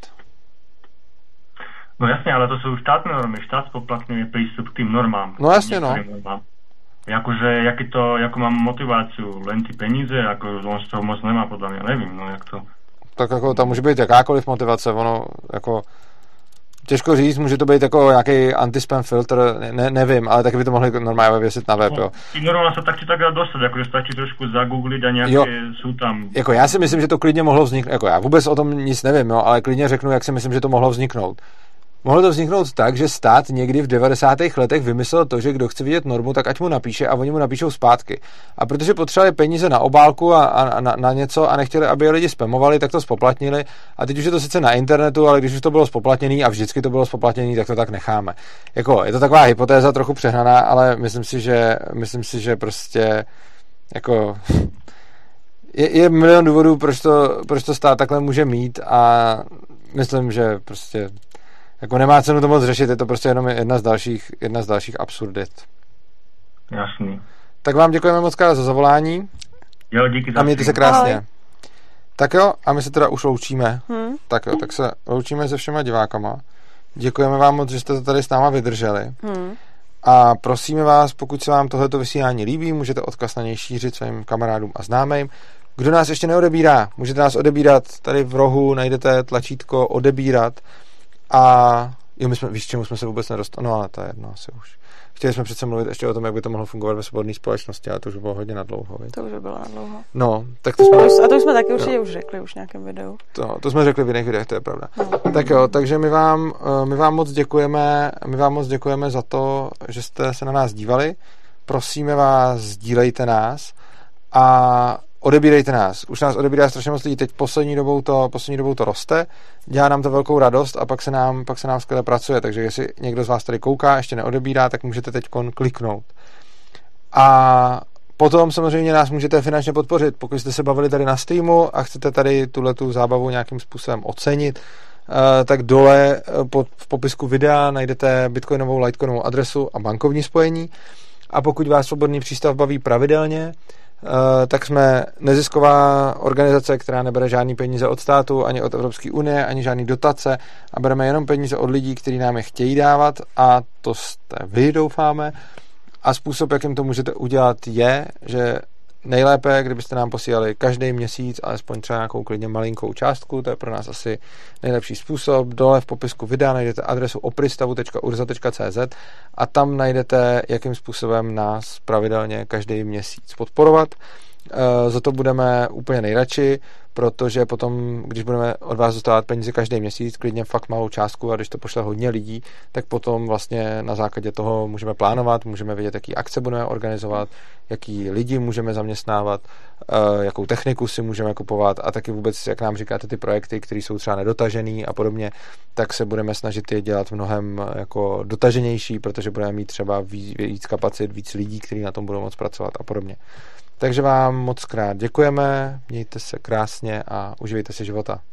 No jasne, ale to sú štátne normy. Štát spoplatňuje prístup k tým normám. No jasne, no. Akože, ako mám motiváciu, len ty peníze, ako on z toho moc nemá, podľa mňa, nevím, no jak to... Tak jako tam může být jakákoliv motivace, ono jako těžko říct, může to být jako nějaký anti-spam filtr, nevím, ale taky by to mohli normálně vyvěsit na web, jo. Ty normálně se tak či tak dá dostat, jakože stačí trošku zagooglit a nějaké jsou tam... Jako já si myslím, že to klidně mohlo vzniknout, jako já vůbec o tom nic nevím, jo, ale klidně řeknu, jak si myslím, že to mohlo vzniknout. Mohlo to vzniknout tak, že stát někdy v 90. letech vymyslel to, že kdo chce vidět normu, tak ať mu napíše a oni mu napíšou zpátky. A protože potřebovali peníze na obálku a na něco a nechtěli, aby je lidi spamovali, tak to spoplatnili. A teď už je to sice na internetu, ale když už to bylo spoplatněný a vždycky to bylo spoplatněný, tak to tak necháme. Jako, je to taková hypotéza trochu přehnaná, ale myslím si, že prostě jako je milion důvodů, proč to stát takhle může mít a myslím, že prostě jako nemá cenu to moc řešit, je to prostě jenom jedna z dalších absurdit. Jasný. Tak vám děkujeme moc krát za zavolání. Jo, díky za a mějte se krásně. Ahoj. Tak jo, a my se teda už loučíme. Tak jo, tak se loučíme se všema divákama. Děkujeme vám moc, že jste to tady s náma vydrželi. A prosíme vás, pokud se vám tohleto vysílání líbí, můžete odkaz na něj šířit svým kamarádům a známým. Kdo nás ještě neodebírá, můžete nás odebírat tady v rohu, najdete tlačítko odebírat. A jo, víš, čemu jsme se vůbec nedostali? No, ale to je jedno asi už. Chtěli jsme přece mluvit ještě o tom, jak by to mohlo fungovat ve svobodné společnosti, ale to už bylo hodně nadlouho. To už by bylo nadlouho. No, tak to jsme... A to už jsme taky určitě už řekli už v nějakém videu. To jsme řekli v jiných videích, to je pravda. No. Tak jo, takže my vám moc děkujeme za to, že jste se na nás dívali. Prosíme vás, sdílejte nás a odebírejte nás. Už nás odebírá strašně moc lidí. Teď poslední dobou to roste, dělá nám to velkou radost a pak se nám skvěle pracuje. Takže jestli někdo z vás tady kouká, ještě neodebírá, tak můžete teď kliknout. A Potom samozřejmě nás můžete finančně podpořit. Pokud jste se bavili tady na streamu a chcete tady tuhletu zábavu nějakým způsobem ocenit, tak dole v popisku videa najdete bitcoinovou, litecoinovou adresu a bankovní spojení. A pokud vás Svobodný přístav baví pravidelně, tak jsme nezisková organizace, která nebere žádný peníze od státu, ani od Evropské unie, ani žádný dotace a bereme jenom peníze od lidí, kteří nám je chtějí dávat a to jste vy, doufáme. A způsob, jakým to můžete udělat, je, že nejlépe, kdybyste nám posílali každý měsíc alespoň třeba nějakou klidně malinkou částku, to je pro nás asi nejlepší způsob. Dole v popisku videa najdete adresu opristavu.urza.cz a tam najdete, jakým způsobem nás pravidelně každý měsíc podporovat. Za to budeme úplně nejradši, protože potom, když budeme od vás dostávat peníze každý měsíc, klidně fakt malou částku a když to pošle hodně lidí, tak potom vlastně na základě toho můžeme plánovat, můžeme vědět, jaký akce budeme organizovat, jaký lidi můžeme zaměstnávat, jakou techniku si můžeme kupovat a taky vůbec, jak nám říkáte, ty projekty, které jsou třeba nedotažený a podobně, tak se budeme snažit je dělat mnohem jako dotaženější, protože budeme mít třeba víc kapacit, víc lidí, kteří na tom budou moct pracovat a podobně. Takže vám moc krát děkujeme, mějte se krásně a uživejte si života.